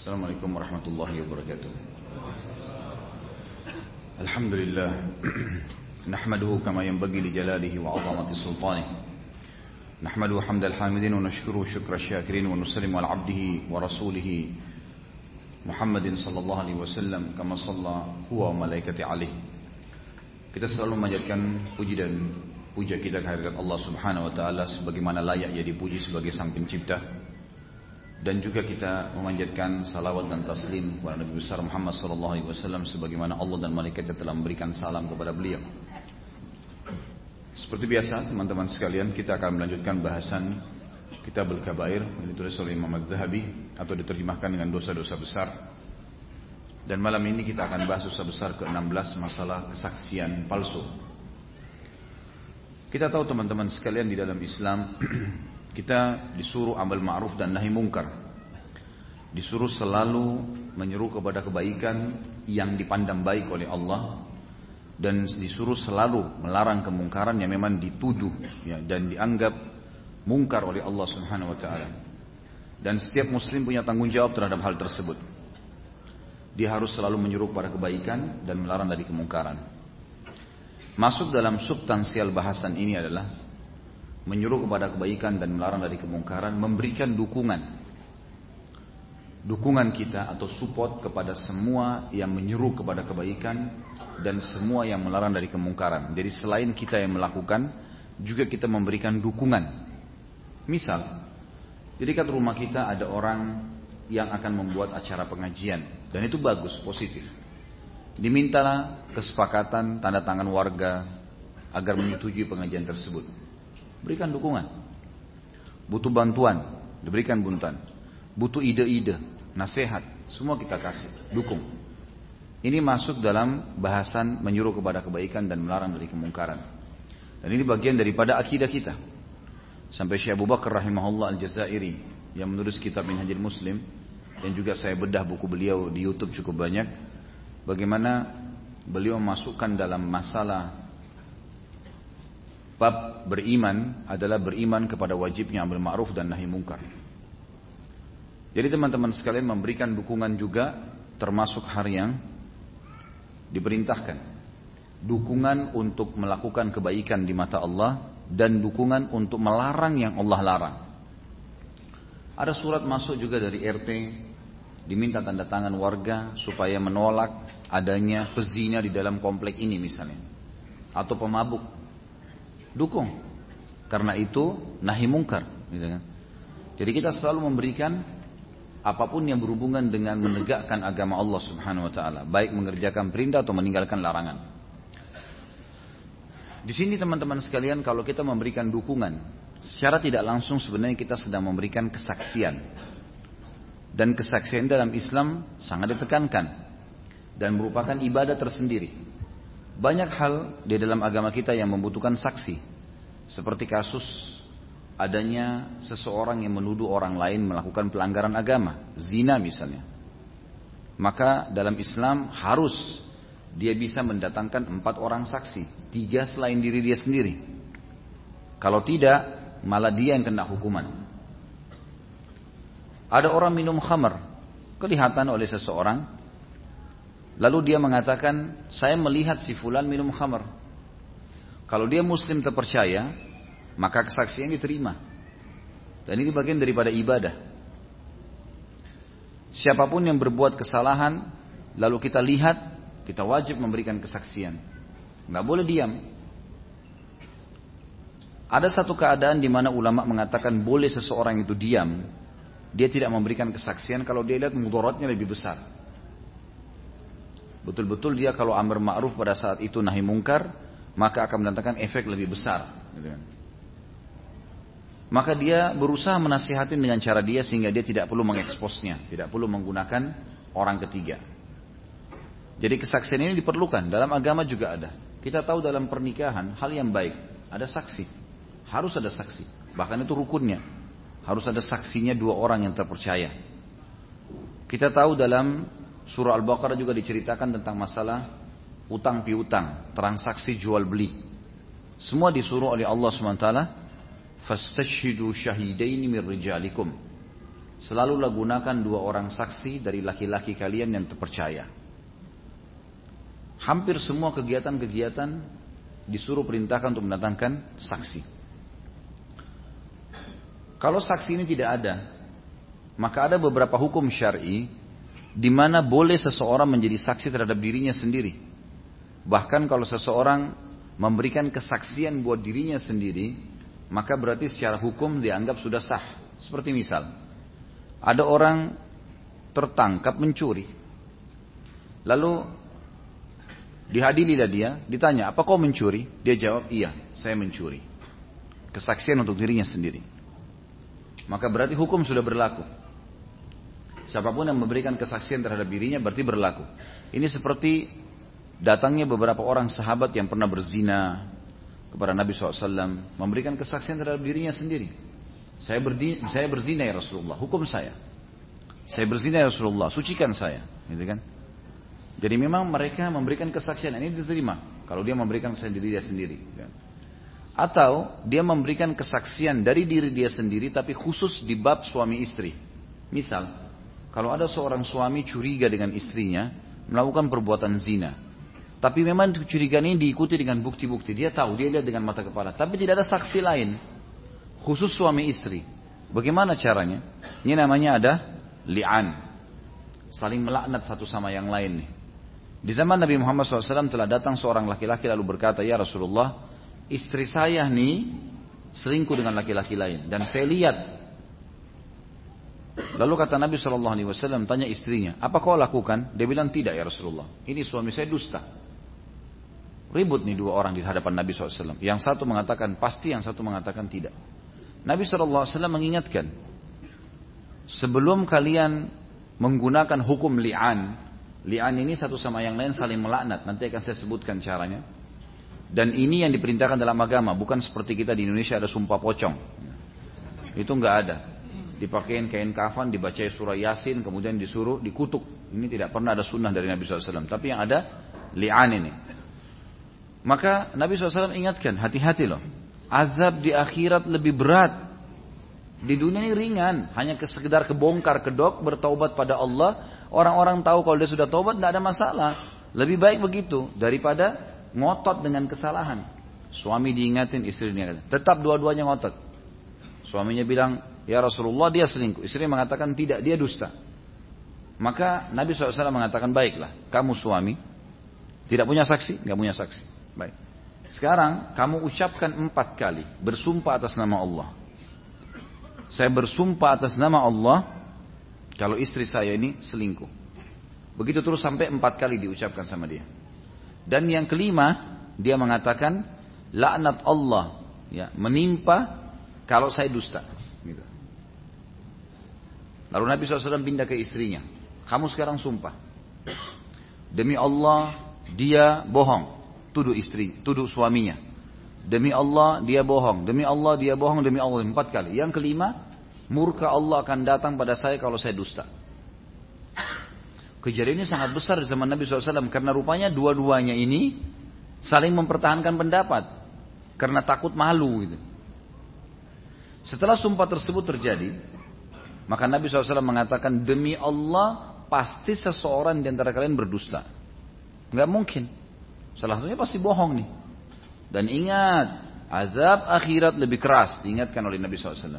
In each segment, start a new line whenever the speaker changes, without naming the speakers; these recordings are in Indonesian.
Assalamualaikum warahmatullahi wabarakatuh. Alhamdulillah. Nahmaduhu kama yanbaghi li jalalihi wa 'azamati sultanih. Nahmaduhu hamdal hamidin wa nashkuruhu syukra syakirin wa nusallimu ala 'abdihi wa rasulih Muhammadin sallallahu alaihi wasallam kama shalla huwa wa malaikati alaihi. Kita selalu memanjatkan puji dan puja kita kehadirat Allah Subhanahu wa taala sebagaimana layak ia dipuji sebagai Sang Pencipta. Dan juga kita memanjatkan salawat dan taslim kepada Nabi besar Muhammad sallallahu alaihi wasallam sebagaimana Allah dan malaikatnya telah memberikan salam kepada beliau. Seperti biasa teman-teman sekalian, kita akan melanjutkan bahasan Kitab Al-Kabair yang ditulis oleh Imam Adz-Dzahabi atau diterjemahkan dengan dosa-dosa besar. Dan malam ini kita akan bahas dosa besar ke-16, masalah kesaksian palsu. Kita tahu teman-teman sekalian, di dalam Islam kita disuruh amal ma'ruf dan nahi mungkar. Disuruh selalu menyeru kepada kebaikan yang dipandang baik oleh Allah, dan disuruh selalu melarang kemungkaran yang memang dituduh dan dianggap mungkar oleh Allah Subhanahu wa taala. Dan setiap muslim punya tanggung jawab terhadap hal tersebut. Dia harus selalu menyuruh kepada kebaikan dan melarang dari kemungkaran. Masuk dalam substansial bahasan ini adalah menyuruh kepada kebaikan dan melarang dari kemungkaran, memberikan dukungan kita atau support kepada semua yang menyuruh kepada kebaikan dan semua yang melarang dari kemungkaran. Jadi selain kita yang melakukan, juga kita memberikan dukungan. Misal, di dekat rumah kita ada orang yang akan membuat acara pengajian, dan itu bagus, positif. Dimintalah kesepakatan tanda tangan warga agar menyetujui pengajian tersebut. Berikan dukungan. Butuh bantuan, diberikan bantuan. Butuh ide-ide, nasihat, semua kita kasih, dukung. Ini masuk dalam bahasan menyuruh kepada kebaikan dan melarang dari kemungkaran. Dan ini bagian daripada akidah kita. Sampai Syekh Abu Bakar rahimahullah al-Jazairi yang menulis kitab Minhajul Muslim, dan juga saya bedah buku beliau di YouTube cukup banyak, bagaimana beliau memasukkan dalam masalah bab beriman adalah beriman kepada wajibnya amar ma'ruf dan nahi mungkar. Jadi teman-teman sekalian, memberikan dukungan juga termasuk hal yang diperintahkan. Dukungan untuk melakukan kebaikan di mata Allah dan dukungan untuk melarang yang Allah larang. Ada surat masuk juga dari RT, diminta tanda tangan warga supaya menolak adanya pezina di dalam komplek ini misalnya, atau pemabuk. Dukung. Karena itu nahi mungkar, gitu kan? Jadi kita selalu memberikan apapun yang berhubungan dengan menegakkan agama Allah Subhanahu wa taala, baik mengerjakan perintah atau meninggalkan larangan. Di sini teman-teman sekalian, kalau kita memberikan dukungan, secara tidak langsung sebenarnya kita sedang memberikan kesaksian. Dan kesaksian dalam Islam sangat ditekankan dan merupakan ibadah tersendiri. Banyak hal di dalam agama kita yang membutuhkan saksi. Seperti kasus adanya seseorang yang menuduh orang lain melakukan pelanggaran agama, zina misalnya. Maka dalam Islam harus dia bisa mendatangkan 4 orang saksi, 3 selain diri dia sendiri. Kalau tidak, malah dia yang kena hukuman. Ada orang minum khamar, kelihatan oleh seseorang, lalu dia mengatakan, saya melihat si fulan minum khamar. Kalau dia muslim terpercaya, maka kesaksian diterima. Dan ini bagian daripada ibadah. Siapapun yang berbuat kesalahan, lalu kita lihat, kita wajib memberikan kesaksian. Nggak boleh diam. Ada satu keadaan di mana ulama mengatakan boleh seseorang itu diam, dia tidak memberikan kesaksian kalau dia lihat mudaratnya lebih besar. Betul-betul dia kalau amar ma'ruf pada saat itu nahi mungkar, maka akan mendatangkan efek lebih besar. Maka dia berusaha menasihatin dengan cara dia sehingga dia tidak perlu mengeksposnya, tidak perlu menggunakan orang ketiga. Jadi kesaksian ini diperlukan, dalam agama juga ada. Kita tahu dalam pernikahan hal yang baik, ada saksi. Harus ada saksi, bahkan itu rukunnya. Harus ada saksinya 2 orang yang terpercaya. Kita tahu dalam Surah Al-Baqarah juga diceritakan tentang masalah utang piutang, transaksi jual beli. Semua disuruh oleh Allah SWT, fastashhidu syahidaini min rijalikum. selalulah gunakan 2 orang saksi dari laki-laki kalian yang terpercaya. Hampir semua kegiatan-kegiatan disuruh perintahkan untuk mendatangkan saksi. Kalau saksi ini tidak ada, maka ada beberapa hukum syar'i di mana boleh seseorang menjadi saksi terhadap dirinya sendiri. Bahkan kalau seseorang memberikan kesaksian buat dirinya sendiri, maka berarti secara hukum dianggap sudah sah. Seperti misal, ada orang tertangkap mencuri, lalu dihadirilah dia, ditanya, apa kau mencuri? Dia jawab, iya, saya mencuri. Kesaksian untuk dirinya sendiri. Maka berarti hukum sudah berlaku. Siapapun yang memberikan kesaksian terhadap dirinya berarti berlaku. Ini seperti datangnya beberapa orang sahabat yang pernah berzina kepada Nabi SAW, memberikan kesaksian terhadap dirinya sendiri. Saya berzina ya Rasulullah, hukum saya. Saya berzina ya Rasulullah, sucikan saya. Gitu kan? Jadi memang mereka memberikan kesaksian, ini diterima. Kalau dia memberikan kesaksian diri dia sendiri. Atau dia memberikan kesaksian dari diri dia sendiri tapi khusus di bab suami istri. Misal, kalau ada seorang suami curiga dengan istrinya melakukan perbuatan zina, tapi memang kecurigaan ini diikuti dengan bukti-bukti. Dia tahu, dia lihat dengan mata kepala, tapi tidak ada saksi lain. Khusus suami istri. Bagaimana caranya? Ini namanya ada li'an. Saling melaknat satu sama yang lain nih. Di zaman Nabi Muhammad SAW telah datang seorang laki-laki lalu berkata, ya Rasulullah, istri saya nih selingkuh dengan laki-laki lain dan saya lihat. Lalu kata Nabi SAW, tanya istrinya, apa kau lakukan? Dia bilang, tidak ya Rasulullah, ini suami saya dusta. Ribut nih 2 orang di hadapan Nabi SAW. Yang satu mengatakan pasti, yang satu mengatakan tidak. Nabi SAW mengingatkan, sebelum kalian menggunakan hukum li'an, li'an ini satu sama yang lain saling melaknat, nanti akan saya sebutkan caranya. Dan ini yang diperintahkan dalam agama, bukan seperti kita di Indonesia ada sumpah pocong. Itu enggak ada. Dipakein kain kafan, dibacain surah Yasin, kemudian disuruh dikutuk. Ini tidak pernah ada sunnah dari Nabi SAW. Tapi yang ada li'an ini. Maka Nabi SAW ingatkan, hati-hati loh. Azab di akhirat lebih berat. Di dunia ini ringan, hanya sekedar kebongkar kedok, bertaubat pada Allah. Orang-orang tahu kalau dia sudah taubat, tidak ada masalah. Lebih baik begitu daripada ngotot dengan kesalahan. Suami diingatin, istri diingatin. Tetap dua-duanya ngotot. Suaminya bilang, ya Rasulullah dia selingkuh. Istrinya mengatakan tidak, dia dusta. Maka Nabi SAW mengatakan, baiklah, kamu suami tidak punya saksi, nggak punya saksi. Baik. Sekarang kamu ucapkan 4 kali bersumpah atas nama Allah. Saya bersumpah atas nama Allah kalau istri saya ini selingkuh. Begitu terus sampai 4 kali diucapkan sama dia. Dan yang kelima dia mengatakan laknat Allah ya menimpa kalau saya dusta. Gitu. Lalu Nabi SAW pindah ke istrinya. Kamu sekarang sumpah. Demi Allah dia bohong. Tuduh suaminya. Demi Allah dia bohong. Demi Allah dia bohong. Demi Allah 4 kali. Yang kelima, murka Allah akan datang pada saya kalau saya dusta. Kejadian ini sangat besar di zaman Nabi SAW. Karena rupanya dua-duanya ini saling mempertahankan pendapat. Karena takut malu gitu. Setelah sumpah tersebut terjadi, maka Nabi SAW mengatakan, demi Allah pasti seseorang di antara kalian berdusta. Enggak mungkin. Salah satunya pasti bohong nih. Dan ingat, azab akhirat lebih keras, diingatkan oleh Nabi SAW.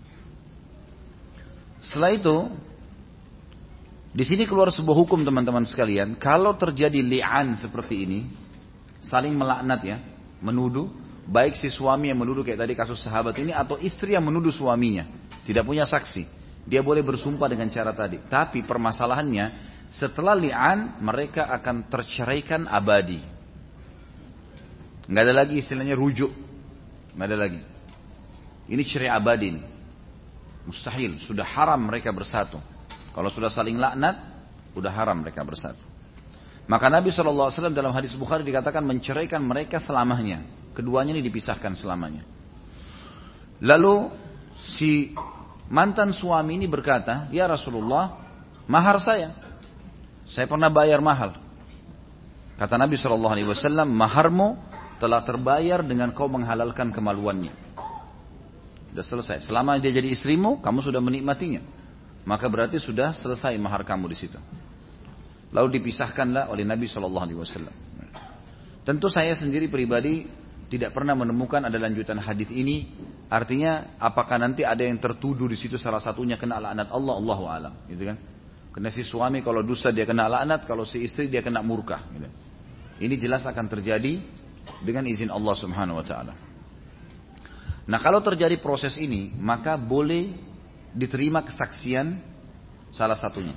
Setelah itu, di sini keluar sebuah hukum teman-teman sekalian. Kalau terjadi li'an seperti ini, saling melaknat ya, menuduh, baik si suami yang menuduh kayak tadi kasus sahabat ini, atau istri yang menuduh suaminya, tidak punya saksi. Dia boleh bersumpah dengan cara tadi. Tapi permasalahannya, setelah li'an, mereka akan terceraikan abadi. Nggak ada lagi istilahnya rujuk. Nggak ada lagi. Ini cerai abadi. Mustahil. Sudah haram mereka bersatu. Kalau sudah saling laknat, sudah haram mereka bersatu. Maka Nabi SAW dalam hadis Bukhari dikatakan menceraikan mereka selamanya. Keduanya ini dipisahkan selamanya. Lalu si mantan suami ini berkata, ya Rasulullah, mahar saya pernah bayar mahal. Kata Nabi SAW, maharmu telah terbayar dengan kau menghalalkan kemaluannya. Sudah selesai. Selama dia jadi istrimu, kamu sudah menikmatinya. maka berarti sudah selesai mahar kamu di situ. Lalu dipisahkanlah oleh Nabi SAW. Tentu saya sendiri pribadi tidak pernah menemukan ada lanjutan hadis ini. Artinya apakah nanti ada yang tertuduh di situ salah satunya kena laknat Allah, Allahu a'lam, gitu kan? Karena si suami kalau dusta dia kena laknat, kalau si istri dia kena murka. Gitu. Ini jelas akan terjadi dengan izin Allah Subhanahu Wa Taala. Nah kalau terjadi proses ini, maka boleh diterima kesaksian salah satunya.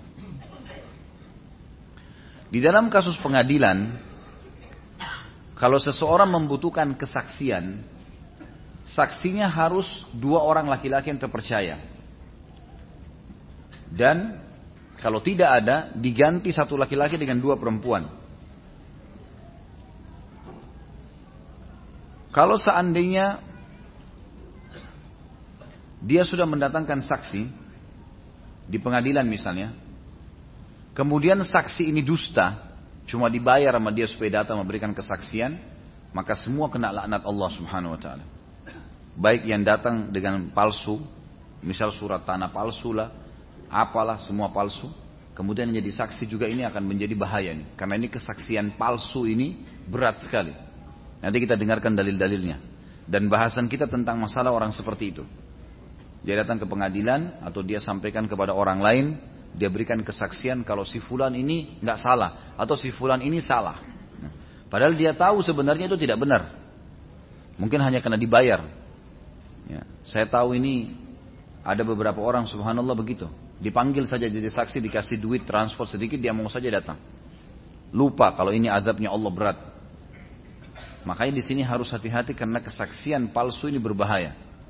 Di dalam kasus pengadilan, kalau seseorang membutuhkan kesaksian, saksinya harus 2 orang laki-laki yang terpercaya. Dan kalau tidak ada, diganti 1 laki-laki dengan 2 perempuan. Kalau seandainya dia sudah mendatangkan saksi di pengadilan misalnya, kemudian saksi ini dusta, cuma dibayar sama dia supaya datang memberikan kesaksian, maka semua kena laknat Allah Subhanahu Wa Taala. Baik yang datang dengan palsu, misal surat tanah palsu lah, apalah semua palsu, kemudian jadi saksi juga, ini akan menjadi bahaya nih. Karena ini kesaksian palsu ini berat sekali. Nanti kita dengarkan dalil-dalilnya. Dan bahasan kita tentang masalah orang seperti itu. Dia datang ke pengadilan atau dia sampaikan kepada orang lain, dia berikan kesaksian kalau si fulan ini nggak salah atau si fulan ini salah. Padahal dia tahu sebenarnya itu tidak benar. Mungkin hanya karena dibayar. Ya, saya tahu ini ada beberapa orang subhanallah begitu. Dipanggil saja jadi saksi, dikasih duit transport sedikit, dia mau saja datang. Lupa kalau ini azabnya Allah berat. Makanya di sini harus hati-hati karena kesaksian palsu ini berbahaya.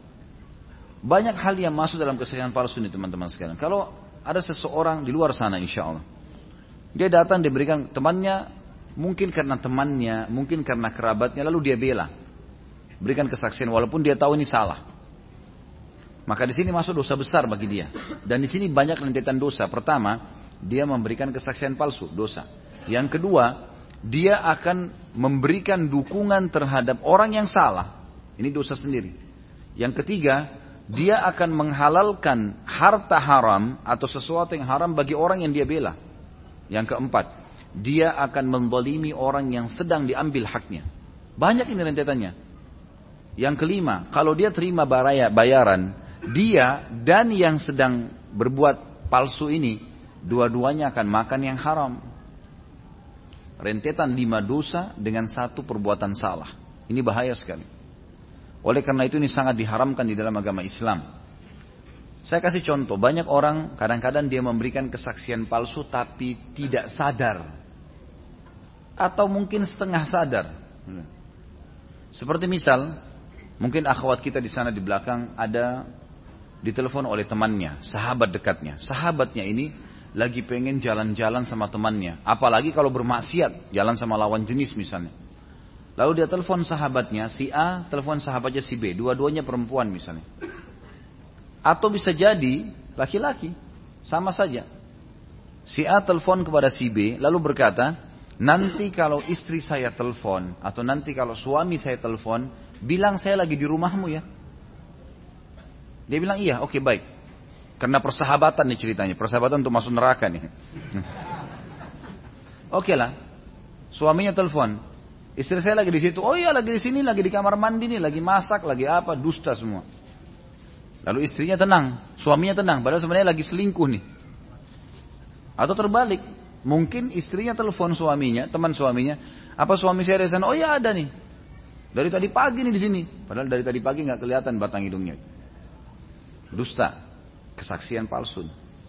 Banyak hal yang masuk dalam kesaksian palsu ini teman-teman sekalian. Kalau ada seseorang di luar sana insya Allah, dia datang diberikan temannya, mungkin karena temannya, mungkin karena kerabatnya, lalu dia bela, berikan kesaksian walaupun dia tahu ini salah. Maka di sini masuk dosa besar bagi dia. Dan di sini banyak rentetan dosa. Pertama, dia memberikan kesaksian palsu, dosa. Yang kedua, dia akan memberikan dukungan terhadap orang yang salah. Ini dosa sendiri. Yang ketiga, dia akan menghalalkan harta haram atau sesuatu yang haram bagi orang yang dia bela. Yang keempat, dia akan menzalimi orang yang sedang diambil haknya. Banyak ini rentetannya. Yang kelima, kalau dia terima bayaran, dia dan yang sedang berbuat palsu ini, dua-duanya akan makan yang haram. Rentetan 5 dosa dengan 1 perbuatan salah. Ini bahaya sekali. Oleh karena itu ini sangat diharamkan di dalam agama Islam. Saya kasih contoh, banyak orang kadang-kadang dia memberikan kesaksian palsu tapi tidak sadar. Atau mungkin setengah sadar. Seperti misal, mungkin akhwat kita di sana di belakang ada ditelepon oleh temannya, sahabat dekatnya. Sahabatnya ini lagi pengen jalan-jalan sama temannya. Apalagi kalau bermaksiat, jalan sama lawan jenis misalnya. Lalu dia telepon sahabatnya, si A telepon sahabatnya si B. Dua-duanya perempuan misalnya. Atau bisa jadi laki-laki, sama saja. Si A telepon kepada si B, lalu berkata, nanti kalau istri saya telepon, atau nanti kalau suami saya telepon, bilang saya lagi di rumahmu ya. Dia bilang iya, oke baik. Karena persahabatan nih ceritanya, persahabatan untuk masuk neraka nih. Oke lah, suaminya telepon, istri saya lagi di situ. Oh iya lagi di sini, lagi di kamar mandi nih, lagi masak, lagi apa, dusta semua. Lalu istrinya tenang, suaminya tenang, padahal sebenarnya lagi selingkuh nih. Atau terbalik, mungkin istrinya telepon suaminya, teman suaminya, apa suami saya di sana? Oh iya ada nih, dari tadi pagi nih di sini. Padahal dari tadi pagi nggak kelihatan batang hidungnya. Dusta. Kesaksian palsu.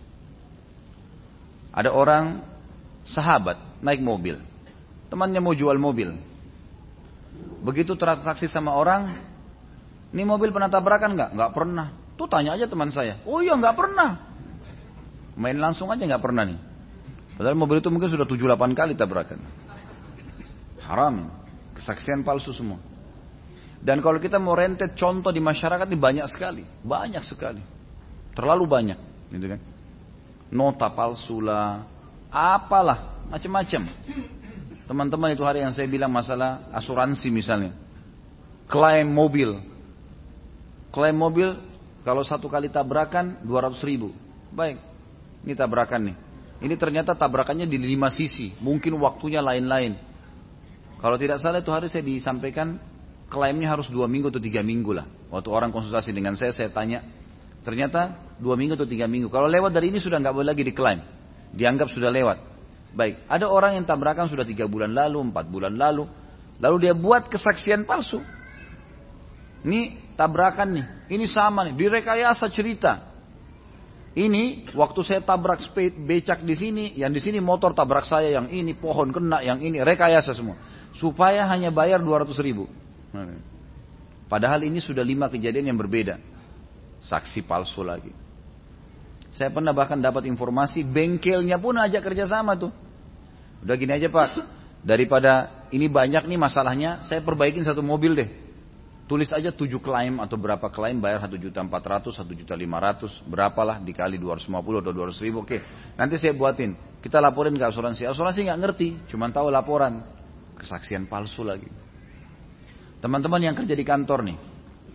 Ada orang sahabat naik mobil, temannya mau jual mobil. Begitu transaksi sama orang, ini mobil pernah tabrakan nggak? Nggak pernah. Tuh tanya aja teman saya. Oh iya nggak pernah. Main langsung aja nggak pernah nih. Padahal mobil itu mungkin sudah 7-8 kali tabrakan. Haram. Kesaksian palsu semua. Dan kalau kita mau rentet contoh di masyarakat ini banyak sekali, terlalu banyak, gitu kan? Nota palsu lah, apalah, macam-macam. Teman-teman itu hari yang saya bilang masalah asuransi misalnya, klaim mobil kalau 1 kali tabrakan 200.000, baik, ini tabrakan nih. Ini ternyata tabrakannya di 5 sisi, mungkin waktunya lain-lain. Kalau tidak salah itu hari saya disampaikan klaimnya harus 2 minggu atau 3 minggu lah. Waktu orang konsultasi dengan saya tanya, ternyata 2 minggu atau 3 minggu. Kalau lewat dari ini sudah nggak boleh lagi diklaim, dianggap sudah lewat. Baik, ada orang yang tabrakan sudah 3 bulan lalu, 4 bulan lalu dia buat kesaksian palsu. Ini tabrakan nih, ini sama nih, direkayasa cerita. Ini waktu saya tabrak becak di sini, yang di sini motor tabrak saya, yang ini pohon kena, yang ini rekayasa semua, supaya hanya bayar 200.000. Padahal ini sudah 5 kejadian yang berbeda, saksi palsu lagi. Saya pernah bahkan dapat informasi bengkelnya pun ajak kerjasama tuh. Udah gini aja Pak, daripada ini banyak nih masalahnya, saya perbaikin 1 mobil deh. Tulis aja 7 klaim atau berapa klaim, bayar 1.400.000, 1.500.000, berapalah dikali 250 atau 200.000, oke. Nanti saya buatin, kita laporin ke asuransi. Asuransi nggak ngerti, cuma tahu laporan, kesaksian palsu lagi. Teman-teman yang kerja di kantor nih,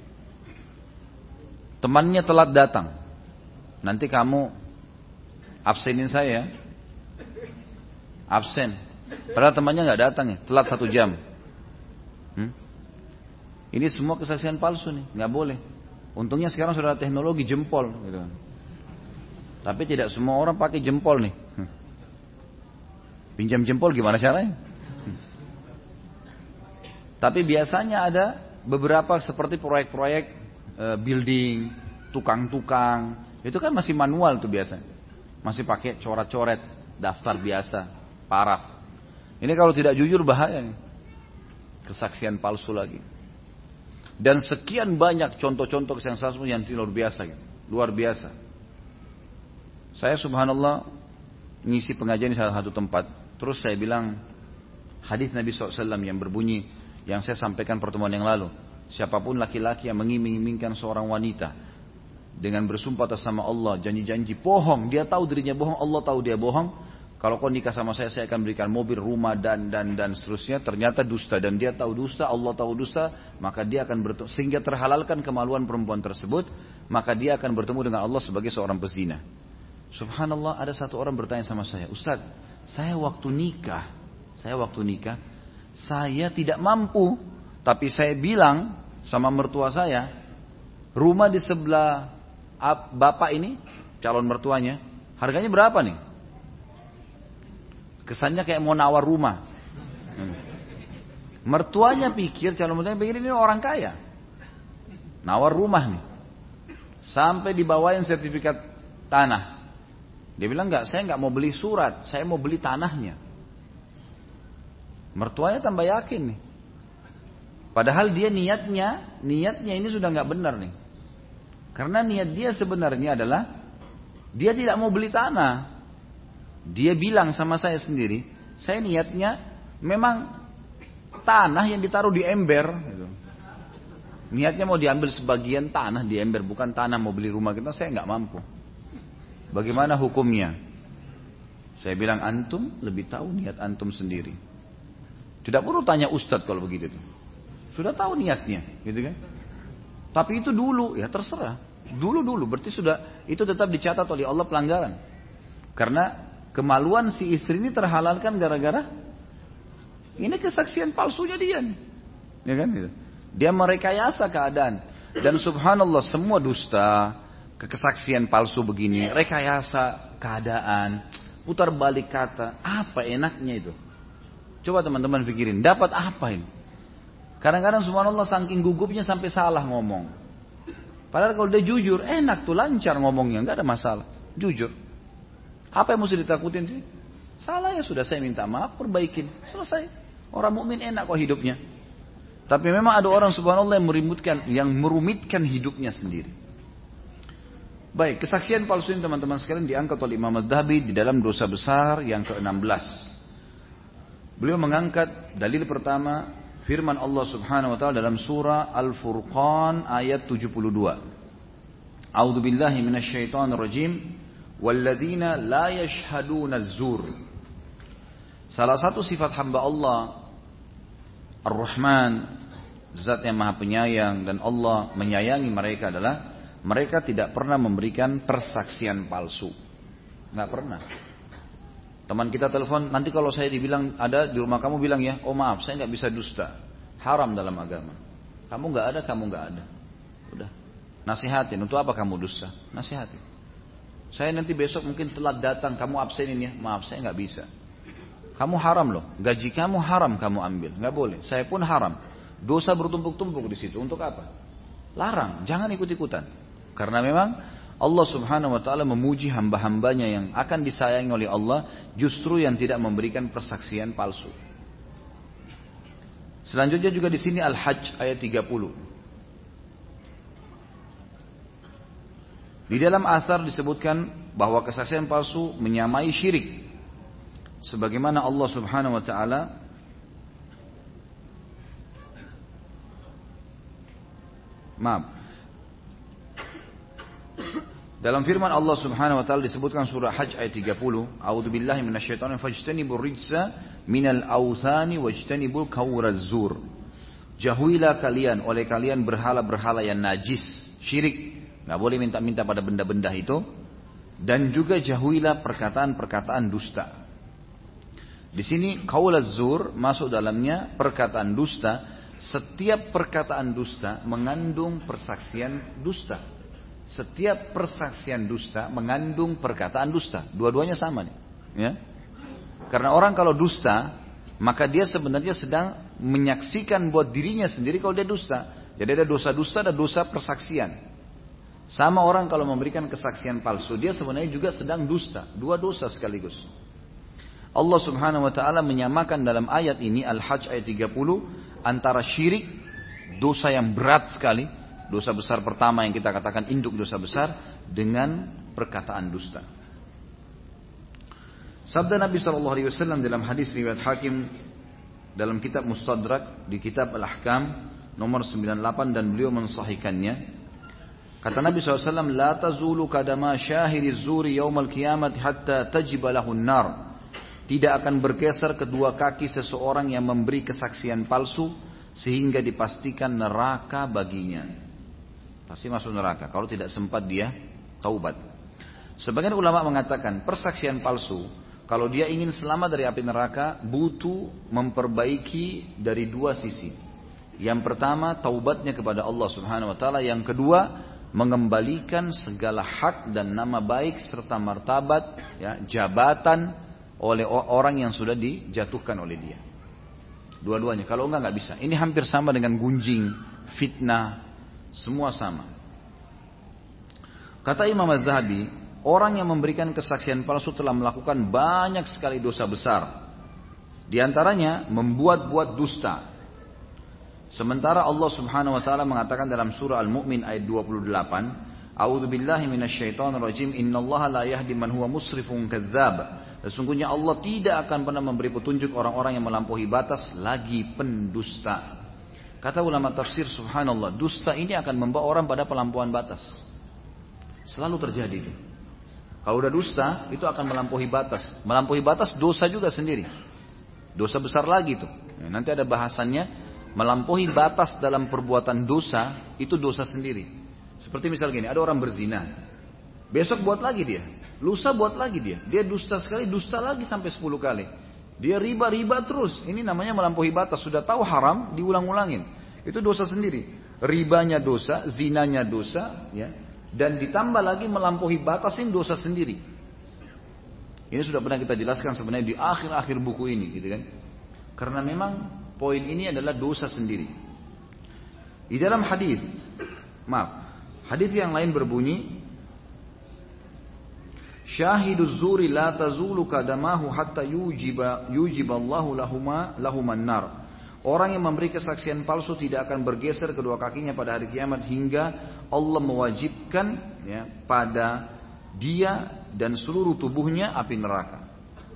temannya telat datang, nanti kamu absenin saya, absen. Padahal temannya nggak datang ya, telat 1 jam. Ini semua kesaksian palsu nih, nggak boleh. Untungnya sekarang sudah ada teknologi jempol, gitu. Tapi tidak semua orang pakai jempol nih. Pinjam jempol gimana caranya? Tapi biasanya ada beberapa seperti proyek-proyek building, tukang-tukang, itu kan masih manual tuh biasanya, masih pakai coret-coret, daftar biasa, paraf. Ini kalau tidak jujur bahaya nih, kesaksian palsu lagi. Dan sekian banyak contoh-contoh kesaksian yang luar biasa, gitu. Luar biasa. Saya subhanallah ngisi pengajian di salah satu tempat, terus saya bilang hadis Nabi SAW yang berbunyi, yang saya sampaikan pertemuan yang lalu, siapapun laki-laki yang mengiming-imingkan seorang wanita dengan bersumpah atas nama Allah, janji-janji bohong, dia tahu dirinya bohong, Allah tahu dia bohong. Kalau kau nikah sama saya akan berikan mobil, rumah dan seterusnya. Ternyata dusta dan dia tahu dusta, Allah tahu dusta, maka dia akan bertemu, sehingga terhalalkan kemaluan perempuan tersebut, maka dia akan bertemu dengan Allah sebagai seorang pezina. Subhanallah, ada satu orang bertanya sama saya, Ustaz, saya waktu nikah, saya tidak mampu, tapi saya bilang sama mertua saya, rumah di sebelah bapak ini, calon mertuanya, harganya berapa nih? Kesannya kayak mau nawar rumah. Mertuanya pikir, calon mertuanya pikir ini orang kaya, nawar rumah nih, sampai dibawain sertifikat tanah. Dia bilang enggak, saya enggak mau beli surat, saya mau beli tanahnya. Mertuanya tambah yakin nih, padahal dia niatnya ini sudah enggak benar nih, karena niat dia sebenarnya adalah dia tidak mau beli tanah. Dia bilang sama saya sendiri, saya niatnya memang tanah yang ditaruh di ember. Niatnya mau diambil sebagian tanah di ember, bukan tanah mau beli rumah kita, saya nggak mampu. Bagaimana hukumnya? Saya bilang antum lebih tahu niat antum sendiri. Tidak perlu tanya ustadz kalau begitu. Sudah tahu niatnya, gitu kan? Tapi itu dulu, ya terserah. Dulu, berarti sudah itu tetap dicatat oleh Allah pelanggaran. Karena kemaluan si istri ini terhalalkan gara-gara ini kesaksian palsunya dia nih. Ya kan? Dia merekayasa keadaan. Dan subhanallah semua dusta, kesaksian palsu begini, rekayasa keadaan, putar balik kata, apa enaknya itu? Coba teman-teman pikirin, dapat apa ini? Kadang-kadang subhanallah saking gugupnya sampai salah ngomong. Padahal kalau dia jujur, enak tuh, lancar ngomongnya, nggak ada masalah, jujur. Apa yang mesti ditakutin sih? Salah ya sudah, saya minta maaf, perbaikin, selesai. Orang mukmin enak kok hidupnya. Tapi memang ada orang subhanallah yang merumitkan hidupnya sendiri. Baik, kesaksian palsu ini teman-teman sekalian diangkat oleh Imam Adz-Dzahabi di dalam dosa besar yang ke-16. Beliau mengangkat dalil pertama firman Allah Subhanahu wa taala dalam surah Al-Furqan ayat 72. A'udzubillahi minasyaitonirrajim. Walladzina la yashhaduna az-zur. Salah satu sifat hamba Allah Ar-Rahman, zat yang maha penyayang, dan Allah menyayangi mereka adalah mereka tidak pernah memberikan persaksian palsu. Nggak pernah. Teman kita telepon, nanti kalau saya dibilang ada di rumah kamu bilang ya, oh maaf saya nggak bisa dusta. Haram dalam agama. Kamu nggak ada, kamu nggak ada. Udah. Nasihatin, untuk apa kamu dusta? Nasihatin. Saya nanti besok mungkin telat datang, kamu absenin ya. Maaf saya nggak bisa. Kamu haram loh, gaji kamu haram kamu ambil, nggak boleh. Saya pun haram. Dosa bertumpuk-tumpuk di situ. Untuk apa? Larang, jangan ikut-ikutan. Karena memang Allah Subhanahu wa taala memuji hamba-hambanya yang akan disayangi oleh Allah justru yang tidak memberikan persaksian palsu. Selanjutnya juga di sini Al-Hajj ayat 30. Di dalam athar disebutkan bahwa kesaksian palsu menyamai syirik. Sebagaimana Allah Subhanahu wa taala dalam firman Allah Subhanahu wa taala disebutkan surah Hajj ayat 30, A'udzubillahi minasyaitonir fajtanibur rijsa minal authani wajtanibul qawraz zur. Jauhilah kalian oleh kalian berhala-berhala yang najis, syirik. Enggak boleh minta-minta pada benda-benda itu, dan juga jauhilah perkataan-perkataan dusta. Di sini qawlaz zur masuk dalamnya perkataan dusta. Setiap perkataan dusta mengandung persaksian dusta. Setiap persaksian dusta mengandung perkataan dusta. Dua-duanya sama nih, ya. Karena orang kalau dusta, maka dia sebenarnya sedang menyaksikan buat dirinya sendiri kalau dia dusta. Jadi ada dosa dusta, ada dosa persaksian. Sama orang kalau memberikan kesaksian palsu, dia sebenarnya juga sedang dusta. Dua dosa sekaligus. Allah Subhanahu wa taala menyamakan dalam ayat ini Al-Hajj ayat 30 antara syirik, dosa yang berat sekali, dosa besar pertama yang kita katakan induk dosa besar, dengan perkataan dusta. Sabda Nabi SAW dalam hadis riwayat Hakim dalam kitab Mustadrak di kitab Al-Ahkam nomor 98 dan beliau mensahihkannya. Kata Nabi SAW, La tazulu kadama syahiri zuri yaumal kiamat hatta tajiba lahun nar. Tidak akan bergeser kedua kaki seseorang yang memberi kesaksian palsu sehingga dipastikan neraka baginya. Pasti masuk neraka kalau tidak sempat dia taubat. Sebagian ulama mengatakan persaksian palsu, kalau dia ingin selamat dari api neraka, butuh memperbaiki dari dua sisi. Yang pertama, taubatnya kepada Allah Subhanahu wa taala. Yang kedua, mengembalikan segala hak dan nama baik serta martabat, ya, jabatan oleh orang yang sudah dijatuhkan oleh dia. Dua-duanya. Kalau enggak bisa. Ini hampir sama dengan gunjing, fitnah, semua sama. Kata Imam Az-Zahabi, orang yang memberikan kesaksian palsu telah melakukan banyak sekali dosa besar. Di antaranya membuat-buat dusta. Sementara Allah Subhanahu wa taala mengatakan dalam surah Al-Mu'min ayat 28, A'udzubillahi minasyaitonirrajim, innallaha la yahdi man huwa musrifun kadzdzab. Sesungguhnya Allah tidak akan pernah memberi petunjuk orang-orang yang melampaui batas lagi pendusta. Kata ulama tafsir, subhanallah, dusta ini akan membawa orang pada pelampauan batas. Selalu terjadi itu. Kalau udah dusta, itu akan melampaui batas. Melampaui batas dosa juga sendiri. Dosa besar lagi tuh. Nanti ada bahasannya. Melampaui batas dalam perbuatan dosa, itu dosa sendiri. Seperti misal gini, ada orang berzina. Besok buat lagi dia. Lusa buat lagi dia. Dia dusta sekali, dusta lagi sampai 10 kali. Dia riba terus. Ini namanya melampaui batas. Sudah tahu haram, diulang-ulangin. Itu dosa sendiri. Ribanya dosa, zinanya dosa, ya. Dan ditambah lagi melampaui batas, ini dosa sendiri. Ini sudah pernah kita jelaskan sebenarnya di akhir-akhir buku ini, gitu kan. Karena memang poin ini adalah dosa sendiri. Di dalam hadis yang lain berbunyi, Syahiduz zuri la tazulu kadamahu hatta yujiballahu lahuman nar. Orang yang memberi kesaksian palsu tidak akan bergeser kedua kakinya pada hari kiamat hingga Allah mewajibkan, ya, pada dia dan seluruh tubuhnya api neraka.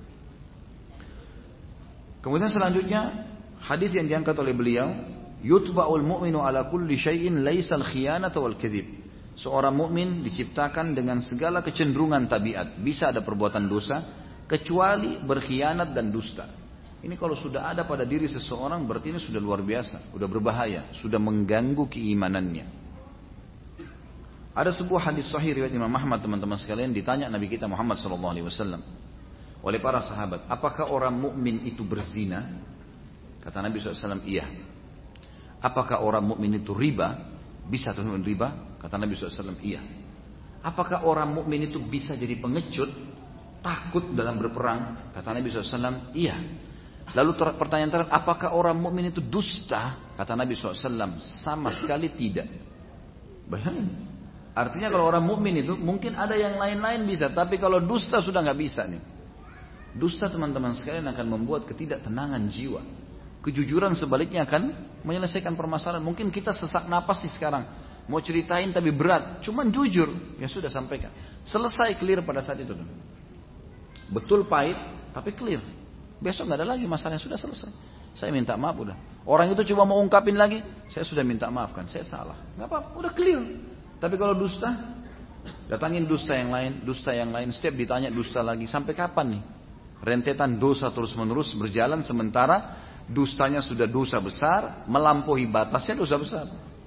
Kemudian selanjutnya hadis yang diangkat oleh beliau, yutba'ul mu'minu ala kulli syai'in laisal khiyanata wal kadhib. Seorang mukmin diciptakan dengan segala kecenderungan tabiat. Bisa ada perbuatan dosa, kecuali berkhianat dan dusta. Ini kalau sudah ada pada diri seseorang, berarti ini sudah luar biasa, sudah berbahaya, sudah mengganggu keimanannya. Ada sebuah hadis sahih riwayat Imam Ahmad, teman-teman sekalian, ditanya Nabi kita Muhammad SAW oleh para sahabat, apakah orang mukmin itu berzina? Kata Nabi SAW, iya. Apakah orang mukmin itu riba? Bisa atau riba? Kata Nabi SAW, iya. Apakah orang mukmin itu bisa jadi pengecut, takut dalam berperang? Kata Nabi SAW, iya. Lalu pertanyaan terakhir, apakah orang mukmin itu dusta? Kata Nabi SAW, sama sekali tidak. Bayangin. Artinya kalau orang mukmin itu mungkin ada yang lain-lain bisa, tapi kalau dusta sudah nggak bisa nih. Dusta, teman-teman sekalian, akan membuat ketidaktenangan jiwa. Kejujuran sebaliknya akan menyelesaikan permasalahan. Mungkin kita sesak napas nih sekarang, mau ceritain tapi berat, cuman jujur, ya sudah sampaikan. Selesai, clear pada saat itu. Betul pahit, tapi clear. Besok nggak ada lagi masalahnya, sudah selesai. Saya minta maaf udah. Orang itu coba mau ungkapin lagi, saya sudah minta maaf kan, saya salah. Nggak apa-apa, udah clear. Tapi kalau dusta, datangin dusta yang lain, setiap ditanya dusta lagi. Sampai kapan nih? Rentetan dosa terus menerus berjalan, sementara dustanya sudah dosa besar, melampaui batasnya dosa besar.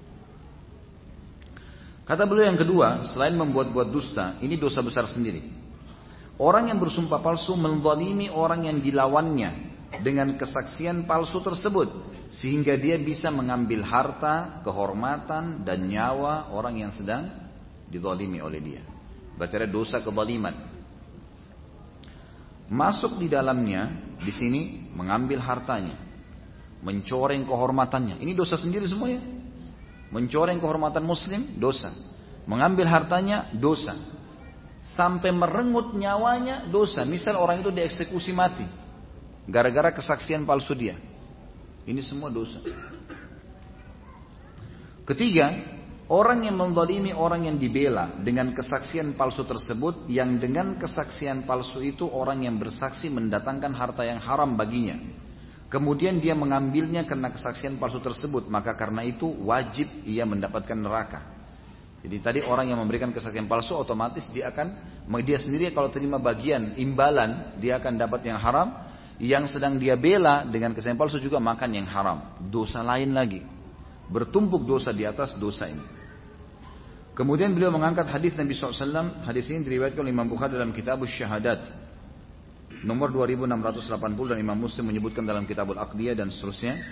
Kata beliau yang kedua, selain membuat-buat dusta, ini dosa besar sendiri. Orang yang bersumpah palsu menzalimi orang yang dilawannya dengan kesaksian palsu tersebut, sehingga dia bisa mengambil harta, kehormatan, dan nyawa orang yang sedang dizalimi oleh dia. Berarti ada dosa kezaliman. Masuk di dalamnya, di sini mengambil hartanya, mencoreng kehormatannya. Ini dosa sendiri semuanya. Mencoreng kehormatan muslim, dosa. Mengambil hartanya, dosa. Sampai merenggut nyawanya, dosa. Misal orang itu dieksekusi mati gara-gara kesaksian palsu dia. Ini semua dosa. Ketiga, orang yang menzalimi orang yang dibela dengan kesaksian palsu tersebut, yang dengan kesaksian palsu itu orang yang bersaksi mendatangkan harta yang haram baginya. Kemudian dia mengambilnya karena kesaksian palsu tersebut, maka karena itu wajib ia mendapatkan neraka. Jadi tadi orang yang memberikan kesaksian palsu otomatis dia sendiri kalau terima bagian imbalan, dia akan dapat yang haram. Yang sedang dia bela dengan kesaksian palsu juga makan yang haram. Dosa lain lagi. Bertumpuk dosa di atas dosa ini. Kemudian beliau mengangkat hadis Nabi SAW. Hadis ini diriwayatkan oleh Imam Bukhari dalam Kitab Syahadat nomor 2680, dan Imam Muslim menyebutkan dalam Kitabul Aqdiyah dan seterusnya.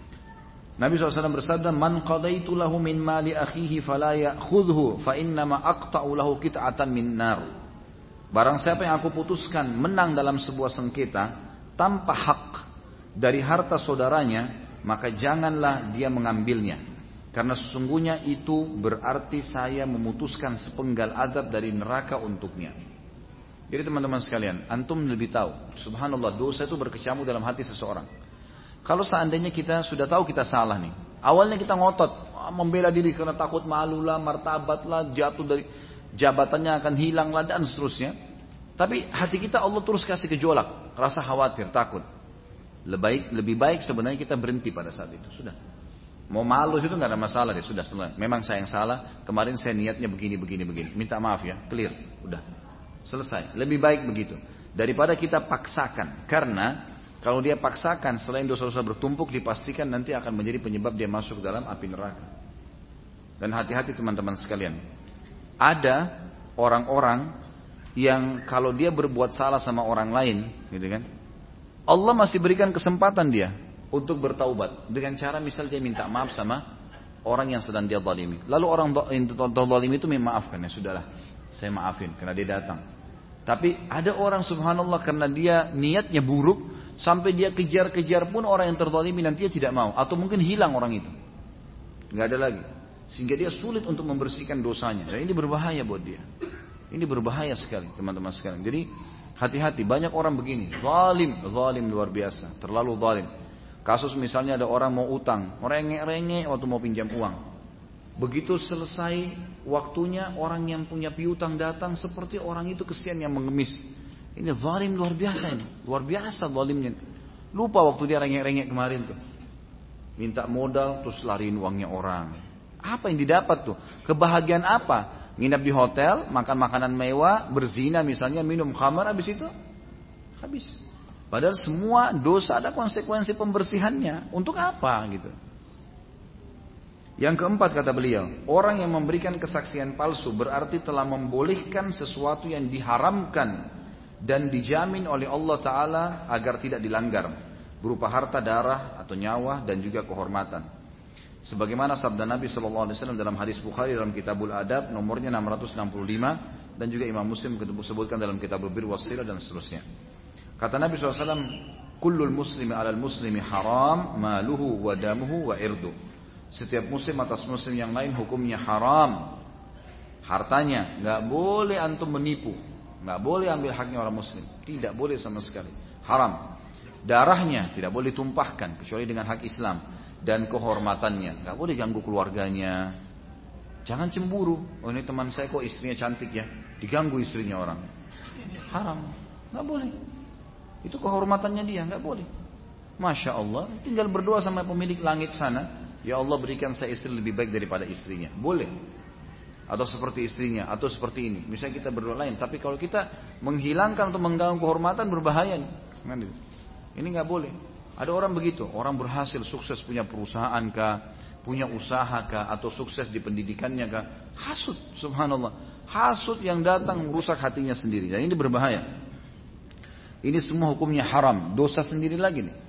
Nabi SAW bersabda, "Man qadaitu lahu min mali akhihi fala ya'khudhu fa innama aqta'u lahu qit'atan min nar." Barang siapa yang aku putuskan menang dalam sebuah sengketa tanpa hak dari harta saudaranya, maka janganlah dia mengambilnya, karena sesungguhnya itu berarti saya memutuskan sepenggal azab dari neraka untuknya. Jadi teman-teman sekalian, antum lebih tahu, subhanallah, dosa itu berkecamuk dalam hati seseorang. Kalau seandainya kita sudah tahu kita salah nih, awalnya kita ngotot membela diri karena takut malu lah, martabat lah, jatuh dari jabatannya akan hilang lah, dan seterusnya. Tapi hati kita Allah terus kasih gejolak, rasa khawatir, takut. Lebih baik sebenarnya kita berhenti pada saat itu. Sudah. Mau malu itu nggak ada masalah deh, sudah selesai. Memang saya yang salah, kemarin saya niatnya begini. Minta maaf ya, clear, udah. Selesai. Lebih baik begitu daripada kita paksakan. Karena kalau dia paksakan, selain dosa-dosa bertumpuk, dipastikan nanti akan menjadi penyebab dia masuk dalam api neraka. Dan hati-hati teman-teman sekalian. Ada orang-orang yang kalau dia berbuat salah sama orang lain, gitu kan, Allah masih berikan kesempatan dia untuk bertaubat dengan cara misal dia minta maaf sama orang yang sedang dia zalimi. Lalu orang yang zalimi itu memaafkan, ya sudahlah, saya maafin karena dia datang. Tapi ada orang subhanallah karena dia niatnya buruk, sampai dia kejar-kejar pun orang yang terzalimi nanti dia tidak mau, atau mungkin hilang orang itu, nggak ada lagi, sehingga dia sulit untuk membersihkan dosanya. Dan ini berbahaya buat dia. Ini berbahaya sekali teman-teman sekalian. Jadi hati-hati, banyak orang begini, zalim luar biasa, terlalu zalim. Kasus misalnya ada orang mau utang, rengek waktu mau pinjam uang. Begitu selesai waktunya, orang yang punya piutang datang, seperti orang itu kesian yang mengemis. Ini zalim luar biasa ini, luar biasa zalimnya. Lupa waktu dia rengek-rengek kemarin tuh, minta modal terus lariin uangnya orang. Apa yang didapat tuh? Kebahagiaan apa? Nginap di hotel, makan makanan mewah, berzina misalnya, minum khamar, habis itu habis. Padahal semua dosa ada konsekuensi pembersihannya. Untuk apa gitu? Yang keempat kata beliau, orang yang memberikan kesaksian palsu berarti telah membolehkan sesuatu yang diharamkan dan dijamin oleh Allah Ta'ala agar tidak dilanggar, berupa harta, darah, atau nyawa dan juga kehormatan. Sebagaimana sabda Nabi SAW dalam hadis Bukhari dalam Kitabul Adab nomornya 665 dan juga Imam Muslim sebutkan dalam Kitabul Bir Wassilah dan seterusnya. Kata Nabi SAW, kullul muslimi alal muslimi haram maluhu wa damuhu wa irdu. Setiap muslim atas muslim yang lain hukumnya haram. Hartanya, nggak boleh antum menipu, nggak boleh ambil haknya orang muslim, tidak boleh sama sekali, haram. Darahnya tidak boleh tumpahkan kecuali dengan hak Islam, dan kehormatannya, nggak boleh ganggu keluarganya. Jangan cemburu, oh ini teman saya kok istrinya cantik ya, diganggu istrinya orang, haram, nggak boleh. Itu kehormatannya dia, nggak boleh. Masya Allah, tinggal berdoa sama pemilik langit sana. Ya Allah berikan saya istri lebih baik daripada istrinya. Boleh. Atau seperti istrinya. Atau seperti ini. Misalnya kita berdoa lain. Tapi kalau kita menghilangkan atau mengganggu kehormatan berbahaya. Ini gak boleh. Ada orang begitu. Orang berhasil sukses punya perusahaan kah. Punya usaha kah. Atau sukses di pendidikannya kah. Hasud. Subhanallah. Hasud yang datang merusak hatinya sendiri. Dan ini berbahaya. Ini semua hukumnya haram. Dosa sendiri lagi nih.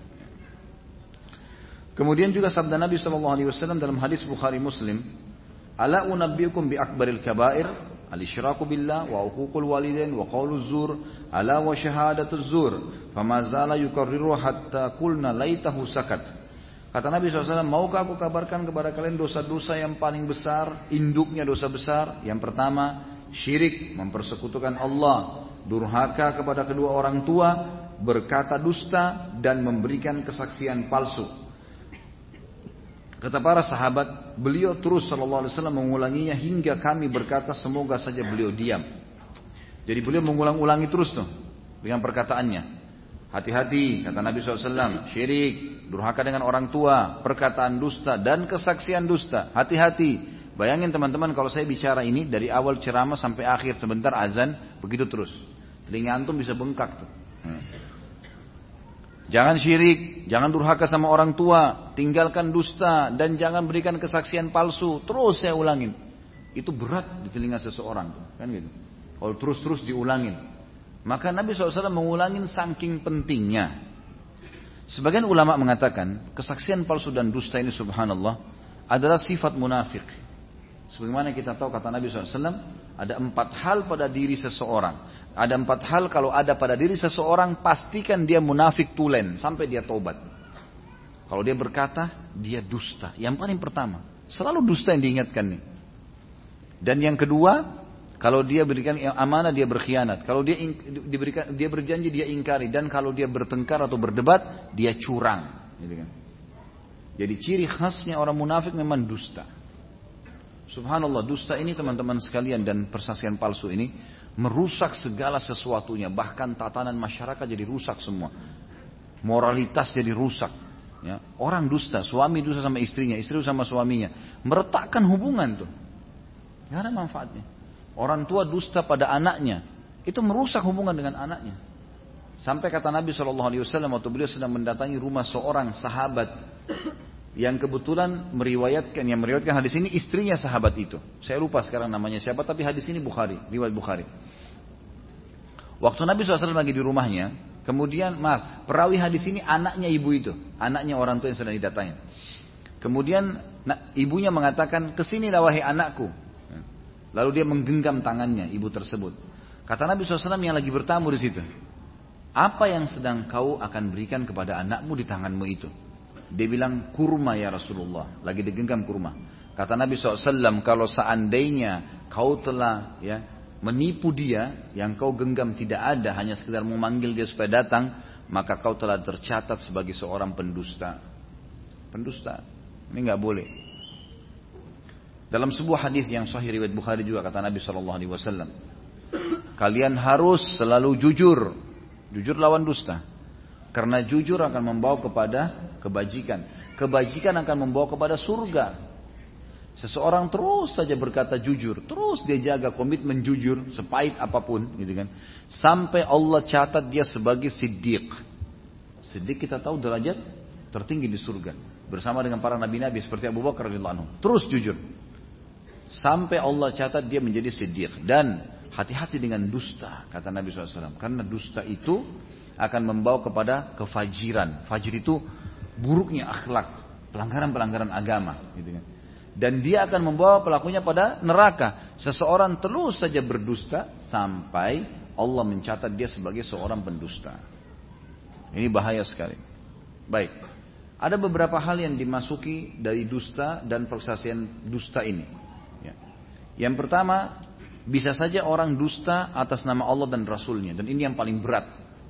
Kemudian juga sabda Nabi SAW dalam hadis Bukhari Muslim, ala unabbiukum bi akbaril kabair, al-isyraku billah wa uququl walidain wa qauluz zur, ala wa syahadatuz zur, fama zala yukarriru hatta qulna laitahu sakat. Kata Nabi SAW, maukah aku kabarkan kepada kalian dosa-dosa yang paling besar, induknya dosa besar? Yang pertama, syirik, mempersekutukan Allah, durhaka kepada kedua orang tua, berkata dusta, dan memberikan kesaksian palsu. Kata para sahabat, beliau terus sallallahu alaihi wasallam mengulanginya hingga kami berkata semoga saja beliau diam. Jadi beliau mengulang-ulangi terus tuh dengan perkataannya. Hati-hati, kata Nabi SAW, syirik, durhaka dengan orang tua, perkataan dusta dan kesaksian dusta. Hati-hati. Bayangin teman-teman kalau saya bicara ini dari awal ceramah sampai akhir sebentar azan, begitu terus. Telinga antum bisa bengkak tuh. Jangan syirik, jangan durhaka sama orang tua, tinggalkan dusta, dan jangan berikan kesaksian palsu. Terus saya ulangin. Itu berat di telinga seseorang, kan gitu. Kalau terus-terus diulangin. Maka Nabi SAW mengulangin saking pentingnya. Sebagian ulama mengatakan, kesaksian palsu dan dusta ini subhanallah adalah sifat munafik. Sebagaimana kita tahu kata Nabi SAW, ada 4 hal pada diri seseorang. Ada 4 hal kalau ada pada diri seseorang, pastikan dia munafik tulen sampai dia tobat. Kalau dia berkata, dia dusta. Yang paling pertama, selalu dusta yang diingatkan nih. Dan yang kedua, kalau dia berikan amanah dia berkhianat. Kalau dia berjanji dia ingkari. Dan kalau dia bertengkar atau berdebat, dia curang. Jadi ciri khasnya orang munafik memang dusta. Subhanallah, dusta ini teman-teman sekalian dan persaksian palsu ini merusak segala sesuatunya, bahkan tatanan masyarakat jadi rusak semua, moralitas jadi rusak. Ya. Orang dusta, suami dusta sama istrinya, istri sama suaminya, meretakkan hubungan tuh, nggak ada manfaatnya. Orang tua dusta pada anaknya, itu merusak hubungan dengan anaknya. Sampai kata Nabi SAW waktu beliau sedang mendatangi rumah seorang sahabat yang kebetulan yang meriwayatkan hadis ini istrinya sahabat itu. Saya lupa sekarang namanya siapa, tapi hadis ini Bukhari, riwayat Bukhari. Waktu Nabi SAW lagi di rumahnya, kemudian perawi hadis ini anaknya ibu itu, anaknya orang tua yang sedang didatangi. Kemudian ibunya mengatakan, kesinilah wahai anakku. Lalu dia menggenggam tangannya ibu tersebut. Kata Nabi SAW yang lagi bertamu di situ, apa yang sedang kau akan berikan kepada anakmu di tanganmu itu? Dia bilang, kurma ya Rasulullah. Lagi digenggam kurma. Kata Nabi SAW, kalau seandainya kau telah menipu dia, yang kau genggam tidak ada, hanya sekedar memanggil dia supaya datang, maka kau telah tercatat sebagai seorang pendusta. Pendusta. Ini nggak boleh. Dalam sebuah hadis yang sahih riwayat Bukhari juga kata Nabi SAW, kalian harus selalu jujur. Jujur lawan dusta. Karena jujur akan membawa kepada kebajikan. Kebajikan akan membawa kepada surga. Seseorang terus saja berkata jujur, terus dia jaga komitmen jujur, sepahit apapun, gitu kan. Sampai Allah catat dia sebagai siddiq. Siddiq kita tahu derajat tertinggi di surga bersama dengan para nabi-nabi seperti Abu Bakar radhiyallahu anhu. Terus jujur. Sampai Allah catat dia menjadi siddiq. Dan hati-hati dengan dusta, kata Nabi SAW. Karena dusta itu akan membawa kepada kefajiran. Fajir itu buruknya akhlak, pelanggaran-pelanggaran agama. Gitu kan. Dan dia akan membawa pelakunya pada neraka. Seseorang terus saja berdusta sampai Allah mencatat dia sebagai seorang pendusta. Ini bahaya sekali. Baik. Ada beberapa hal yang dimasuki dari dusta dan persaksian dusta ini. Yang pertama, bisa saja orang dusta atas nama Allah dan Rasulnya. Dan ini yang paling berat.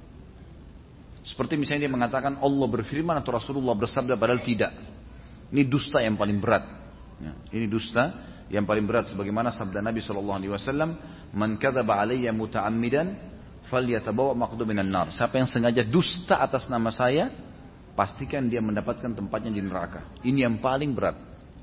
Seperti misalnya dia mengatakan Allah berfirman atau Rasulullah bersabda padahal tidak. Ini dusta yang paling berat. Ini dusta yang paling berat. Sebagaimana sabda Nabi SAW, Man kadzaba alayya muta'ammidan falyatabawa maq'adahu minan nar. Siapa yang sengaja dusta atas nama saya, pastikan dia mendapatkan tempatnya di neraka. Ini yang paling berat.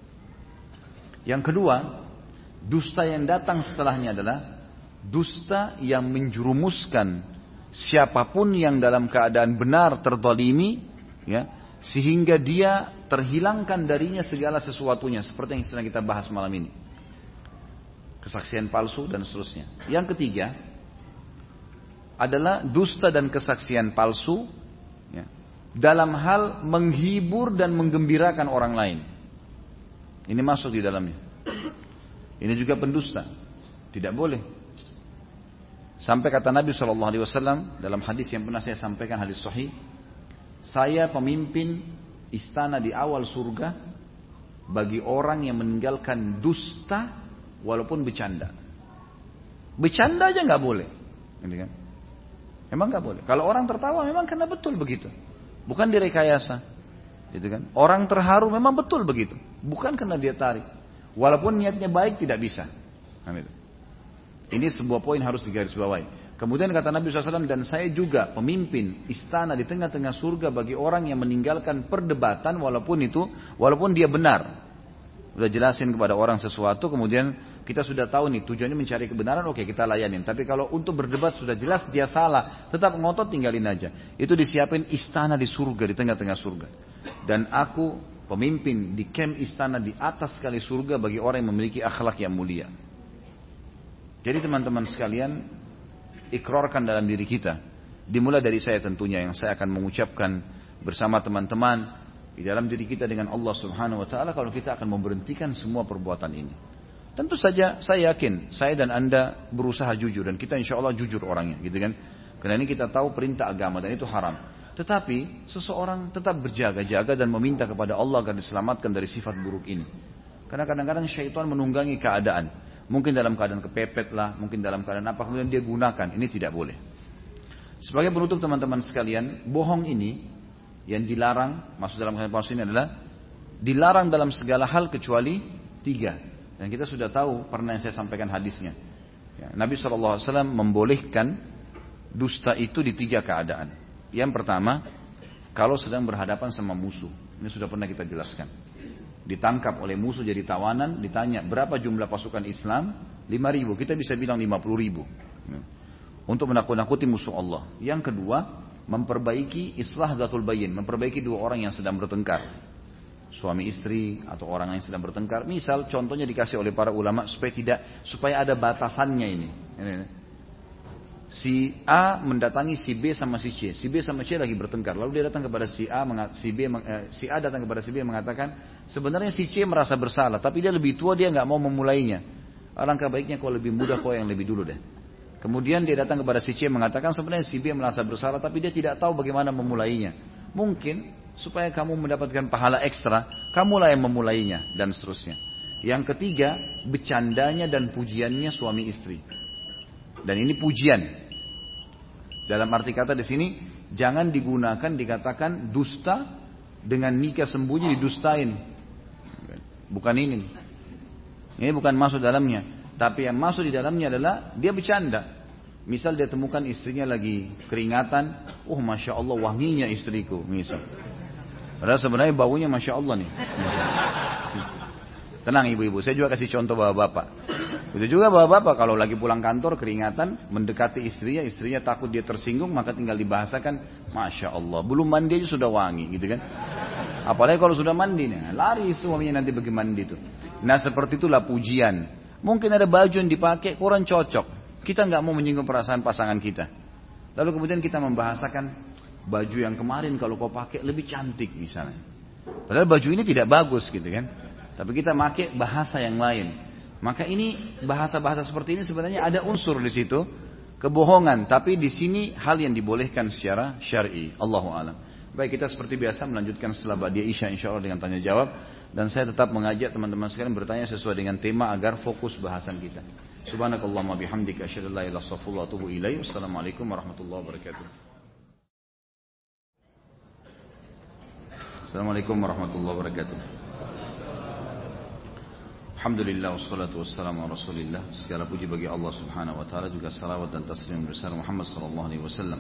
Yang kedua, dusta yang datang setelahnya adalah dusta yang menjerumuskan siapapun yang dalam keadaan benar terzalimi, ya, sehingga dia terhilangkan darinya segala sesuatunya, seperti yang sedang kita bahas malam ini. Kesaksian palsu dan seterusnya. Yang ketiga adalah dusta dan kesaksian palsu, ya, dalam hal menghibur dan menggembirakan orang lain. Ini masuk di dalamnya. Ini juga pendusta. Tidak boleh. Sampai kata Nabi SAW dalam hadis yang pernah saya sampaikan, hadis sahih, saya pemimpin istana di awal surga bagi orang yang meninggalkan dusta walaupun bercanda. Bercanda aja nggak boleh. Ini kan? Memang nggak boleh. Kalau orang tertawa memang karena betul begitu. Bukan direkayasa. Gitu kan? Orang terharu memang betul begitu. Bukan karena dia tarik. Walaupun niatnya baik tidak bisa. Ini sebuah poin harus digarisbawahi. Kemudian kata Nabi SAW, dan saya juga pemimpin istana di tengah-tengah surga bagi orang yang meninggalkan perdebatan walaupun dia benar. Udah jelasin kepada orang sesuatu, kemudian kita sudah tahu nih tujuannya mencari kebenaran, oke kita layanin. Tapi kalau untuk berdebat sudah jelas dia salah, tetap ngotot tinggalin aja. Itu disiapin istana di surga, di tengah-tengah surga. Dan aku pemimpin di kem istana di atas sekali surga bagi orang yang memiliki akhlak yang mulia. Jadi teman-teman sekalian, ikrarkan dalam diri kita. Dimulai dari saya tentunya, yang saya akan mengucapkan bersama teman-teman di dalam diri kita dengan Allah Subhanahu wa taala, kalau kita akan memberhentikan semua perbuatan ini. Tentu saja saya yakin saya dan Anda berusaha jujur, dan kita insya Allah jujur orangnya, gitu kan? Karena ini kita tahu perintah agama dan itu haram. Tetapi seseorang tetap berjaga-jaga dan meminta kepada Allah agar diselamatkan dari sifat buruk ini. Karena kadang-kadang syaitan menunggangi keadaan. Mungkin dalam keadaan kepepet lah, mungkin dalam keadaan apa, kemudian dia gunakan. Ini tidak boleh. Sebagai penutup teman-teman sekalian, bohong ini yang dilarang, masuk dalam keadaan palsu ini adalah dilarang dalam segala hal kecuali 3. Dan kita sudah tahu, pernah yang saya sampaikan hadisnya. Ya, Nabi SAW membolehkan dusta itu di 3 keadaan. Yang pertama, kalau sedang berhadapan sama musuh. Ini sudah pernah kita jelaskan. Ditangkap oleh musuh jadi tawanan, ditanya berapa jumlah pasukan Islam? 5.000, kita bisa bilang 50.000. Untuk menakut-nakuti musuh Allah. Yang kedua, memperbaiki islah dzatul bayin, memperbaiki 2 orang yang sedang bertengkar. Suami istri atau orang yang sedang bertengkar. Misal contohnya dikasih oleh para ulama supaya ada batasannya ini. Si A mendatangi si B sama si C. Si B sama C lagi bertengkar. Lalu dia datang kepada si A, si A datang kepada si B mengatakan, sebenarnya si C merasa bersalah, tapi dia lebih tua, dia nggak mau memulainya. Alangkah baiknya kau lebih muda, kau yang lebih dulu deh. Kemudian dia datang kepada si C mengatakan, sebenarnya si B merasa bersalah, tapi dia tidak tahu bagaimana memulainya. Mungkin supaya kamu mendapatkan pahala ekstra, kamulah yang memulainya, dan seterusnya. Yang ketiga, bercandanya dan pujiannya suami istri. Dan ini pujian. Dalam arti kata di sini, jangan digunakan dikatakan dusta dengan nikah sembunyi didustain. Bukan ini. Ini bukan masuk dalamnya. Tapi yang masuk di dalamnya adalah dia bercanda. Misal dia temukan istrinya lagi keringatan, masya Allah wanginya istriku, misal. Padahal sebenarnya baunya masya Allah nih. Tenang ibu-ibu, saya juga kasih contoh bapak-bapak. Itu juga bapak-bapak kalau lagi pulang kantor keringatan, mendekati istrinya takut dia tersinggung, maka tinggal dibahasakan, masya Allah, belum mandi aja sudah wangi, gitu kan? Apalagi kalau sudah mandi, nah, lari semuanya nanti pergi mandi itu. Nah seperti itulah pujian. Mungkin ada baju yang dipakai kurang cocok. Kita nggak mau menyinggung perasaan pasangan kita. Lalu kemudian kita membahasakan baju yang kemarin kalau kau pakai lebih cantik misalnya. Padahal baju ini tidak bagus gitu kan. Tapi kita pakai bahasa yang lain. Maka ini bahasa-bahasa seperti ini sebenarnya ada unsur di situ kebohongan. Tapi di sini hal yang dibolehkan secara syar'i. Allahu a'lam. Baik, kita seperti biasa melanjutkan setelah Ba'diyah Isya insyaallah dengan tanya jawab. Dan saya tetap mengajak teman-teman sekalian bertanya sesuai dengan tema agar fokus bahasan kita. Subhanakallahumma bihamdika asyhadu an la ilaha illa anta astaghfiruka wa atubu ilaik. Wassalamualaikum warahmatullahi wabarakatuh. Assalamualaikum warahmatullahi wabarakatuh. Alhamdulillah wassalatu wassalamu ala Rasulillah. Segala puji bagi Allah Subhanahu wa taala, juga salawat dan taslim besar Muhammad sallallahu alaihi wasallam.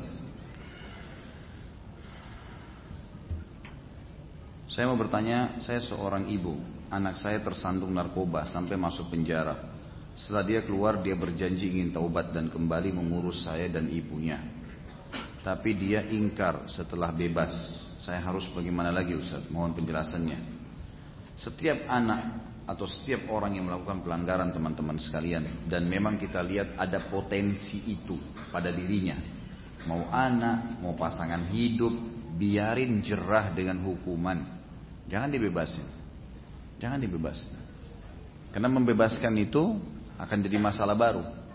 Saya mau bertanya, saya seorang ibu, anak saya tersandung narkoba sampai masuk penjara. Setelah dia keluar, dia berjanji ingin taubat dan kembali mengurus saya dan ibunya. Tapi dia ingkar setelah bebas. Saya harus bagaimana lagi Ustaz? Mohon penjelasannya. Setiap anak atau setiap orang yang melakukan pelanggaran teman-teman sekalian, dan memang kita lihat ada potensi itu pada dirinya. Mau anak, mau pasangan hidup, biarin jerah dengan hukuman. Jangan dibebasin. Jangan dibebasin. Karena membebaskan itu akan jadi masalah baru.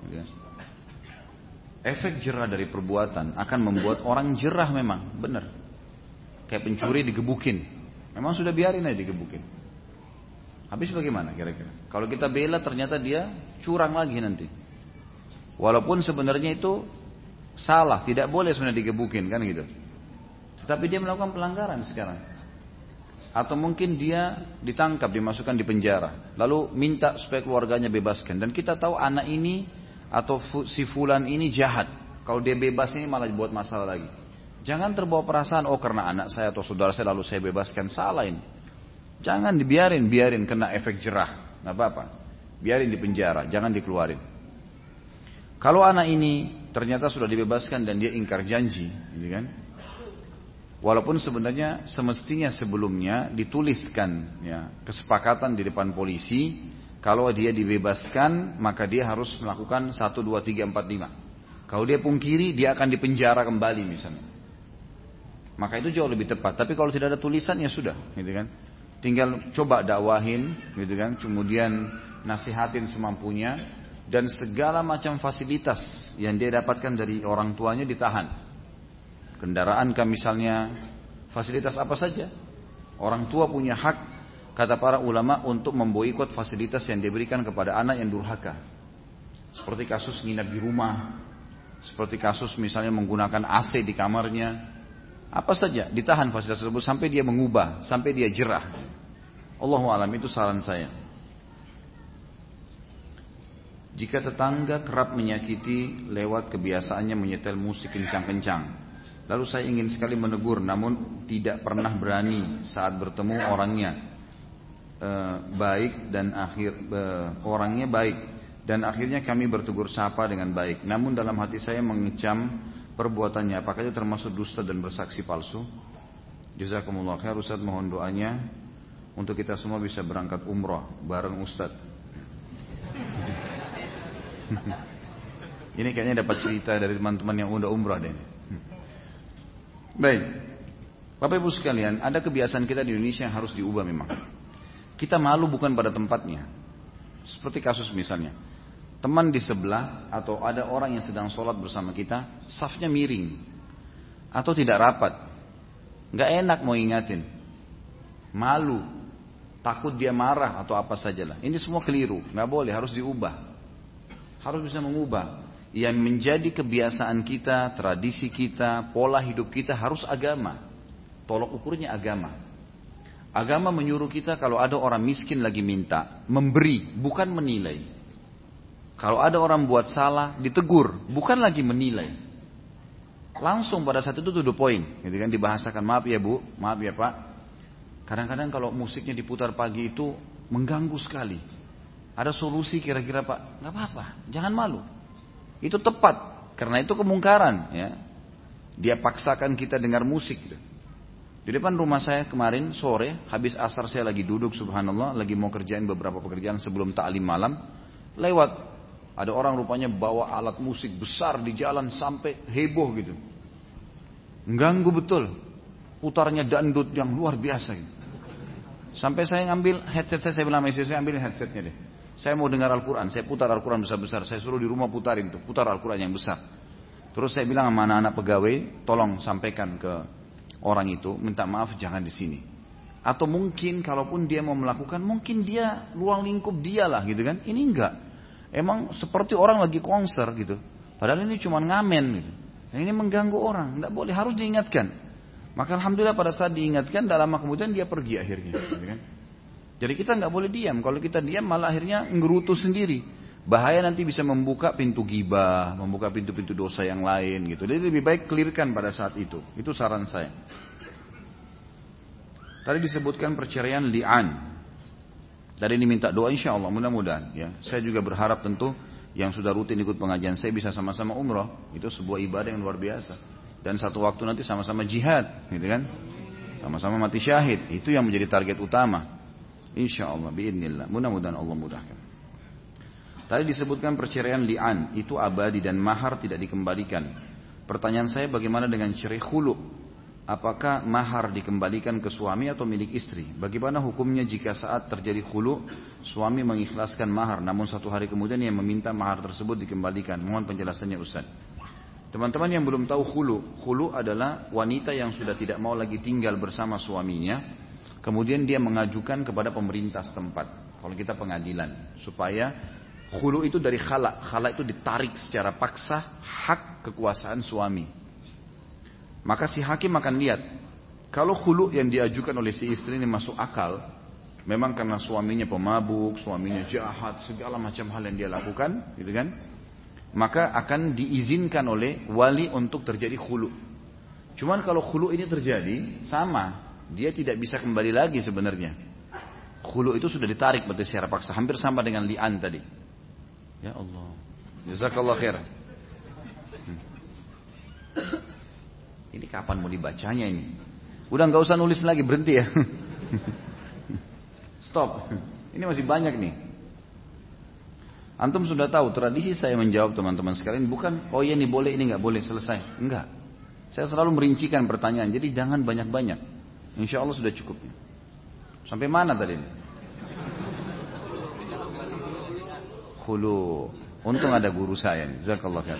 Efek jerah dari perbuatan akan membuat orang jerah memang. Benar. Kayak pencuri digebukin. Memang sudah biarin aja digebukin. Habis bagaimana kira-kira? Kalau kita bela ternyata dia curang lagi nanti. Walaupun sebenarnya itu salah. Tidak boleh sebenarnya digebukin kan gitu. Tetapi dia melakukan pelanggaran sekarang. Atau mungkin dia ditangkap, dimasukkan di penjara. Lalu minta supaya keluarganya bebaskan. Dan kita tahu anak ini atau si fulan ini jahat. Kalau dia bebas ini malah buat masalah lagi. Jangan terbawa perasaan, oh karena anak saya atau saudara saya lalu saya bebaskan. Salah ini. Jangan dibiarin, biarin kena efek jerah. Nggak apa-apa. Biarin di penjara, jangan dikeluarin. Kalau anak ini ternyata sudah dibebaskan dan dia ingkar janji. Gitu kan? Walaupun sebenarnya semestinya sebelumnya dituliskan ya, kesepakatan di depan polisi. Kalau dia dibebaskan maka dia harus melakukan 1, 2, 3, 4, 5. Kalau dia pungkiri dia akan dipenjara kembali misalnya. Maka itu jauh lebih tepat. Tapi kalau tidak ada tulisan ya sudah gitu kan. Tinggal coba dakwahin gitu kan. Kemudian nasihatin semampunya. Dan segala macam fasilitas yang dia dapatkan dari orang tuanya ditahan. Kendaraan kan misalnya, fasilitas apa saja. Orang tua punya hak, kata para ulama, untuk memboikot fasilitas yang diberikan kepada anak yang durhaka. Seperti kasus nginap di rumah, seperti kasus misalnya menggunakan AC di kamarnya. Apa saja, ditahan fasilitas tersebut sampai dia mengubah, sampai dia jerah. Allahu a'lam, itu saran saya. Jika tetangga kerap menyakiti lewat kebiasaannya menyetel musik kencang-kencang, lalu saya ingin sekali menegur, namun tidak pernah berani saat bertemu orangnya orangnya baik, dan akhirnya kami bertegur sapa dengan baik. Namun dalam hati saya mengecam perbuatannya. Apakah itu termasuk dusta dan bersaksi palsu? Jazakumullah khair Ustaz, mohon doanya untuk kita semua bisa berangkat umrah bareng Ustaz. Ini kayaknya dapat cerita dari teman-teman yang udah umrah deh. Baik, Bapak Ibu sekalian, ada kebiasaan kita di Indonesia yang harus diubah memang. Kita malu bukan pada tempatnya. Seperti kasus misalnya, teman di sebelah atau ada orang yang sedang sholat bersama kita, safnya miring atau tidak rapat. Gak enak mau ingatin, malu, takut dia marah atau apa sajalah. Ini semua keliru, gak boleh, harus diubah. Harus bisa mengubah. Yang menjadi kebiasaan kita, tradisi kita, pola hidup kita harus agama. Tolok ukurnya agama. Agama menyuruh kita kalau ada orang miskin lagi minta, memberi, bukan menilai. Kalau ada orang buat salah, ditegur, bukan lagi menilai. Langsung pada saat itu to the point, gitu kan, dibahasakan, maaf ya Bu, maaf ya Pak. Kadang-kadang kalau musiknya diputar pagi itu mengganggu sekali. Ada solusi kira-kira Pak? Gak apa-apa, jangan malu. Itu tepat, karena itu kemungkaran. Ya. Dia paksakan kita dengar musik. Gitu. Di depan rumah saya kemarin sore, habis asar saya lagi duduk, subhanallah, lagi mau kerjain beberapa pekerjaan sebelum ta'lim malam. Lewat, ada orang rupanya bawa alat musik besar di jalan sampai heboh gitu. Mengganggu betul. Putarnya dangdut yang luar biasa gitu. Sampai saya ngambil headset saya bilang sama istri saya, ambilin headsetnya deh. Saya mau dengar Al-Quran, saya putar Al-Quran besar-besar. Saya suruh di rumah putarin tuh, putar Al-Quran yang besar. Terus saya bilang sama anak-anak pegawai, tolong sampaikan ke orang itu, minta maaf jangan di sini. Atau mungkin kalaupun dia mau melakukan, mungkin dia ruang lingkup dia lah gitu kan. Ini enggak. Emang seperti orang lagi konser gitu. Padahal ini cuma ngamen gitu. Nah, ini mengganggu orang, enggak boleh, harus diingatkan. Maka alhamdulillah pada saat diingatkan, tak lama kemudian dia pergi akhirnya. Gitu kan. Jadi kita nggak boleh diam. Kalau kita diam malah akhirnya ngerutu sendiri. Bahaya nanti bisa membuka pintu ghibah, membuka pintu-pintu dosa yang lain gitu. Jadi lebih baik clearkan pada saat itu. Itu saran saya. Tadi disebutkan perceraian li'an. Tadi diminta doa insya Allah mudah-mudahan. Ya. Saya juga berharap tentu yang sudah rutin ikut pengajian saya bisa sama-sama umrah. Itu sebuah ibadah yang luar biasa. Dan satu waktu nanti sama-sama jihad, gitu kan? Sama-sama mati syahid. Itu yang menjadi target utama. Insya Allah, biidnillah. Mudah-mudahan Allah mudahkan. Tadi disebutkan perceraian li'an, itu abadi dan mahar tidak dikembalikan. Pertanyaan saya bagaimana dengan cerai khulu? Apakah mahar dikembalikan ke suami atau milik istri? Bagaimana hukumnya jika saat terjadi khulu, suami mengikhlaskan mahar, namun satu hari kemudian ia meminta mahar tersebut dikembalikan? Mohon penjelasannya Ustaz. Teman-teman yang belum tahu khulu adalah wanita yang sudah tidak mau lagi tinggal bersama suaminya. Kemudian dia mengajukan kepada pemerintah setempat, kalau kita pengadilan, supaya khulu itu dari khala. Khala itu ditarik secara paksa hak kekuasaan suami. Maka si hakim akan lihat, kalau khulu yang diajukan oleh si istri ini masuk akal, memang karena suaminya pemabuk, suaminya jahat, segala macam hal yang dia lakukan, gitu kan? Maka akan diizinkan oleh wali untuk terjadi khulu. Cuman kalau khulu ini terjadi, sama. Dia tidak bisa kembali lagi sebenarnya. Khulu itu sudah ditarik berarti secara paksa. Hampir sama dengan li'an tadi. Ya Allah. Jazakallah khair. Ini kapan mau dibacanya ini? Udah gak usah nulis lagi, berhenti ya. Stop. Ini masih banyak nih. Antum sudah tahu tradisi saya menjawab teman-teman sekalian. Bukan, oh iya ini boleh, ini gak boleh, selesai. Enggak. Saya selalu merincikan pertanyaan. Jadi jangan banyak-banyak. Insya Allah sudah cukup. Sampai mana tadi? Khulu. Untung ada guru saya nih. Jazakallah khair.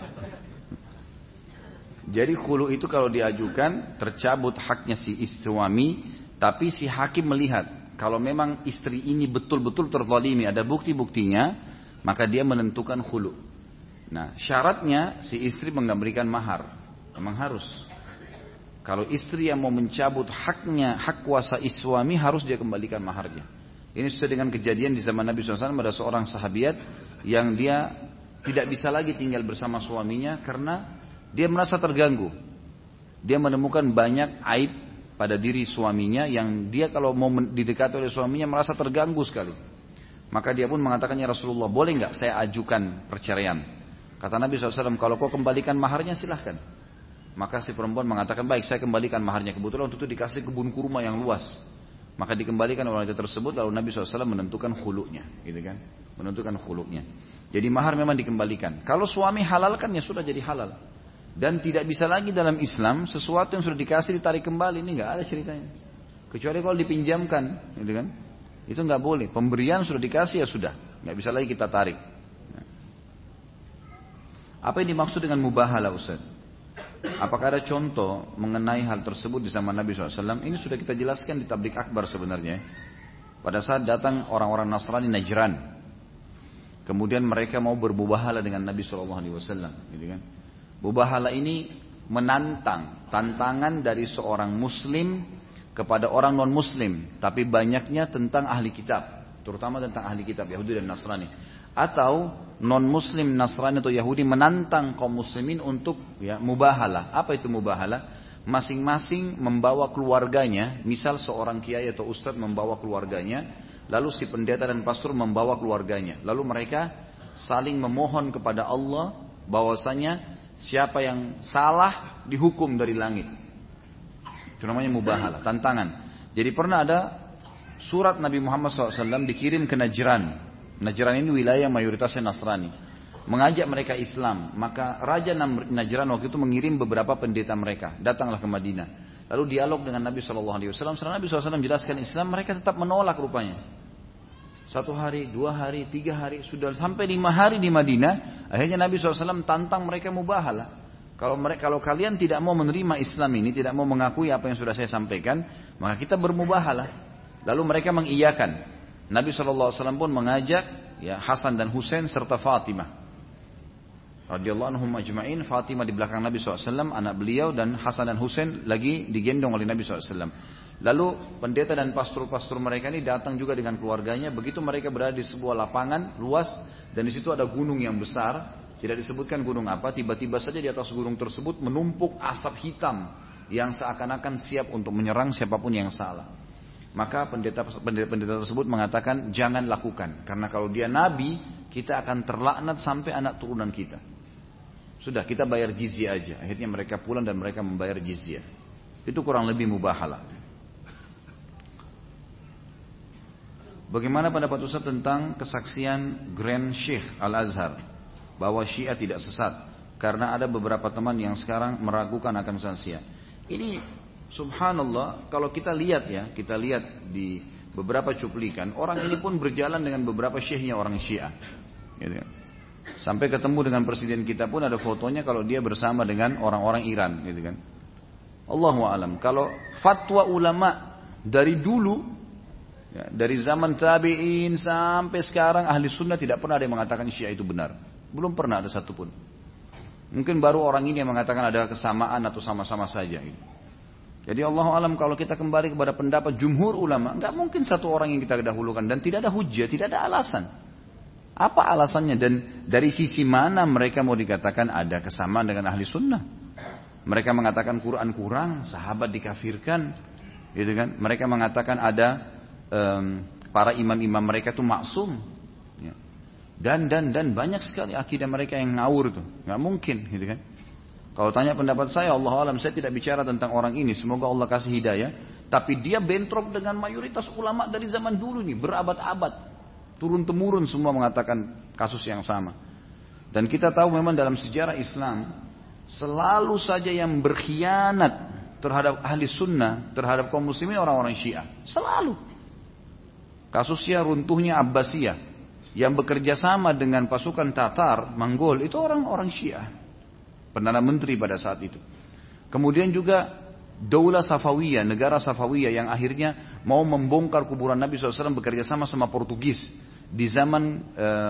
Jadi khulu itu kalau diajukan tercabut haknya si suami, tapi si hakim melihat kalau memang istri ini betul-betul terzalimi, ada bukti-buktinya, maka dia menentukan khulu. Nah, syaratnya si istri memberikan mahar. Memang harus. Kalau istri yang mau mencabut haknya, hak kuasa suami, harus dia kembalikan maharnya. Ini sesuai dengan kejadian di zaman Nabi SAW, ada seorang sahabiat yang dia tidak bisa lagi tinggal bersama suaminya karena dia merasa terganggu. Dia menemukan banyak aib pada diri suaminya yang dia kalau mau didekati oleh suaminya merasa terganggu sekali. Maka dia pun mengatakan, ya Rasulullah, boleh nggak saya ajukan perceraian? Kata Nabi SAW, kalau kau kembalikan maharnya silahkan. Maka si perempuan mengatakan, baik saya kembalikan maharnya. Kebetulan waktu itu dikasih kebun kurma yang luas. Maka dikembalikan oleh wanita tersebut, lalu Nabi SAW menentukan khulu'nya, gitu kan? Menentukan khulu'nya. Jadi mahar memang dikembalikan. Kalau suami halalkan ya sudah jadi halal. Dan tidak bisa lagi dalam Islam sesuatu yang sudah dikasih ditarik kembali, ini nggak ada ceritanya. Kecuali kalau dipinjamkan, gitu kan? Itu nggak boleh. Pemberian sudah dikasih ya sudah, nggak bisa lagi kita tarik. Apa yang dimaksud dengan mubahalah, Ustaz? Apakah ada contoh mengenai hal tersebut di zaman Nabi SAW? Ini sudah kita jelaskan di tablik akbar sebenarnya. Pada saat datang orang-orang Nasrani Najran, kemudian mereka mau bermubahalah dengan Nabi SAW, gitu kan? Mubahalah ini menantang, tantangan dari seorang Muslim kepada orang non Muslim, tapi banyaknya tentang ahli kitab, terutama tentang ahli kitab Yahudi dan Nasrani. Atau non-muslim Nasrani atau Yahudi menantang kaum muslimin untuk mubahalah. Apa itu mubahalah? Masing-masing membawa keluarganya, misal seorang kiai atau ustadz membawa keluarganya, lalu si pendeta dan pastor membawa keluarganya. Lalu mereka saling memohon kepada Allah bahwasanya siapa yang salah dihukum dari langit. Itu namanya mubahalah, tantangan. Jadi pernah ada surat Nabi Muhammad SAW dikirim ke Najran. Najran ini wilayah mayoritasnya Nasrani. Mengajak mereka Islam. Maka Raja Najran waktu itu mengirim beberapa pendeta mereka. Datanglah ke Madinah. Lalu dialog dengan Nabi SAW. Setelah Nabi SAW menjelaskan Islam, mereka tetap menolak rupanya. 1 hari, 2 hari, 3 hari, sudah sampai 5 hari di Madinah. Akhirnya Nabi SAW tantang mereka mubahalah. Kalau kalian tidak mau menerima Islam ini, tidak mau mengakui apa yang sudah saya sampaikan, maka kita bermubahalah. Lalu mereka mengiyakan. Nabi SAW pun mengajak ya, Hasan dan Husain serta Fatimah. Radhiyallahu anhum ajma'in. Fatimah di belakang Nabi SAW, anak beliau, dan Hasan dan Husain lagi digendong oleh Nabi SAW. Lalu pendeta dan pastor-pastor mereka ini datang juga dengan keluarganya. Begitu mereka berada di sebuah lapangan luas dan di situ ada gunung yang besar, tidak disebutkan gunung apa. Tiba-tiba saja di atas gunung tersebut menumpuk asap hitam yang seakan-akan siap untuk menyerang siapapun yang salah. Maka pendeta tersebut mengatakan jangan lakukan, karena kalau dia nabi kita akan terlaknat sampai anak turunan kita. Sudah, kita bayar jizyah aja. Akhirnya mereka pulang dan mereka membayar jizyah. Itu kurang lebih mubahalah. Bagaimana pendapat Ustaz tentang kesaksian Grand Sheikh Al-Azhar bahwa Syiah tidak sesat karena ada beberapa teman yang sekarang meragukan akan kesaksian. Ini subhanallah, kalau kita lihat di beberapa cuplikan, orang ini pun berjalan dengan beberapa syekhnya orang Syiah. Gitu. Sampai ketemu dengan presiden kita pun ada fotonya kalau dia bersama dengan orang-orang Iran, gitu kan. Allahu a'lam. Kalau fatwa ulama dari dulu, ya, dari zaman tabi'in sampai sekarang ahli sunnah tidak pernah ada yang mengatakan Syiah itu benar. Belum pernah ada satupun. Mungkin baru orang ini yang mengatakan ada kesamaan atau sama-sama saja. Gitu. Jadi Allahu a'lam, kalau kita kembali kepada pendapat jumhur ulama, nggak mungkin satu orang yang kita dahulukan dan tidak ada hujjah, tidak ada alasan. Apa alasannya dan dari sisi mana mereka mau dikatakan ada kesamaan dengan ahli sunnah? Mereka mengatakan Quran kurang, sahabat dikafirkan, gitu kan? Mereka mengatakan ada para imam-imam mereka itu maksum, ya. dan banyak sekali akidah mereka yang ngawur tuh, nggak mungkin, gitu kan? Kalau tanya pendapat saya, Allah alam, saya tidak bicara tentang orang ini, semoga Allah kasih hidayah. Tapi dia bentrok dengan mayoritas ulama dari zaman dulu nih, berabad-abad, turun temurun semua mengatakan kasus yang sama. Dan kita tahu memang dalam sejarah Islam selalu saja yang berkhianat terhadap ahli sunnah, terhadap kaum muslimin orang-orang Syiah, selalu. Kasusnya runtuhnya Abbasiyah yang bekerja sama dengan pasukan Tatar, Mongol, itu orang-orang Syiah, Perdana Menteri pada saat itu. Kemudian juga Daulah Safawiyah, negara Safawiyah yang akhirnya mau membongkar kuburan Nabi SAW bekerja sama Portugis di zaman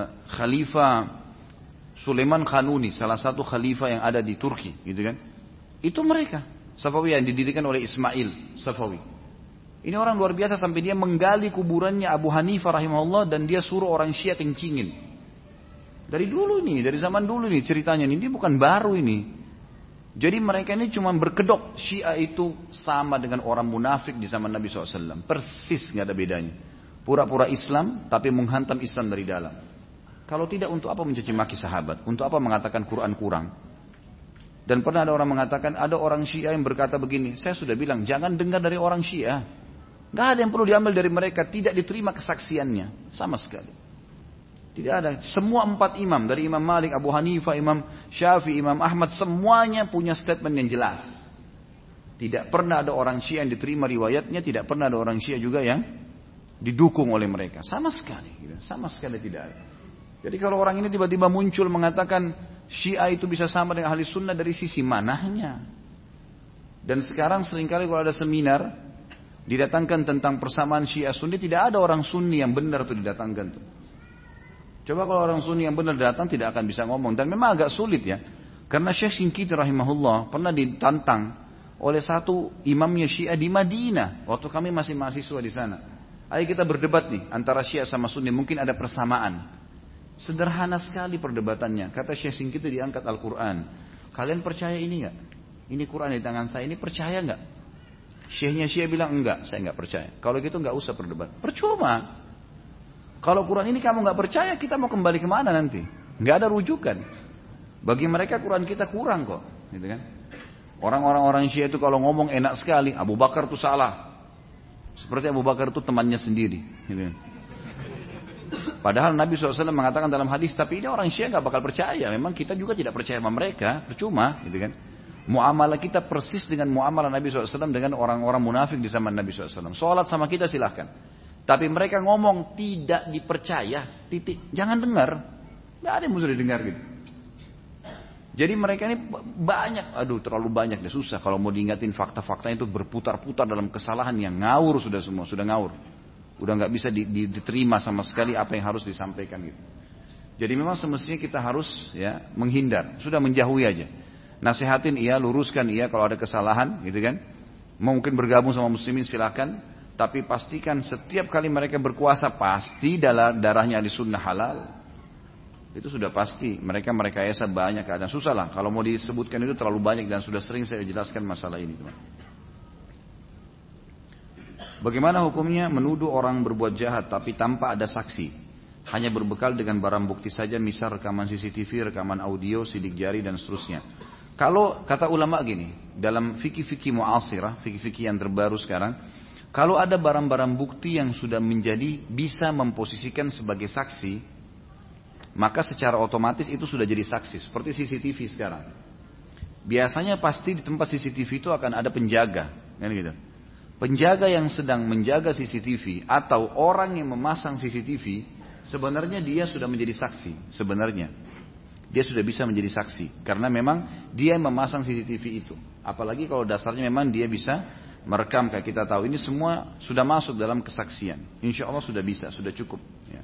Khalifah Sulaiman Kanuni, salah satu khalifah yang ada di Turki, gitu kan? Itu mereka Safawiyah yang didirikan oleh Ismail Safawi. Ini orang luar biasa sampai dia menggali kuburannya Abu Hanifah rahimahullah dan dia suruh orang Syiah kencingin. Dari dulu nih, dari zaman dulu nih ceritanya ini bukan baru ini. Jadi mereka ini cuma berkedok, Syiah itu sama dengan orang munafik di zaman Nabi SAW. Persis nggak ada bedanya. Pura-pura Islam tapi menghantam Islam dari dalam. Kalau tidak, untuk apa mencaci maki sahabat? Untuk apa mengatakan Quran kurang? Dan pernah ada orang mengatakan, ada orang Syiah yang berkata begini, saya sudah bilang jangan dengar dari orang Syiah. Gak ada yang perlu diambil dari mereka, tidak diterima kesaksiannya sama sekali. Tidak ada. Semua 4 imam, dari Imam Malik, Abu Hanifah, Imam Syafi'i, Imam Ahmad, semuanya punya statement yang jelas. Tidak pernah ada orang Syiah yang diterima riwayatnya, tidak pernah ada orang Syiah juga yang didukung oleh mereka, sama sekali. Sama sekali tidak ada. Jadi kalau orang ini tiba-tiba muncul mengatakan Syiah itu bisa sama dengan ahli sunnah, dari sisi mananya? Dan sekarang seringkali kalau ada seminar didatangkan tentang persamaan Syiah Sunni, tidak ada orang Sunni yang benar itu didatangkan tuh. Coba kalau orang Sunni yang benar datang, tidak akan bisa ngomong. Dan memang agak sulit ya, karena Syekh Shinqiti rahimahullah pernah ditantang oleh satu imamnya Syiah di Madinah waktu kami masih mahasiswa di sana. Ayo kita berdebat nih antara Syiah sama Sunni, mungkin ada persamaan. Sederhana sekali perdebatannya. Kata Syekh Shinqiti, diangkat Al-Quran. Kalian percaya ini nggak? Ini Quran di tangan saya, ini percaya nggak? Syekhnya Syiah bilang enggak, saya enggak percaya. Kalau gitu enggak usah berdebat. Percuma. Kalau Quran ini kamu enggak percaya, kita mau kembali kemana nanti? Enggak ada rujukan. Bagi mereka Quran kita kurang kok, gitu kan? Orang-orang Syiah itu kalau ngomong enak sekali, Abu Bakar itu salah. Seperti Abu Bakar itu temannya sendiri. Gitu. Padahal Nabi SAW mengatakan dalam hadis, tapi ini orang Syiah nggak bakal percaya. Memang kita juga tidak percaya sama mereka, percuma, gitu kan? Muamalah kita persis dengan muamalah Nabi SAW dengan orang-orang munafik di zaman Nabi SAW. Sholat sama kita silahkan. Tapi mereka ngomong tidak dipercaya, titik. Jangan dengar, nggak ada yang mesti didengar gitu. Jadi mereka ini banyak, terlalu banyak deh, susah kalau mau diingatin fakta-fakta itu berputar-putar dalam kesalahan yang ngawur sudah semua, sudah ngawur. Udah nggak bisa diterima sama sekali apa yang harus disampaikan gitu. Jadi memang semestinya kita harus ya menghindar, sudah menjauhi aja. Nasihatin iya, luruskan iya kalau ada kesalahan gitu kan. Mungkin bergabung sama muslimin silakan, tapi pastikan setiap kali mereka berkuasa pasti darahnya ahli sunnah halal. Itu sudah pasti, mereka rekayasa banyak keadaan. Susah lah, kalau mau disebutkan itu terlalu banyak dan sudah sering saya jelaskan masalah ini. Bagaimana hukumnya menuduh orang berbuat jahat tapi tanpa ada saksi? Hanya berbekal dengan barang bukti saja, misal rekaman CCTV, rekaman audio, sidik jari dan seterusnya. Kalau kata ulama gini, dalam fikih-fikih mu'asirah, fikih-fikih yang terbaru sekarang, kalau ada barang-barang bukti yang sudah menjadi bisa memposisikan sebagai saksi, maka secara otomatis itu sudah jadi saksi. Seperti CCTV sekarang. Biasanya pasti di tempat CCTV itu akan ada penjaga. Kan gitu. Penjaga yang sedang menjaga CCTV atau orang yang memasang CCTV, sebenarnya dia sudah menjadi saksi. Sebenarnya. Dia sudah bisa menjadi saksi. Karena memang dia yang memasang CCTV itu. Apalagi kalau dasarnya memang dia bisa merekam. Kayak kita tahu. Ini semua sudah masuk dalam kesaksian. Insya Allah sudah bisa, sudah cukup. Ya.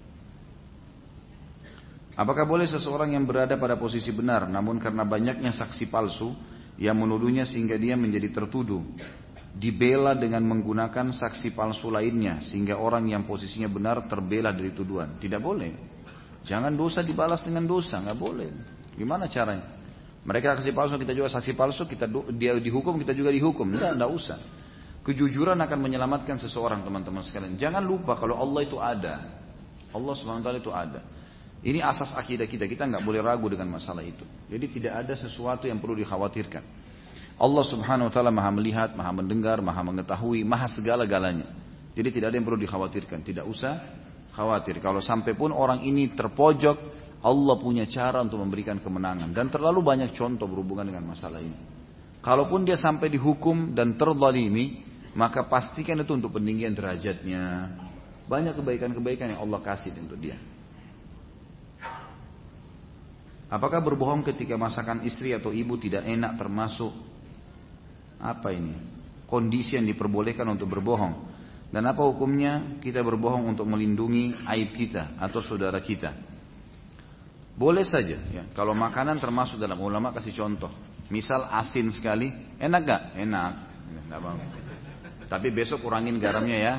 Apakah boleh seseorang yang berada pada posisi benar, namun karena banyaknya saksi palsu yang menuduhnya sehingga dia menjadi tertuduh, dibela dengan menggunakan saksi palsu lainnya, sehingga orang yang posisinya benar terbela dari tuduhan? Tidak boleh. Jangan dosa dibalas dengan dosa, nggak boleh. Gimana caranya? Mereka saksi palsu, kita juga saksi palsu, dia dihukum, kita juga dihukum. Nggak usah. Kejujuran akan menyelamatkan seseorang, teman-teman sekalian. Jangan lupa kalau Allah itu ada. Allah SWT itu ada. Ini asas akidah kita nggak boleh ragu dengan masalah itu. Jadi tidak ada sesuatu yang perlu dikhawatirkan. Allah Subhanahu Wa Taala maha melihat, maha mendengar, maha mengetahui, maha segala-galanya. Jadi tidak ada yang perlu dikhawatirkan. Tidak usah khawatir. Kalau sampai pun orang ini terpojok, Allah punya cara untuk memberikan kemenangan. Dan terlalu banyak contoh berhubungan dengan masalah ini. Kalaupun dia sampai dihukum dan terzalimi, maka pastikan itu untuk peninggian derajatnya. Banyak kebaikan-kebaikan yang Allah kasih untuk dia. Apakah berbohong ketika masakan istri atau ibu tidak enak termasuk apa ini? Kondisi yang diperbolehkan untuk berbohong. Dan apa hukumnya kita berbohong untuk melindungi aib kita atau saudara kita? Boleh saja ya. Kalau makanan termasuk dalam, ulama kasih contoh. Misal asin sekali, enak gak? Enak. Enggak apa. Tapi besok kurangin garamnya ya.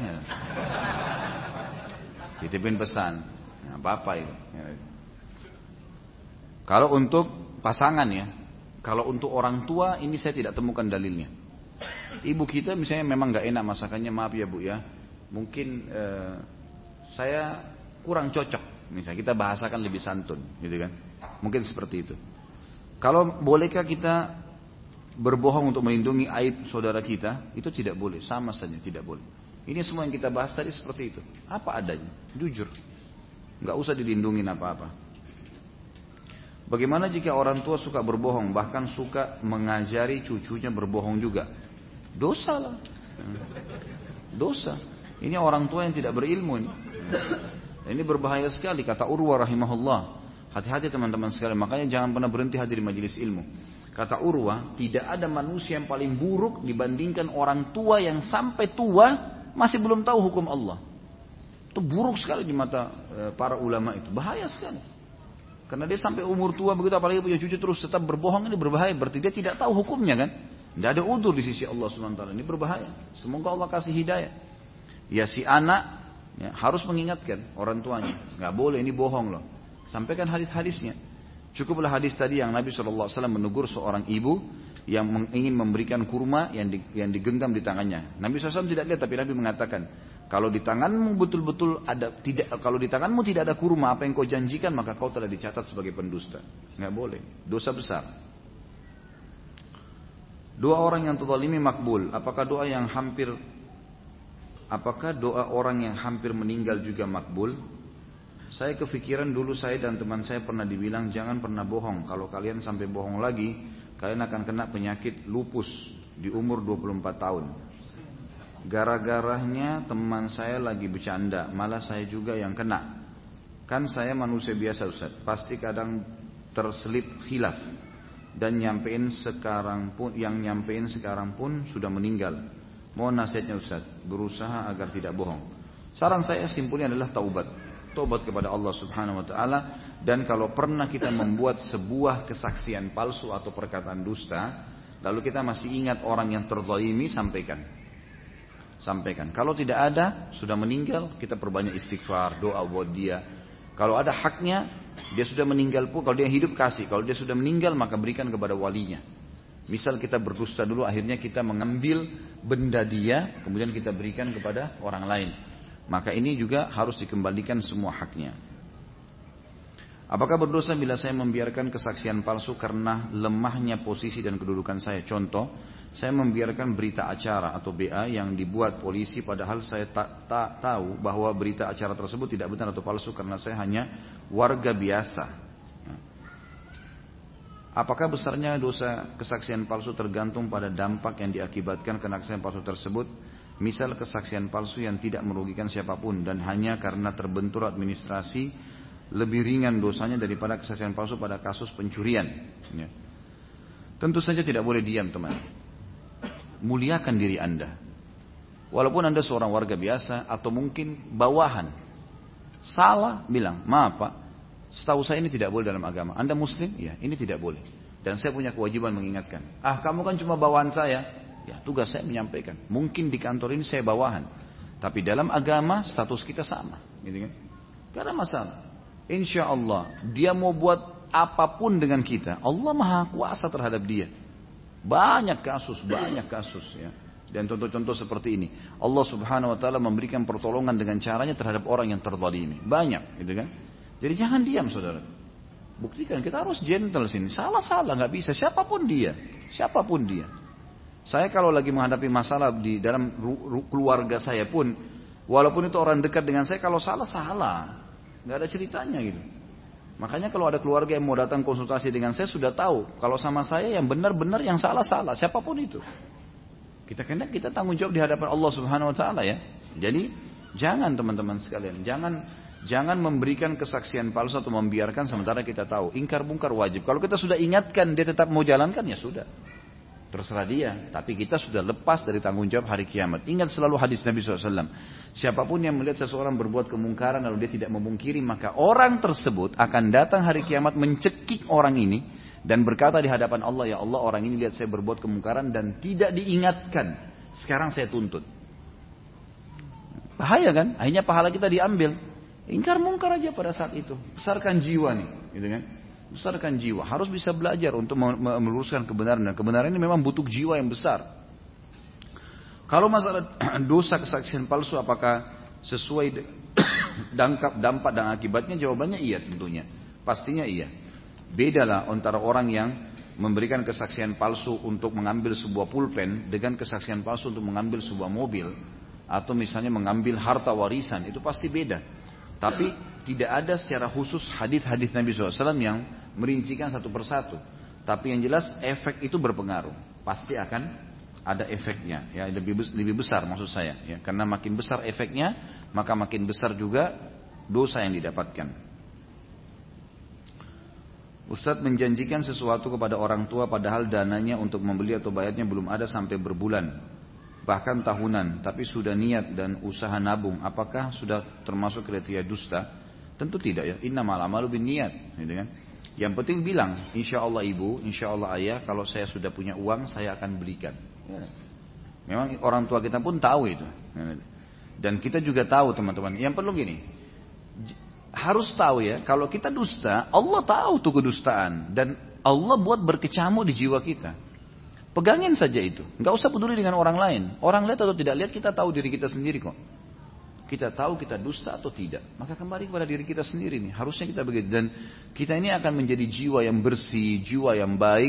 Titipin pesan. Nah, apa-apa itu. Ya. Kalau untuk pasangan ya, kalau untuk orang tua ini saya tidak temukan dalilnya. Ibu kita misalnya memang nggak enak masakannya, maaf ya bu ya, mungkin saya kurang cocok. Misalnya kita bahasakan lebih santun, gitu kan? Mungkin seperti itu. Kalau bolehkah kita berbohong untuk melindungi aib saudara kita? Itu tidak boleh, sama saja tidak boleh. Ini semua yang kita bahas tadi seperti itu. Apa adanya, jujur, nggak usah dilindungin apa-apa. Bagaimana jika orang tua suka berbohong, bahkan suka mengajari cucunya berbohong juga? Dosa lah. Dosa. Ini orang tua yang tidak berilmu ini. Ini berbahaya sekali, kata Urwah rahimahullah. Hati-hati teman-teman sekalian, makanya jangan pernah berhenti hadir di majelis ilmu. Kata Urwah, tidak ada manusia yang paling buruk dibandingkan orang tua yang sampai tua masih belum tahu hukum Allah. Itu buruk sekali di mata para ulama itu, bahaya sekali. Karena dia sampai umur tua begitu, apalagi punya cucu terus tetap berbohong, ini berbahaya. Berarti dia tidak tahu hukumnya kan. Tidak ada udzur di sisi Allah SWT. Ini berbahaya. Semoga Allah kasih hidayah. Ya si anak ya, harus mengingatkan orang tuanya. Gak boleh, ini bohong loh. Sampaikan hadis-hadisnya. Cukuplah hadis tadi yang Nabi SAW menegur seorang ibu yang ingin memberikan kurma yang digenggam di tangannya. Nabi SAW tidak lihat, tapi Nabi mengatakan, kalau di tanganmu betul-betul ada kalau di tanganmu tidak ada kurma apa yang kau janjikan, maka kau telah dicatat sebagai pendusta. Nggak boleh, dosa besar. Doa orang yang terzalimi makbul. Apakah doa orang yang hampir meninggal juga makbul? Saya kepikiran dulu saya dan teman saya pernah dibilang jangan pernah bohong. Kalau kalian sampai bohong lagi, kalian akan kena penyakit lupus di umur 24 tahun. Gara-garanya teman saya lagi bercanda, malah saya juga yang kena. Kan saya manusia biasa Ustaz, pasti kadang terselip khilaf. Dan yang nyampein sekarang pun sudah meninggal. Mohon nasihatnya Ustaz, berusaha agar tidak bohong. Saran saya simpulnya adalah taubat kepada Allah Subhanahu wa taala. Dan kalau pernah kita membuat sebuah kesaksian palsu atau perkataan dusta, lalu kita masih ingat orang yang terzalimi, sampaikan. Kalau tidak ada, sudah meninggal, kita perbanyak istighfar, doa buat dia. Kalau ada haknya, dia sudah meninggal pun, kalau dia hidup kasih, kalau dia sudah meninggal maka berikan kepada walinya. Misal kita berdusta dulu, akhirnya kita mengambil benda dia, kemudian kita berikan kepada orang lain. Maka ini juga harus dikembalikan semua haknya. Apakah berdosa bila saya membiarkan kesaksian palsu karena lemahnya posisi dan kedudukan saya? Contoh, saya membiarkan berita acara atau BA yang dibuat polisi padahal saya tak tahu bahwa berita acara tersebut tidak benar atau palsu karena saya hanya warga biasa. Apakah besarnya dosa kesaksian palsu tergantung pada dampak yang diakibatkan kesaksian palsu tersebut? Misal kesaksian palsu yang tidak merugikan siapapun dan hanya karena terbentur administrasi, lebih ringan dosanya daripada kesaksian palsu pada kasus pencurian. Ya. Tentu saja tidak boleh diam teman. Muliakan diri Anda. Walaupun Anda seorang warga biasa atau mungkin bawahan. Salah, bilang, maaf Pak, setahu saya ini tidak boleh dalam agama. Anda muslim? Ya, ini tidak boleh. Dan saya punya kewajiban mengingatkan. Kamu kan cuma bawahan saya. Ya, tugas saya menyampaikan. Mungkin di kantor ini saya bawahan. Tapi dalam agama status kita sama. Gitu kan? Gak ada masalah. Insya Allah, dia mau buat apapun dengan kita. Allah maha kuasa terhadap dia. Banyak kasus ya. Dan contoh-contoh seperti ini. Allah Subhanahu Wa Taala memberikan pertolongan dengan caranya terhadap orang yang terzalimi. Banyak, gitu kan? Jadi jangan diam saudara. Buktikan, kita harus gentle sini. Salah nggak bisa. Siapapun dia. Saya kalau lagi menghadapi masalah di dalam keluarga saya pun, walaupun itu orang dekat dengan saya, kalau salah, nggak ada ceritanya gitu. Makanya kalau ada keluarga yang mau datang konsultasi dengan saya sudah tahu, kalau sama saya yang benar-benar, yang salah, siapapun itu. Kita tanggung jawab di hadapan Allah Subhanahu Wa Taala ya. Jadi jangan teman-teman sekalian, jangan memberikan kesaksian palsu atau membiarkan sementara kita tahu. Ingkar mungkar wajib. Kalau kita sudah ingatkan dia tetap mau jalankan ya sudah. Terserah dia, tapi kita sudah lepas dari tanggung jawab hari kiamat. Ingat selalu hadis Nabi SAW. Siapapun yang melihat seseorang berbuat kemungkaran lalu dia tidak memungkiri, maka orang tersebut akan datang hari kiamat mencekik orang ini dan berkata di hadapan Allah, ya Allah, orang ini lihat saya berbuat kemungkaran dan tidak diingatkan. Sekarang saya tuntut. Bahaya kan? Akhirnya pahala kita diambil. Ingkar mungkar aja pada saat itu. Besarkan jiwa nih, gitu kan? Besarkan jiwa, harus bisa belajar untuk meluruskan kebenaran, dan kebenaran ini memang butuh jiwa yang besar. Kalau masalah dosa kesaksian palsu apakah sesuai dampak dan akibatnya? Jawabannya iya tentunya, pastinya iya. Bedalah antara orang yang memberikan kesaksian palsu untuk mengambil sebuah pulpen dengan kesaksian palsu untuk mengambil sebuah mobil atau misalnya mengambil harta warisan, itu pasti beda. Tapi tidak ada secara khusus hadis-hadis Nabi SAW yang merincikan satu persatu. Tapi yang jelas efek itu berpengaruh. Pasti akan ada efeknya. Ya, lebih besar maksud saya. Ya, karena makin besar efeknya, maka makin besar juga dosa yang didapatkan. Ustadz menjanjikan sesuatu kepada orang tua padahal dananya untuk membeli atau bayarnya belum ada sampai berbulan. Bahkan tahunan, tapi sudah niat dan usaha nabung. Apakah sudah termasuk kriteria dusta? Tentu tidak ya. Innamal a'malu binniyat, gitu kan? Yang penting bilang, insya Allah ibu, insya Allah ayah, kalau saya sudah punya uang, saya akan belikan. Ya. Memang orang tua kita pun tahu itu. Dan kita juga tahu teman-teman. Yang perlu gini, harus tahu ya, kalau kita dusta, Allah tahu tuh kedustaan. Dan Allah buat berkecamuk di jiwa kita. Pegangin saja itu. Nggak usah peduli dengan orang lain. Orang lihat atau tidak lihat, kita tahu diri kita sendiri kok. Kita tahu kita dusta atau tidak. Maka kembali kepada diri kita sendiri nih. Harusnya kita begitu. Dan kita ini akan menjadi jiwa yang bersih, jiwa yang baik.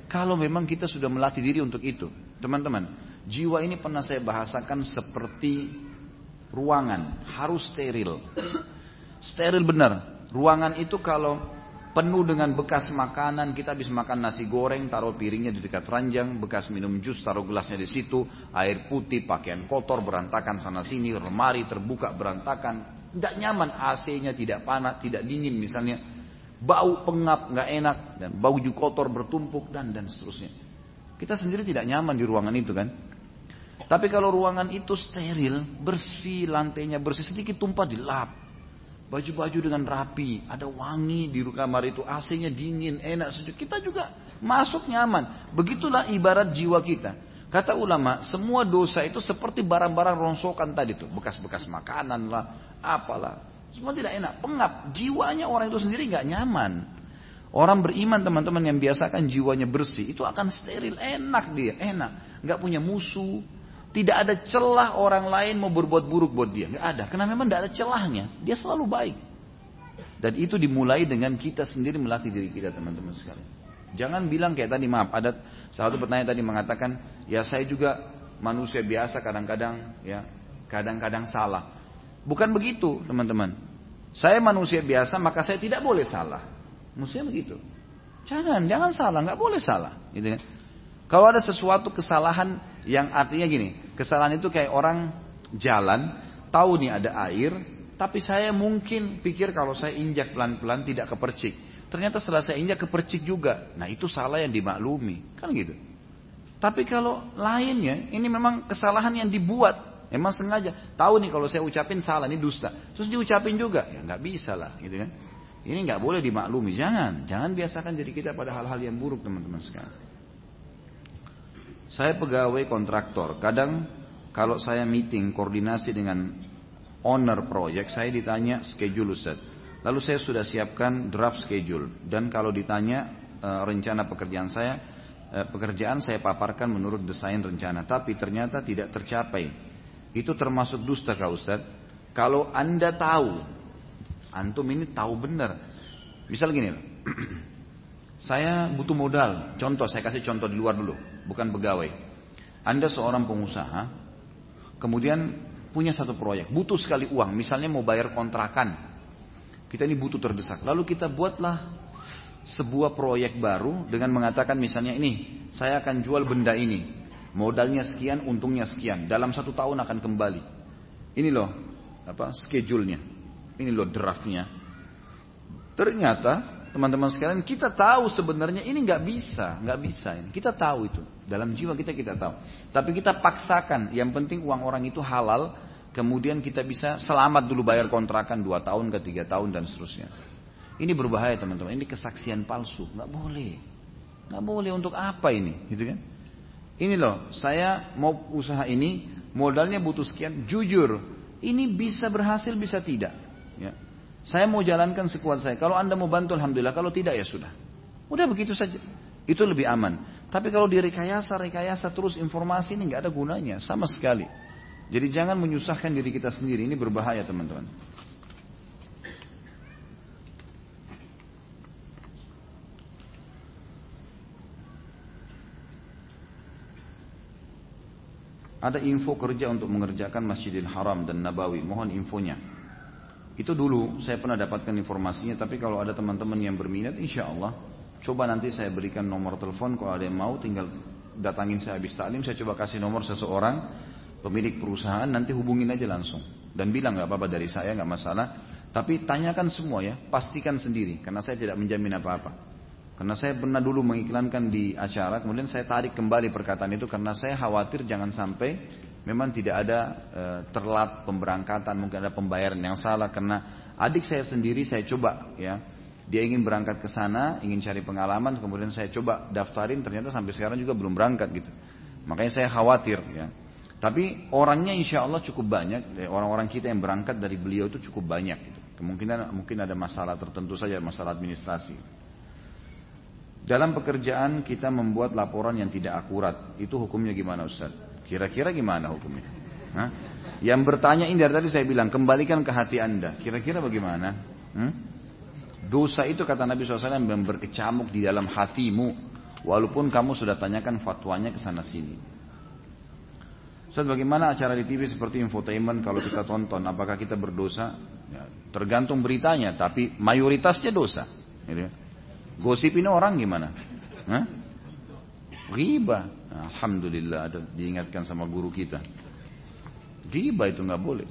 Kalau memang kita sudah melatih diri untuk itu. Teman-teman, jiwa ini pernah saya bahasakan seperti ruangan, harus steril. Steril benar. Ruangan itu kalau penuh dengan bekas makanan, kita habis makan nasi goreng, taruh piringnya di dekat ranjang, bekas minum jus, taruh gelasnya di situ, air putih, pakaian kotor, berantakan sana sini, lemari terbuka berantakan, tidak nyaman, AC-nya tidak panas, tidak dingin misalnya, bau pengap, nggak enak, dan baju kotor bertumpuk dan seterusnya. Kita sendiri tidak nyaman di ruangan itu kan. Tapi kalau ruangan itu steril, bersih, lantainya bersih, sedikit tumpah dilap. Baju-baju dengan rapi, ada wangi di kamar itu, AC-nya dingin, enak, sejuk. Kita juga masuk nyaman. Begitulah ibarat jiwa kita. Kata ulama, semua dosa itu seperti barang-barang rongsokan tadi tuh, bekas-bekas makanan lah, apalah. Semua tidak enak, pengap. Jiwanya orang itu sendiri nggak nyaman. Orang beriman teman-teman yang biasakan jiwanya bersih, itu akan steril, enak dia, enak. Nggak punya musuh. Tidak ada celah orang lain mau berbuat buruk buat dia. Nggak ada. Karena memang tidak ada celahnya. Dia selalu baik. Dan itu dimulai dengan kita sendiri melatih diri kita teman-teman sekalian. Jangan bilang kayak tadi, maaf. Ada salah satu pertanyaan tadi mengatakan, ya saya juga manusia biasa kadang-kadang ya kadang-kadang salah. Bukan begitu teman-teman. Saya manusia biasa maka saya tidak boleh salah. Manusia begitu. Jangan salah. Nggak boleh salah. Gitu kan? Kalau ada sesuatu kesalahan yang artinya gini, kesalahan itu kayak orang jalan, tahu nih ada air, tapi saya mungkin pikir kalau saya injak pelan-pelan tidak kepercik. Ternyata setelah saya injak kepercik juga. Nah itu salah yang dimaklumi, kan gitu. Tapi kalau lainnya, ini memang kesalahan yang dibuat, memang sengaja. Tahu nih kalau saya ucapin salah, ini dusta. Terus diucapin juga, ya nggak bisa lah, gitu kan. Ini nggak boleh dimaklumi, jangan biasakan diri kita pada hal-hal yang buruk teman-teman sekalian. Saya pegawai kontraktor, kadang kalau saya meeting koordinasi dengan owner proyek, saya ditanya schedule Ustaz. Lalu saya sudah siapkan draft schedule, dan kalau ditanya rencana pekerjaan saya paparkan menurut desain rencana, tapi ternyata tidak tercapai. Itu termasuk dusta kah Ustaz? Kalau Anda tahu, antum ini tahu benar. Misal gini, saya butuh modal. Contoh, saya kasih contoh di luar dulu, bukan pegawai. Anda seorang pengusaha, kemudian punya satu proyek, butuh sekali uang, misalnya mau bayar kontrakan. Kita ini butuh terdesak. Lalu kita buatlah sebuah proyek baru dengan mengatakan misalnya ini, saya akan jual benda ini, modalnya sekian, untungnya sekian, dalam 1 tahun akan kembali. Ini loh, schedule-nya, ini loh draft-nya. Ternyata teman-teman sekalian, kita tahu sebenarnya ini nggak bisa ini. Kita tahu itu, dalam jiwa kita tahu. Tapi kita paksakan, yang penting uang orang itu halal, kemudian kita bisa selamat dulu bayar kontrakan 2 tahun ke 3 tahun dan seterusnya. Ini berbahaya teman-teman, ini kesaksian palsu, nggak boleh untuk apa ini, gitu kan? Ini loh, saya mau usaha ini, modalnya butuh sekian, jujur, ini bisa berhasil bisa tidak, ya. Saya mau jalankan sekuat saya. Kalau Anda mau bantu alhamdulillah, kalau tidak ya sudah. Udah begitu saja. Itu lebih aman. Tapi kalau direkayasa terus informasi ini nggak ada gunanya sama sekali. Jadi jangan menyusahkan diri kita sendiri, ini berbahaya teman-teman. Ada info kerja untuk mengerjakan Masjidil Haram dan Nabawi, mohon infonya. Itu dulu saya pernah dapatkan informasinya, tapi kalau ada teman-teman yang berminat, insya Allah, coba nanti saya berikan nomor telepon, kalau ada yang mau tinggal datangin saya habis taklim, saya coba kasih nomor seseorang, pemilik perusahaan, nanti hubungin aja langsung. Dan bilang nggak apa-apa dari saya, nggak masalah, tapi tanyakan semua ya, pastikan sendiri, karena saya tidak menjamin apa-apa. Karena saya pernah dulu mengiklankan di acara, kemudian saya tarik kembali perkataan itu, karena saya khawatir jangan sampai memang tidak ada terlambat pemberangkatan, mungkin ada pembayaran yang salah. Karena adik saya sendiri saya coba ya, dia ingin berangkat ke sana, ingin cari pengalaman, kemudian saya coba daftarin, ternyata sampai sekarang juga belum berangkat gitu. Makanya saya khawatir ya. Tapi orangnya insya Allah cukup banyak, orang-orang kita yang berangkat dari beliau itu cukup banyak gitu. Kemungkinan mungkin ada masalah tertentu saja, masalah administrasi. Dalam pekerjaan kita membuat laporan yang tidak akurat, itu hukumnya gimana Ustaz? Kira-kira gimana hukumnya? Hah? Yang bertanya ini dari tadi saya bilang, kembalikan ke hati Anda. Kira-kira bagaimana? Dosa itu kata Nabi SAW yang berkecamuk di dalam hatimu. Walaupun kamu sudah tanyakan fatwanya ke sana sini. Ustaz, bagaimana acara di TV seperti infotainment kalau kita tonton, apakah kita berdosa? Ya, tergantung beritanya, tapi mayoritasnya dosa. Gitu. Gosip ini orang gimana? Hah? Riba. Alhamdulillah ada diingatkan sama guru kita. Riba itu nggak boleh.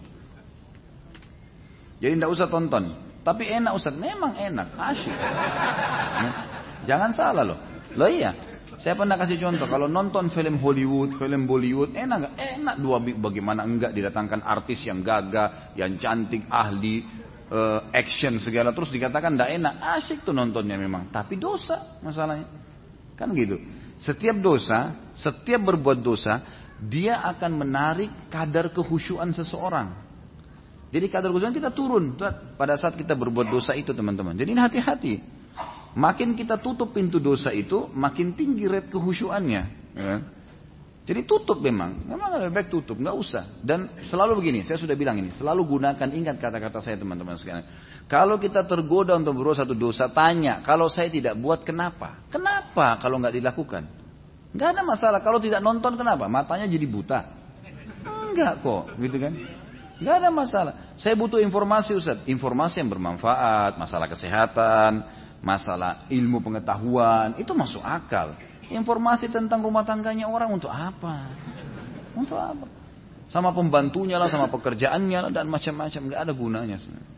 Jadi tidak usah tonton. Tapi enak Ustaz, memang enak, asyik. Jangan salah loh. Loh iya. Saya pernah kasih contoh, kalau nonton film Hollywood, film Bollywood, enak gak? Enak bagaimana enggak didatangkan artis yang gagah, yang cantik, ahli, action segala, terus dikatakan enggak enak. Asyik tuh nontonnya memang, tapi dosa masalahnya. Kan gitu. Setiap dosa, setiap berbuat dosa, dia akan menarik kadar kehusyuan seseorang. Jadi kadar kehusyuan kita turun pada saat kita berbuat dosa itu, teman-teman. Jadi hati-hati. Makin kita tutup pintu dosa itu, makin tinggi rate kehusyuannya. Ya. Jadi tutup memang lebih baik tutup, nggak usah. Dan selalu begini, saya sudah bilang ini, selalu gunakan, ingat kata-kata saya teman-teman sekalian. Kalau kita tergoda untuk berbuat satu dosa, tanya, kalau saya tidak buat kenapa? Kenapa kalau nggak dilakukan? Nggak ada masalah. Kalau tidak nonton kenapa? Matanya jadi buta? Enggak kok, gitu kan? Nggak ada masalah. Saya butuh informasi Ustaz, informasi yang bermanfaat, masalah kesehatan, masalah ilmu pengetahuan, itu masuk akal. Informasi tentang rumah tangganya orang untuk apa? Untuk apa? Sama pembantunya lah, sama pekerjaannya lah, dan macam-macam, nggak ada gunanya sebenarnya.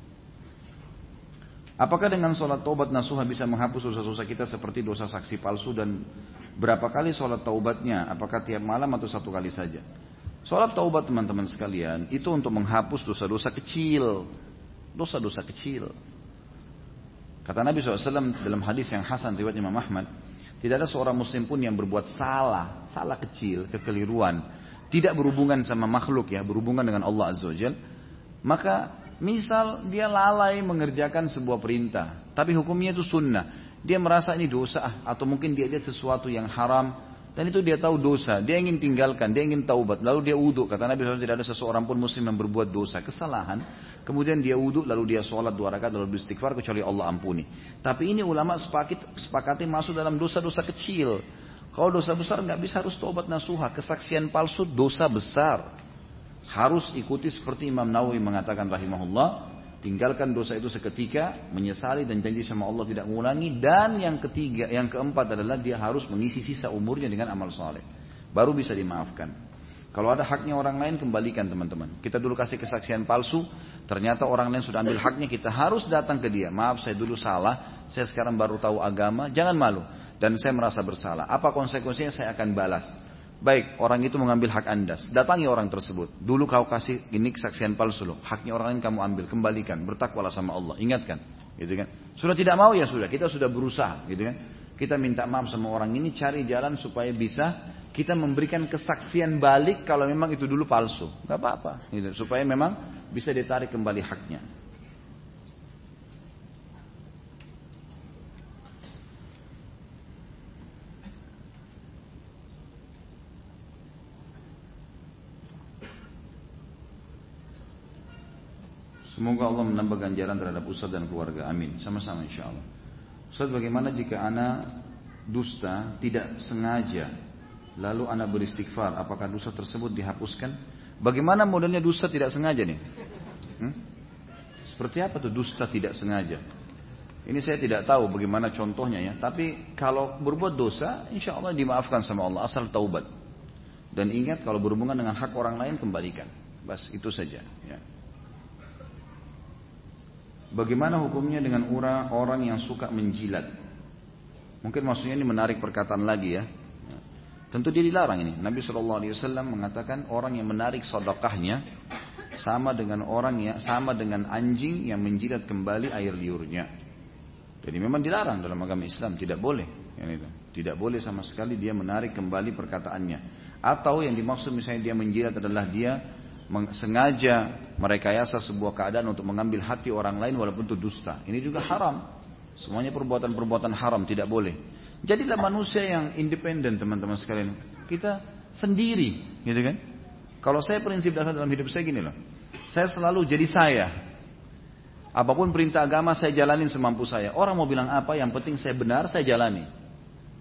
Apakah dengan sholat taubat nasuha bisa menghapus dosa-dosa kita seperti dosa saksi palsu, dan berapa kali sholat taubatnya? Apakah tiap malam atau satu kali saja? Sholat taubat teman-teman sekalian itu untuk menghapus dosa-dosa kecil. Dosa-dosa kecil. Kata Nabi SAW dalam hadis yang hasan riwayat Imam Ahmad, tidak ada seorang muslim pun yang berbuat salah kecil, kekeliruan, tidak berhubungan sama makhluk ya, berhubungan dengan Allah Azza wa Jalla. Maka misal dia lalai mengerjakan sebuah perintah, tapi hukumnya itu sunnah, dia merasa ini dosa, atau mungkin dia lihat sesuatu yang haram, dan itu dia tahu dosa, dia ingin tinggalkan, dia ingin taubat, lalu dia wudhu. Kata Nabi SAW tidak ada seseorang pun muslim yang berbuat dosa, kesalahan, kemudian dia wudhu, lalu dia sholat 2 rakaat, lalu beristighfar, kecuali Allah ampuni. Tapi ini ulama sepakati masuk dalam dosa-dosa kecil. Kalau dosa besar nggak bisa, harus taubat nasuha. Kesaksian palsu dosa besar. Harus ikuti seperti Imam Nawawi mengatakan rahimahullah, tinggalkan dosa itu seketika, menyesali dan janji sama Allah tidak mengulangi. Dan yang keempat adalah dia harus mengisi sisa umurnya dengan amal saleh. Baru bisa dimaafkan. Kalau ada haknya orang lain, kembalikan teman-teman. Kita dulu kasih kesaksian palsu, ternyata orang lain sudah ambil haknya, kita harus datang ke dia. Maaf, saya dulu salah, saya sekarang baru tahu agama, jangan malu. Dan saya merasa bersalah. Apa konsekuensinya? Saya akan balas. Baik, orang itu mengambil hak Anda, datangi orang tersebut. Dulu kau kasih ini kesaksian palsu loh, haknya orang lain kamu ambil, kembalikan, bertakwalah sama Allah, ingatkan, gitu kan? Sudah tidak mau ya sudah, kita sudah berusaha, gitu kan? Kita minta maaf sama orang ini, cari jalan supaya bisa kita memberikan kesaksian balik kalau memang itu dulu palsu, nggak apa-apa, gitu, supaya memang bisa ditarik kembali haknya. Semoga Allah menambah ganjaran terhadap Ustaz dan keluarga. Amin. Sama-sama insyaAllah. Ustaz, bagaimana jika anak dusta tidak sengaja, lalu anak beristighfar, apakah dosa tersebut dihapuskan? Bagaimana modelnya dusta tidak sengaja nih? Seperti apa tuh dusta tidak sengaja? Ini saya tidak tahu bagaimana contohnya ya. Tapi kalau berbuat dosa, insya Allah dimaafkan sama Allah asal taubat. Dan ingat, kalau berhubungan dengan hak orang lain, kembalikan. Bas, itu saja ya. Bagaimana hukumnya dengan orang yang suka menjilat? Mungkin maksudnya ini menarik perkataan lagi ya. Tentu dia dilarang ini. Nabi SAW mengatakan orang yang menarik sedekahnya sama dengan anjing yang menjilat kembali air liurnya. Jadi memang dilarang dalam agama Islam, tidak boleh. Tidak boleh sama sekali dia menarik kembali perkataannya. Atau yang dimaksud misalnya dia menjilat adalah dia sengaja merekayasa sebuah keadaan untuk mengambil hati orang lain walaupun itu dusta. Ini juga haram. Semuanya perbuatan-perbuatan haram, tidak boleh. Jadilah manusia yang independen teman-teman sekalian. Kita sendiri, gitu kan? Kalau saya prinsip dasar dalam hidup saya gini loh. Saya selalu jadi saya. Apapun perintah agama saya jalanin semampu saya. Orang mau bilang apa, yang penting saya benar, saya jalani.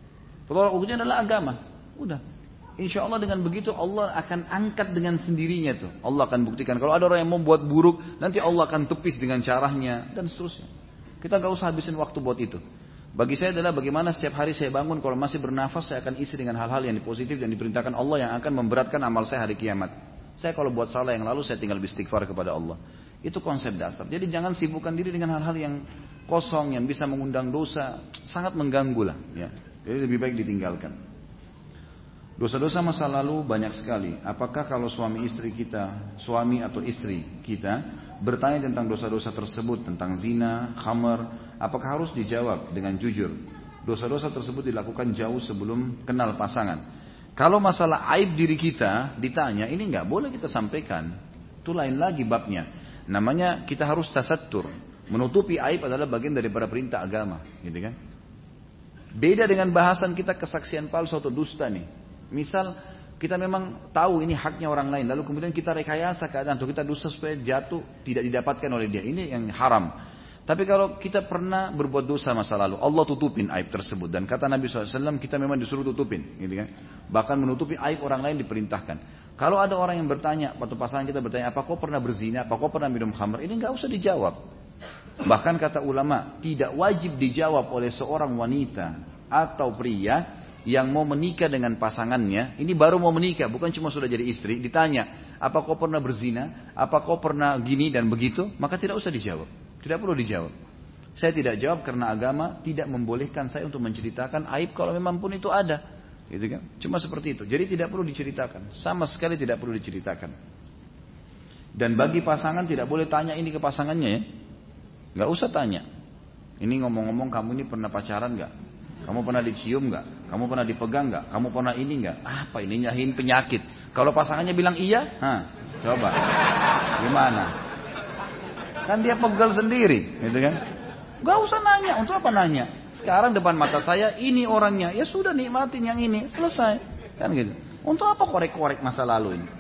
Tolak ukurnya adalah agama. Udah. Insya Allah dengan begitu Allah akan angkat dengan sendirinya tuh. Allah akan buktikan. Kalau ada orang yang mau buat buruk, nanti Allah akan tepis dengan caranya dan seterusnya. Kita nggak usah habisin waktu buat itu. Bagi saya adalah bagaimana setiap hari saya bangun, kalau masih bernafas saya akan isi dengan hal-hal yang positif yang diperintahkan Allah yang akan memberatkan amal saya hari kiamat. Saya kalau buat salah yang lalu saya tinggal beristighfar kepada Allah. Itu konsep dasar. Jadi jangan sibukkan diri dengan hal-hal yang kosong yang bisa mengundang dosa, sangat mengganggu lah. Ya. Jadi lebih baik ditinggalkan. Dosa-dosa masa lalu banyak sekali. Apakah kalau suami atau istri kita bertanya tentang dosa-dosa tersebut, tentang zina, khamar, apakah harus dijawab dengan jujur? Dosa-dosa tersebut dilakukan jauh sebelum kenal pasangan. Kalau masalah aib diri kita ditanya, ini nggak boleh kita sampaikan. Itu lain lagi babnya. Namanya kita harus tasattur. Menutupi aib adalah bagian daripada perintah agama, gitu kan? Beda dengan bahasan kita kesaksian palsu atau dusta nih. Misal kita memang tahu ini haknya orang lain, lalu kemudian kita rekayasa keadaan atau kita dusta supaya jatuh tidak didapatkan oleh dia, ini yang haram. Tapi kalau kita pernah berbuat dosa masa lalu, Allah tutupin aib tersebut. Dan kata Nabi SAW, kita memang disuruh tutupin, gitu kan? Bahkan menutupi aib orang lain diperintahkan. Kalau ada orang yang bertanya, atau pasangan kita bertanya, apa kau pernah berzina, apa kau pernah minum khamr, ini nggak usah dijawab. Bahkan kata ulama, tidak wajib dijawab oleh seorang wanita atau pria yang mau menikah dengan pasangannya, ini baru mau menikah, bukan cuma sudah jadi istri, ditanya, apa kau pernah berzina, apa kau pernah gini dan begitu, maka tidak usah dijawab, tidak perlu dijawab. Saya tidak jawab karena agama tidak membolehkan saya untuk menceritakan aib kalau memang pun itu ada, gitu kan? Cuma seperti itu, jadi tidak perlu diceritakan, sama sekali tidak perlu diceritakan. Dan bagi pasangan tidak boleh tanya ini ke pasangannya ya, nggak usah tanya. Ini ngomong-ngomong kamu ini pernah pacaran nggak? Kamu pernah dicium nggak? Kamu pernah dipegang nggak? Kamu pernah ini nggak? Apa ini nyahin penyakit? Kalau pasangannya bilang iya, coba gimana? Kan dia pegal sendiri, gitu kan? Gak usah nanya, untuk apa nanya? Sekarang depan mata saya ini orangnya, ya sudah nikmatin yang ini, selesai, kan gitu. Untuk apa korek-korek masa lalu ini?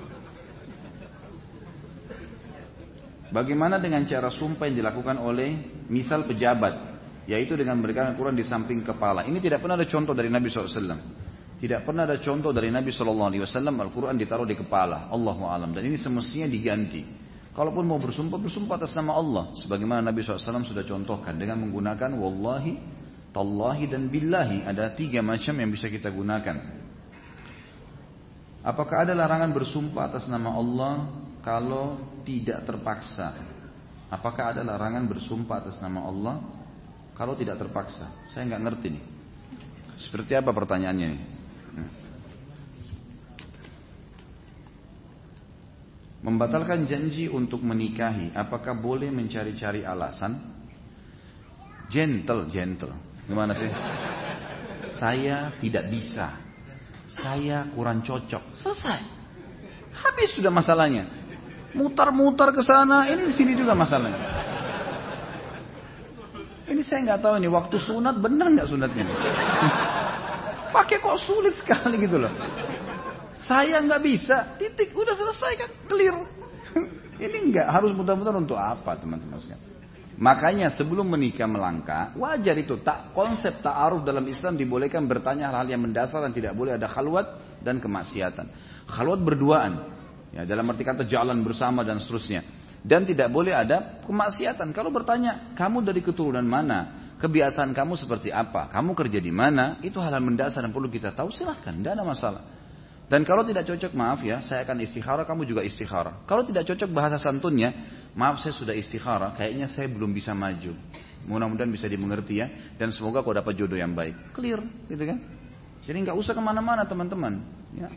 Bagaimana dengan cara sumpah yang dilakukan oleh misal pejabat? Yaitu dengan memberikan Al-Quran di samping kepala. Ini tidak pernah ada contoh dari Nabi SAW. Tidak pernah ada contoh dari Nabi SAW Al-Quran ditaruh di kepala. Allahu a'lam. Dan ini semestinya diganti. Kalaupun mau bersumpah, bersumpah atas nama Allah. Sebagaimana Nabi SAW sudah contohkan. Dengan menggunakan wallahi, tallahi dan billahi. Ada 3 macam yang bisa kita gunakan. Apakah ada larangan bersumpah atas nama Allah kalau tidak terpaksa? Apakah ada larangan bersumpah atas nama Allah kalau tidak terpaksa? Saya nggak ngerti nih. Seperti apa pertanyaannya nih? Membatalkan janji untuk menikahi, apakah boleh mencari-cari alasan? Gentle. Gimana sih? Saya tidak bisa. Saya kurang cocok. Selesai. Habis sudah masalahnya. Mutar-mutar ke sana, ini di sini juga masalahnya. Ini saya nggak tahu nih, waktu sunat bener nggak sunatnya? Pakai kok sulit sekali gitu loh. Saya nggak bisa, titik, udah selesai kan, clear. Ini nggak harus muter-muter untuk apa teman-teman sekalian? Makanya sebelum menikah melangkah, wajar itu. Konsep ta'aruf dalam Islam dibolehkan bertanya hal-hal yang mendasar dan tidak boleh ada khalwat dan kemaksiatan. Khalwat berduaan, ya, dalam arti kata jalan bersama dan seterusnya. Dan tidak boleh ada kemaksiatan. Kalau bertanya, kamu dari keturunan mana? Kebiasaan kamu seperti apa? Kamu kerja di mana? Itu hal-hal mendasar yang perlu kita tahu, silahkan, tidak ada masalah. Dan kalau tidak cocok, maaf ya, saya akan istikharah, kamu juga istikharah. Kalau tidak cocok bahasa santunnya, maaf saya sudah istikharah, kayaknya saya belum bisa maju. Mudah-mudahan bisa dimengerti ya. Dan semoga kau dapat jodoh yang baik. Clear, gitu kan? Jadi nggak usah kemana-mana teman-teman. Ya.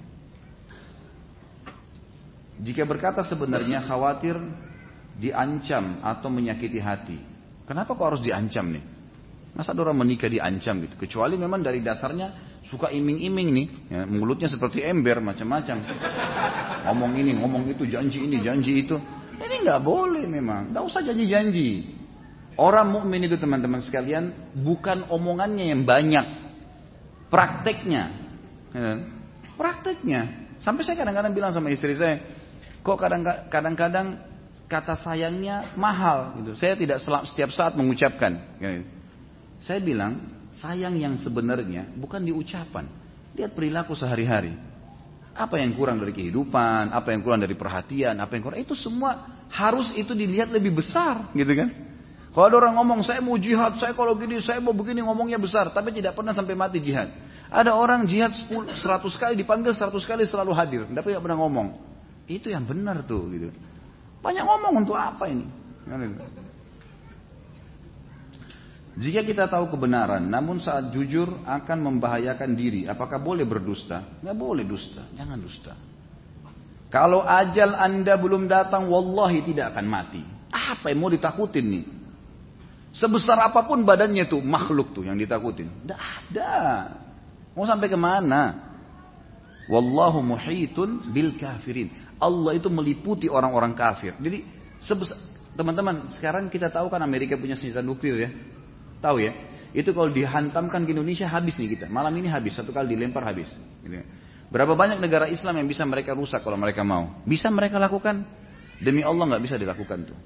Jika berkata sebenarnya khawatir diancam atau menyakiti hati. Kenapa kok harus diancam nih? Masa ada orang menikah diancam gitu? Kecuali memang dari dasarnya suka iming-iming nih, ya, mulutnya seperti ember macam-macam. Ngomong ini, ngomong itu, janji ini, janji itu. Ini nggak boleh memang. Nggak usah janji-janji. Orang mukmin itu teman-teman sekalian bukan omongannya yang banyak, prakteknya. Ya, prakteknya. Sampai saya kadang-kadang bilang sama istri saya, kok kadang-kadang kata sayangnya mahal gitu. Saya tidak setiap saat mengucapkan gitu. Saya bilang sayang yang sebenarnya bukan di ucapan. Lihat perilaku sehari-hari. Apa yang kurang dari kehidupan, apa yang kurang dari perhatian, apa yang kurang, itu semua harus itu dilihat lebih besar, gitu kan? Kalau ada orang ngomong, saya mau jihad, saya kalau gini, saya mau begini, ngomongnya besar, tapi tidak pernah sampai mati jihad. Ada orang jihad 100 kali, dipanggil 100 kali selalu hadir, tapi tidak pernah ngomong. Itu yang benar tuh, gitu. Banyak ngomong untuk apa ini? Jika kita tahu kebenaran, namun saat jujur akan membahayakan diri, apakah boleh berdusta? Nggak boleh dusta, jangan dusta. Kalau ajal Anda belum datang, wallahi tidak akan mati. Apa yang mau ditakutin nih? Sebesar apapun badannya tuh, makhluk tuh yang ditakutin. Nggak ada. Mau sampai kemana? Wallahu muhitun bil kafirin. Allah itu meliputi orang-orang kafir. Jadi teman-teman, sekarang kita tahu kan Amerika punya senjata nuklir ya. Tahu ya, itu kalau dihantamkan ke Indonesia habis nih kita. Malam ini habis, satu kali dilempar habis. Berapa banyak negara Islam yang bisa mereka rusak kalau mereka mau? Bisa mereka lakukan? Demi Allah nggak bisa dilakukan tuh.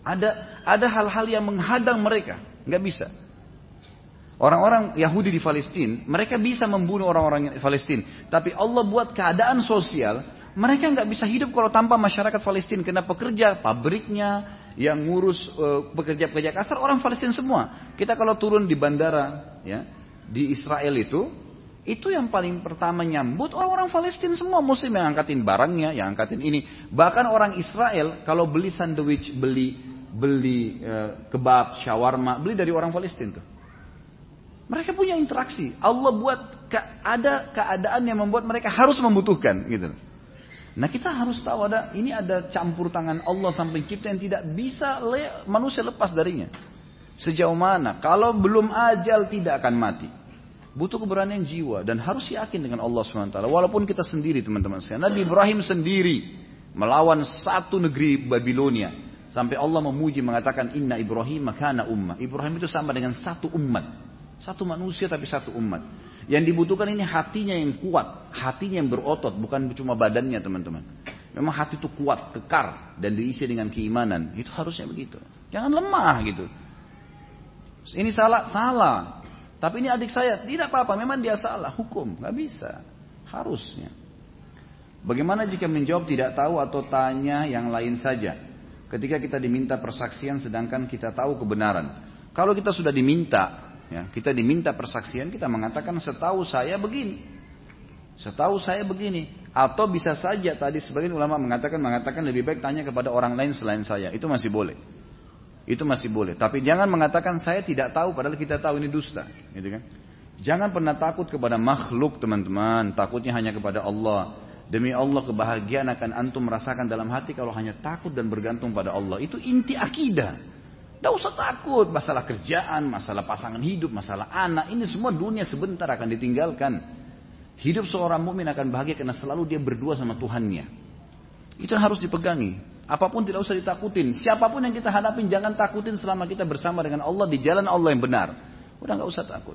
Ada hal-hal yang menghadang mereka, nggak bisa. Orang-orang Yahudi di Palestina, mereka bisa membunuh orang-orang Palestina, tapi Allah buat keadaan sosial, mereka nggak bisa hidup kalau tanpa masyarakat Palestina. Karena pekerja pabriknya, yang ngurus pekerja-pekerja kasar orang Palestina semua. Kita kalau turun di bandara ya di Israel itu yang paling pertama nyambut orang-orang Palestina semua, muslim yang angkatin barangnya, yang angkatin ini. Bahkan orang Israel kalau beli sandwich, beli kebab, shawarma, beli dari orang Palestina tuh. Mereka punya interaksi. Allah buat ada keadaan yang membuat mereka harus membutuhkan gitu. Nah kita harus tahu ini ada campur tangan Allah sampai cipta yang tidak bisa manusia lepas darinya. Sejauh mana? Kalau belum ajal tidak akan mati. Butuh keberanian jiwa dan harus yakin dengan Allah SWT. Walaupun kita sendiri teman-teman sekalian. Nabi Ibrahim sendiri melawan satu negeri Babilonia. Sampai Allah memuji mengatakan Inna Ibrahim kana ummah. Ibrahim itu sama dengan satu umat. Satu manusia tapi satu umat. Yang dibutuhkan ini hatinya yang kuat, hatinya yang berotot, bukan cuma badannya teman-teman. Memang hati itu kuat, kekar, dan diisi dengan keimanan. Itu harusnya begitu. Jangan lemah gitu. Ini salah. Tapi ini adik saya, tidak apa-apa, memang dia salah. Hukum, nggak bisa. Harusnya. Bagaimana jika menjawab tidak tahu atau tanya yang lain saja? Ketika kita diminta persaksian sedangkan kita tahu kebenaran. Kalau kita sudah diminta, ya, kita diminta persaksian, kita mengatakan setahu saya begini. Setahu saya begini. Atau bisa saja tadi sebagian ulama mengatakan lebih baik tanya kepada orang lain selain saya. Itu masih boleh. Itu masih boleh. Tapi jangan mengatakan saya tidak tahu padahal kita tahu, ini dusta. Gitu kan? Jangan pernah takut kepada makhluk teman-teman. Takutnya hanya kepada Allah. Demi Allah kebahagiaan akan antum merasakan dalam hati kalau hanya takut dan bergantung pada Allah. Itu inti akidah. Tidak usah takut, masalah kerjaan, masalah pasangan hidup, masalah anak, ini semua dunia sebentar akan ditinggalkan. Hidup seorang mukmin akan bahagia karena selalu dia berdua sama Tuhannya. Itu yang harus dipegangi. Apapun tidak usah ditakutin. Siapapun yang kita hadapin jangan takutin selama kita bersama dengan Allah di jalan Allah yang benar. Udah nggak usah takut.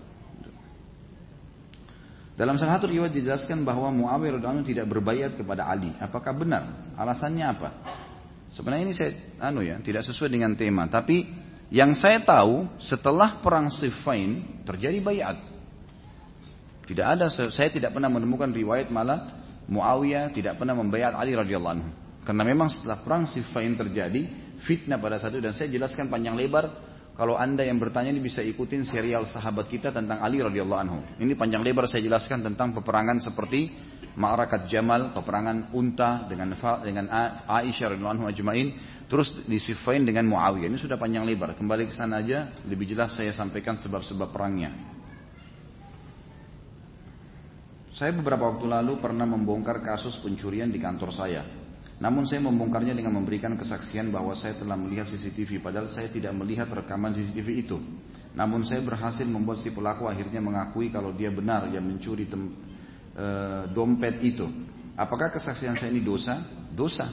Dalam salah satu riwayat dijelaskan bahwa Muawiyah radhiyallahu anhu tidak berbayat kepada Ali. Apakah benar? Alasannya apa? Sebenarnya ini saya tidak sesuai dengan tema. Tapi yang saya tahu setelah perang Siffin terjadi bayat. Tidak ada, saya tidak pernah menemukan riwayat malah Muawiyah tidak pernah membayat Ali radhiyallahu anhu. Karena memang setelah perang Siffin terjadi fitnah pada saat itu, dan saya jelaskan panjang lebar. Kalau anda yang bertanya ini bisa ikutin serial sahabat kita tentang Ali radhiyallahu anhu. Ini panjang lebar saya jelaskan tentang peperangan seperti Ma'arakat Jamal, peperangan unta dengan Aisyah radhiyallahu anhu ajmain, terus di Siffin dengan Muawiyah. Ini sudah panjang lebar. Kembali ke sana aja, lebih jelas saya sampaikan sebab-sebab perangnya. Saya beberapa waktu lalu pernah membongkar kasus pencurian di kantor saya. Namun saya membongkarnya dengan memberikan kesaksian bahwa saya telah melihat CCTV, padahal saya tidak melihat rekaman CCTV itu. Namun saya berhasil membuat si pelaku akhirnya mengakui kalau dia benar yang mencuri dompet itu. Apakah kesaksian saya ini dosa? Dosa.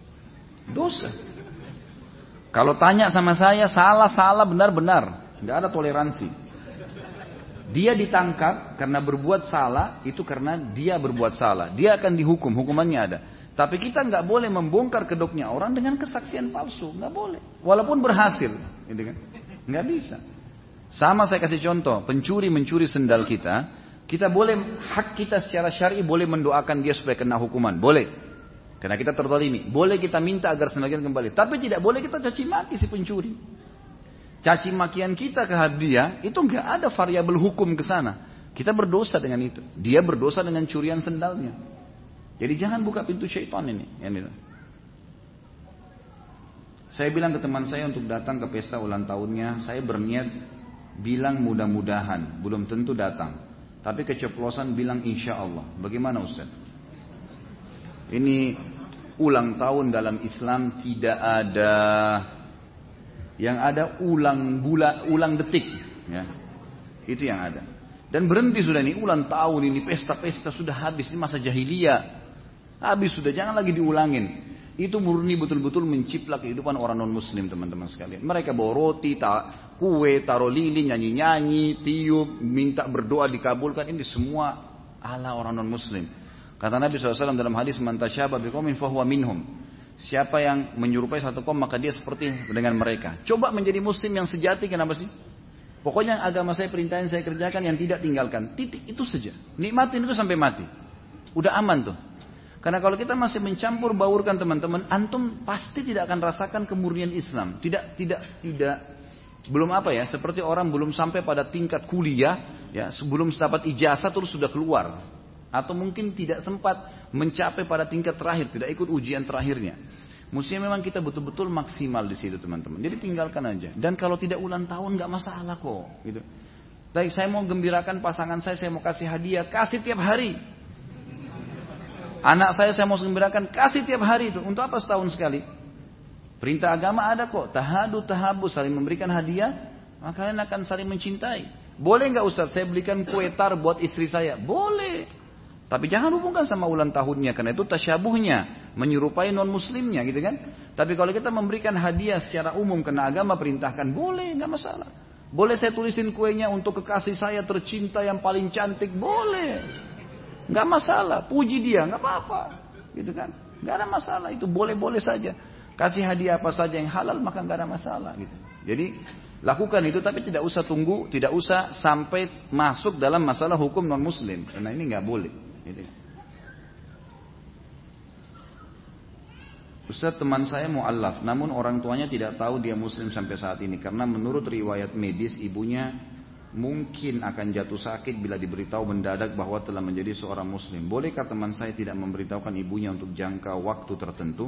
Kalau tanya sama saya salah benar-benar, nggak ada toleransi. Dia ditangkap karena berbuat salah, itu karena dia berbuat salah. Dia akan dihukum, hukumannya ada. Tapi kita nggak boleh membongkar kedoknya orang dengan kesaksian palsu, nggak boleh. Walaupun berhasil, gitu kan? Nggak bisa. Sama saya kasih contoh, pencuri mencuri sendal kita boleh, hak kita secara syar'i boleh mendoakan dia supaya kena hukuman, boleh. Karena kita terzalimi, boleh kita minta agar sendal kita kembali. Tapi tidak boleh kita caci maki si pencuri. Caci makian kita ke dia, itu nggak ada variabel hukum ke sana. Kita berdosa dengan itu. Dia berdosa dengan curian sendalnya. Jadi jangan buka pintu syaitan ini. Saya bilang ke teman saya untuk datang ke pesta ulang tahunnya, saya berniat bilang mudah-mudahan, belum tentu datang. Tapi keceplosan bilang insya Allah. Bagaimana Ustaz? Ini ulang tahun dalam Islam tidak ada. Yang ada ulang detik. Ya. Itu yang ada. Dan berhenti sudah ini, ulang tahun ini, pesta-pesta sudah habis. Ini masa jahiliyah. Habis sudah, jangan lagi diulangin. Itu murni betul-betul menciplak kehidupan orang non-muslim teman-teman sekalian. Mereka bawa roti, kue, taruh lilin, nyanyi-nyanyi, tiup, minta berdoa dikabulkan. Ini semua ala orang non-muslim. Kata Nabi SAW dalam hadis, man tasyaba biqaumin fahuwa minhum. Siapa yang menyerupai satu kaum maka dia seperti dengan mereka. Coba menjadi muslim yang sejati, kenapa sih? Pokoknya agama saya perintahin saya kerjakan, yang tidak tinggalkan. Titik, itu saja. Nikmatin itu sampai mati. Udah aman tuh. Karena kalau kita masih mencampur baurkan teman-teman, antum pasti tidak akan rasakan kemurnian Islam. Belum apa ya, seperti orang belum sampai pada tingkat kuliah, ya, sebelum dapat ijazah terus sudah keluar. Atau mungkin tidak sempat mencapai pada tingkat terakhir, tidak ikut ujian terakhirnya. Mestinya memang kita betul-betul maksimal di situ teman-teman. Jadi tinggalkan aja. Dan kalau tidak ulang tahun nggak masalah kok. Gitu. Baik, saya mau gembirakan pasangan saya mau kasih hadiah, kasih tiap hari. Anak saya mau gembirakan, kasih tiap hari itu. Untuk apa setahun sekali? Perintah agama ada kok. Tahabu, saling memberikan hadiah, maka kalian akan saling mencintai. Boleh nggak Ustaz? Saya belikan kue tar buat istri saya. Boleh. Tapi jangan hubungkan sama ulang tahunnya, karena itu tasyabuhnya, menyerupai non muslimnya gitu kan. Tapi kalau kita memberikan hadiah secara umum karena agama perintahkan, boleh, nggak masalah. Boleh saya tulisin kuenya untuk kekasih saya tercinta yang paling cantik, boleh, nggak masalah. Puji dia, nggak apa-apa, gitu kan. Nggak ada masalah, itu boleh-boleh saja. Kasih hadiah apa saja yang halal maka nggak ada masalah gitu. Jadi lakukan itu, tapi tidak usah tunggu, tidak usah sampai masuk dalam masalah hukum non muslim, karena ini nggak boleh. Gitu. Ustaz, teman saya mu'allaf, namun orang tuanya tidak tahu dia muslim sampai saat ini, karena menurut riwayat medis ibunya mungkin akan jatuh sakit bila diberitahu mendadak bahwa telah menjadi seorang muslim. Bolehkah teman saya tidak memberitahukan ibunya untuk jangka waktu tertentu?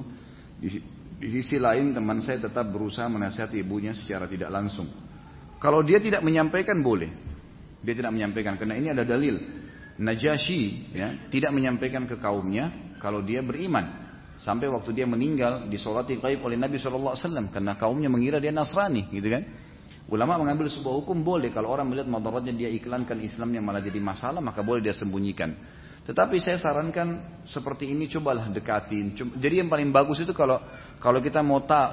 Di sisi lain teman saya tetap berusaha menasihati ibunya secara tidak langsung. Kalau dia tidak menyampaikan boleh. Dia tidak menyampaikan karena ini ada dalil. Najasyi ya, tidak menyampaikan ke kaumnya kalau dia beriman. Sampai waktu dia meninggal disolati gaib oleh Nabi SAW karena kaumnya mengira dia Nasrani gitu kan. Ulama mengambil sebuah hukum boleh kalau orang melihat madaratnya dia iklankan Islamnya malah jadi masalah, maka boleh dia sembunyikan. Tetapi saya sarankan seperti ini, cobalah dekatin. Jadi yang paling bagus itu kalau kita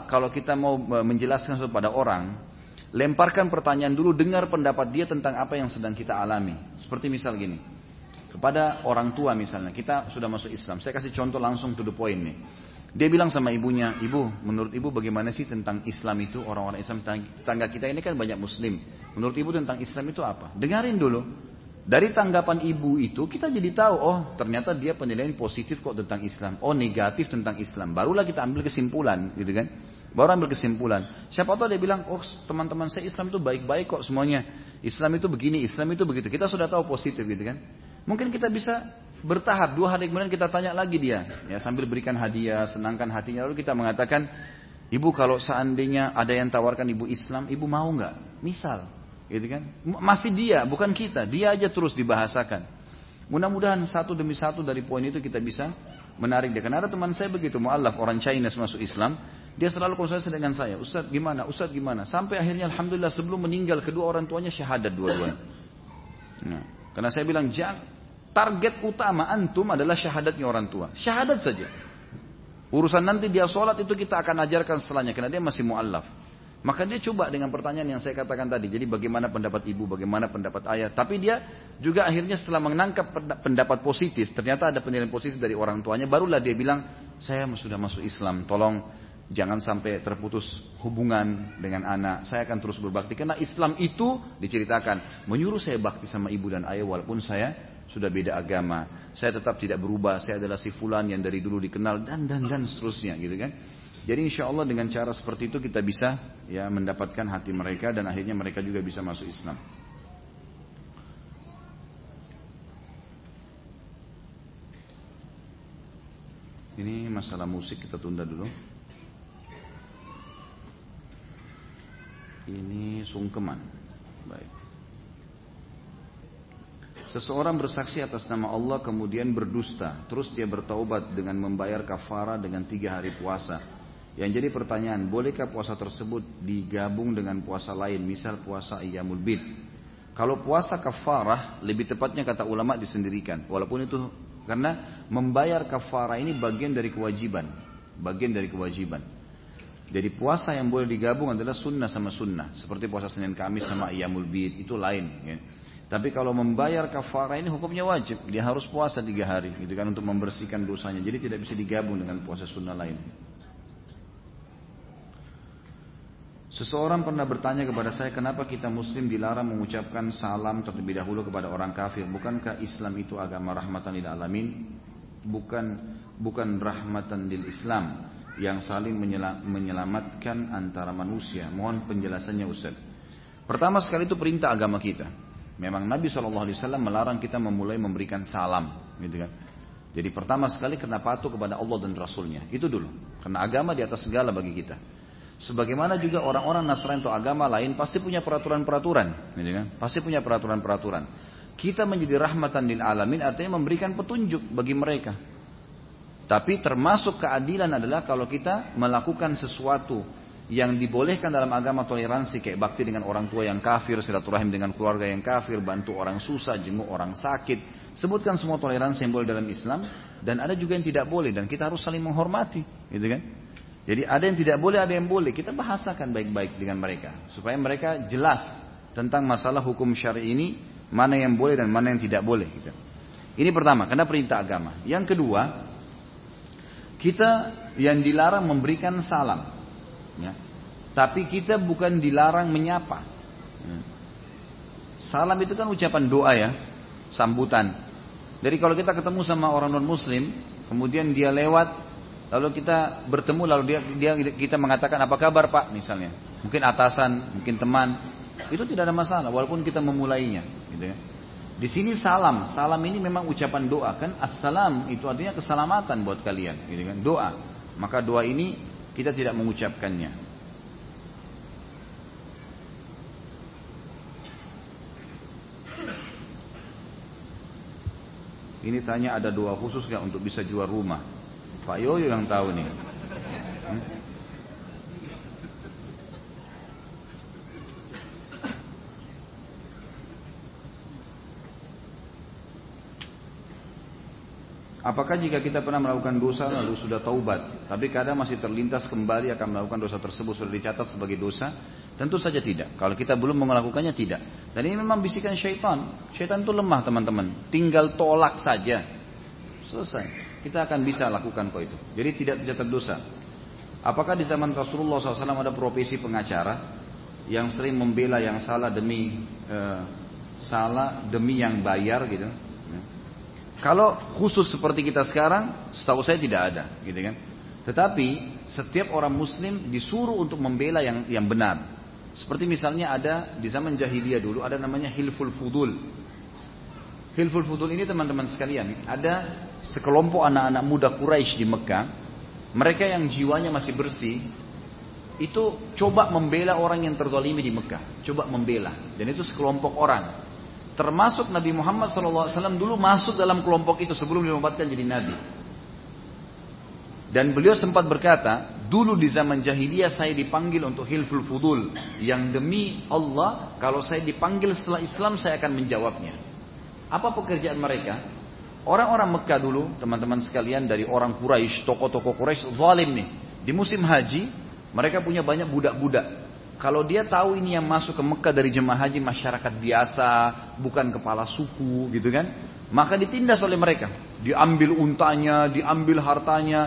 mau menjelaskan kepada orang, lemparkan pertanyaan dulu, dengar pendapat dia tentang apa yang sedang kita alami. Seperti misal gini, kepada orang tua misalnya, kita sudah masuk Islam, saya kasih contoh langsung to the point nih. Dia bilang sama ibunya, ibu, menurut ibu bagaimana sih tentang Islam itu, orang-orang Islam, tetangga kita ini kan banyak muslim, menurut ibu tentang Islam itu apa? Dengarin dulu. Dari tanggapan ibu itu kita jadi tahu, oh ternyata dia penilaian positif kok tentang Islam, oh negatif tentang Islam, barulah kita ambil kesimpulan gitu kan. Baru ambil kesimpulan. Siapa tahu dia bilang, oh teman-teman saya Islam itu baik-baik kok semuanya, Islam itu begini, Islam itu begitu. Kita sudah tahu positif gitu kan. Mungkin kita bisa bertahap, 2 hari kemudian kita tanya lagi dia, ya sambil berikan hadiah, senangkan hatinya, lalu kita mengatakan, ibu kalau seandainya ada yang tawarkan ibu Islam, ibu mau nggak? Misal, gitu kan? Masih dia, bukan kita, dia aja terus dibahasakan. Mudah-mudahan satu demi satu dari poin itu kita bisa menarik dia. Karena ada teman saya begitu, mu'allaf orang China masuk Islam, dia selalu konsultasi dengan saya, Ustaz gimana, Ustaz gimana? Sampai akhirnya alhamdulillah sebelum meninggal kedua orang tuanya syahadat dua-duanya. Nah, karena saya bilang target utama antum adalah syahadatnya orang tua. Syahadat saja. Urusan nanti dia sholat itu kita akan ajarkan setelahnya. Karena dia masih mu'allaf. Maka dia coba dengan pertanyaan yang saya katakan tadi. Jadi bagaimana pendapat ibu, bagaimana pendapat ayah. Tapi dia juga akhirnya setelah menangkap pendapat positif. Ternyata ada penilaian positif dari orang tuanya. Barulah dia bilang, saya sudah masuk Islam. Tolong Jangan sampai terputus hubungan dengan anak. Saya akan terus berbakti. Karena Islam itu diceritakan menyuruh saya bakti sama ibu dan ayah walaupun saya sudah beda agama. Saya tetap tidak berubah. Saya adalah si fulan yang dari dulu dikenal dan seterusnya gitu kan. Jadi insya Allah dengan cara seperti itu kita bisa ya mendapatkan hati mereka dan akhirnya mereka juga bisa masuk Islam. Ini masalah musik kita tunda dulu. Ini sungkeman. Baik. Seseorang bersaksi atas nama Allah kemudian berdusta. Terus dia bertaubat dengan membayar kafarah dengan 3 hari puasa. Yang jadi pertanyaan, bolehkah puasa tersebut digabung dengan puasa lain? Misal puasa Ayyamul Bid. Kalau puasa kafarah, lebih tepatnya kata ulama disendirikan. Walaupun itu, karena membayar kafarah ini bagian dari kewajiban. Bagian dari kewajiban. Jadi puasa yang boleh digabung adalah sunnah sama sunnah. Seperti puasa Senin Kamis sama Ayyamul Bid, itu lain ya. Tapi kalau membayar kafarah ini hukumnya wajib. Dia harus puasa 3 hari gitu kan, untuk membersihkan dosanya. Jadi tidak bisa digabung dengan puasa sunnah lain. Seseorang pernah bertanya kepada saya, kenapa kita muslim dilarang mengucapkan salam terlebih dahulu kepada orang kafir? Bukankah Islam itu agama rahmatan lil alamin? Bukan rahmatan lil Islam yang saling menyelamatkan antara manusia. Mohon penjelasannya Ustaz. Pertama sekali itu perintah agama kita. Memang Nabi SAW melarang kita memulai memberikan salam gitu kan. Jadi pertama sekali karena patuh kepada Allah dan Rasulnya. Itu dulu. Karena agama di atas segala bagi kita. Sebagaimana juga orang-orang Nasrani atau agama lain pasti punya peraturan-peraturan gitu kan. Pasti punya peraturan-peraturan. Kita menjadi rahmatan lil alamin artinya memberikan petunjuk bagi mereka. Tapi termasuk keadilan adalah kalau kita melakukan sesuatu yang dibolehkan dalam agama toleransi, kayak bakti dengan orang tua yang kafir, silaturahim dengan keluarga yang kafir, bantu orang susah, jenguk orang sakit. Sebutkan semua toleransi yang boleh dalam Islam, dan ada juga yang tidak boleh, dan kita harus saling menghormati, gitu kan? Jadi ada yang tidak boleh, ada yang boleh. Kita bahasakan baik-baik dengan mereka, supaya mereka jelas tentang masalah hukum syar'i ini, mana yang boleh dan mana yang tidak boleh. Gitu. Ini pertama, karena perintah agama. Yang kedua, kita yang dilarang memberikan salam. Ya. Tapi kita bukan dilarang menyapa. Ya. Salam itu kan ucapan doa ya, sambutan. Jadi kalau kita ketemu sama orang non muslim, kemudian dia lewat, lalu kita bertemu, lalu kita mengatakan apa kabar Pak misalnya, mungkin atasan, mungkin teman, itu tidak ada masalah walaupun kita memulainya. Gitu ya. Di sini salam ini memang ucapan doa kan, assalam itu artinya keselamatan buat kalian, gitu kan, doa. Maka doa ini kita tidak mengucapkannya. Ini tanya ada doa khusus gak untuk bisa jual rumah? Pak Yoyo yang tahu nih. Apakah jika kita pernah melakukan dosa lalu sudah taubat, tapi kadang masih terlintas kembali akan melakukan dosa tersebut, sudah dicatat sebagai dosa? Tentu saja tidak. Kalau kita belum melakukannya tidak. Dan ini memang bisikan syaitan. Syaitan itu lemah teman-teman. Tinggal tolak saja. Selesai. Kita akan bisa lakukan kok itu. Jadi tidak dicatat dosa. Apakah di zaman Rasulullah SAW ada profesi pengacara yang sering membela yang salah demi yang bayar gitu? Kalau khusus seperti kita sekarang, setahu saya tidak ada, gitu kan. Tetapi setiap orang Muslim disuruh untuk membela yang benar. Seperti misalnya ada di zaman jahiliyah dulu ada namanya Hilful Fudul. Hilful Fudul ini teman-teman sekalian, ada sekelompok anak-anak muda Quraisy di Mekah. Mereka yang jiwanya masih bersih, itu coba membela orang yang terzalimi di Mekah, coba membela. Dan itu sekelompok orang. Termasuk Nabi Muhammad SAW dulu masuk dalam kelompok itu sebelum dinobatkan jadi Nabi. Dan beliau sempat berkata, dulu di zaman jahiliyah saya dipanggil untuk Hilful Fudul. Yang demi Allah, kalau saya dipanggil setelah Islam saya akan menjawabnya. Apa pekerjaan mereka? Orang-orang Mekah dulu, teman-teman sekalian, dari orang Quraisy, tokoh-tokoh Quraisy, zalim nih. Di musim haji, mereka punya banyak budak-budak. Kalau dia tahu ini yang masuk ke Mekah dari jemaah haji masyarakat biasa, bukan kepala suku gitu kan, maka ditindas oleh mereka. Diambil untanya, diambil hartanya,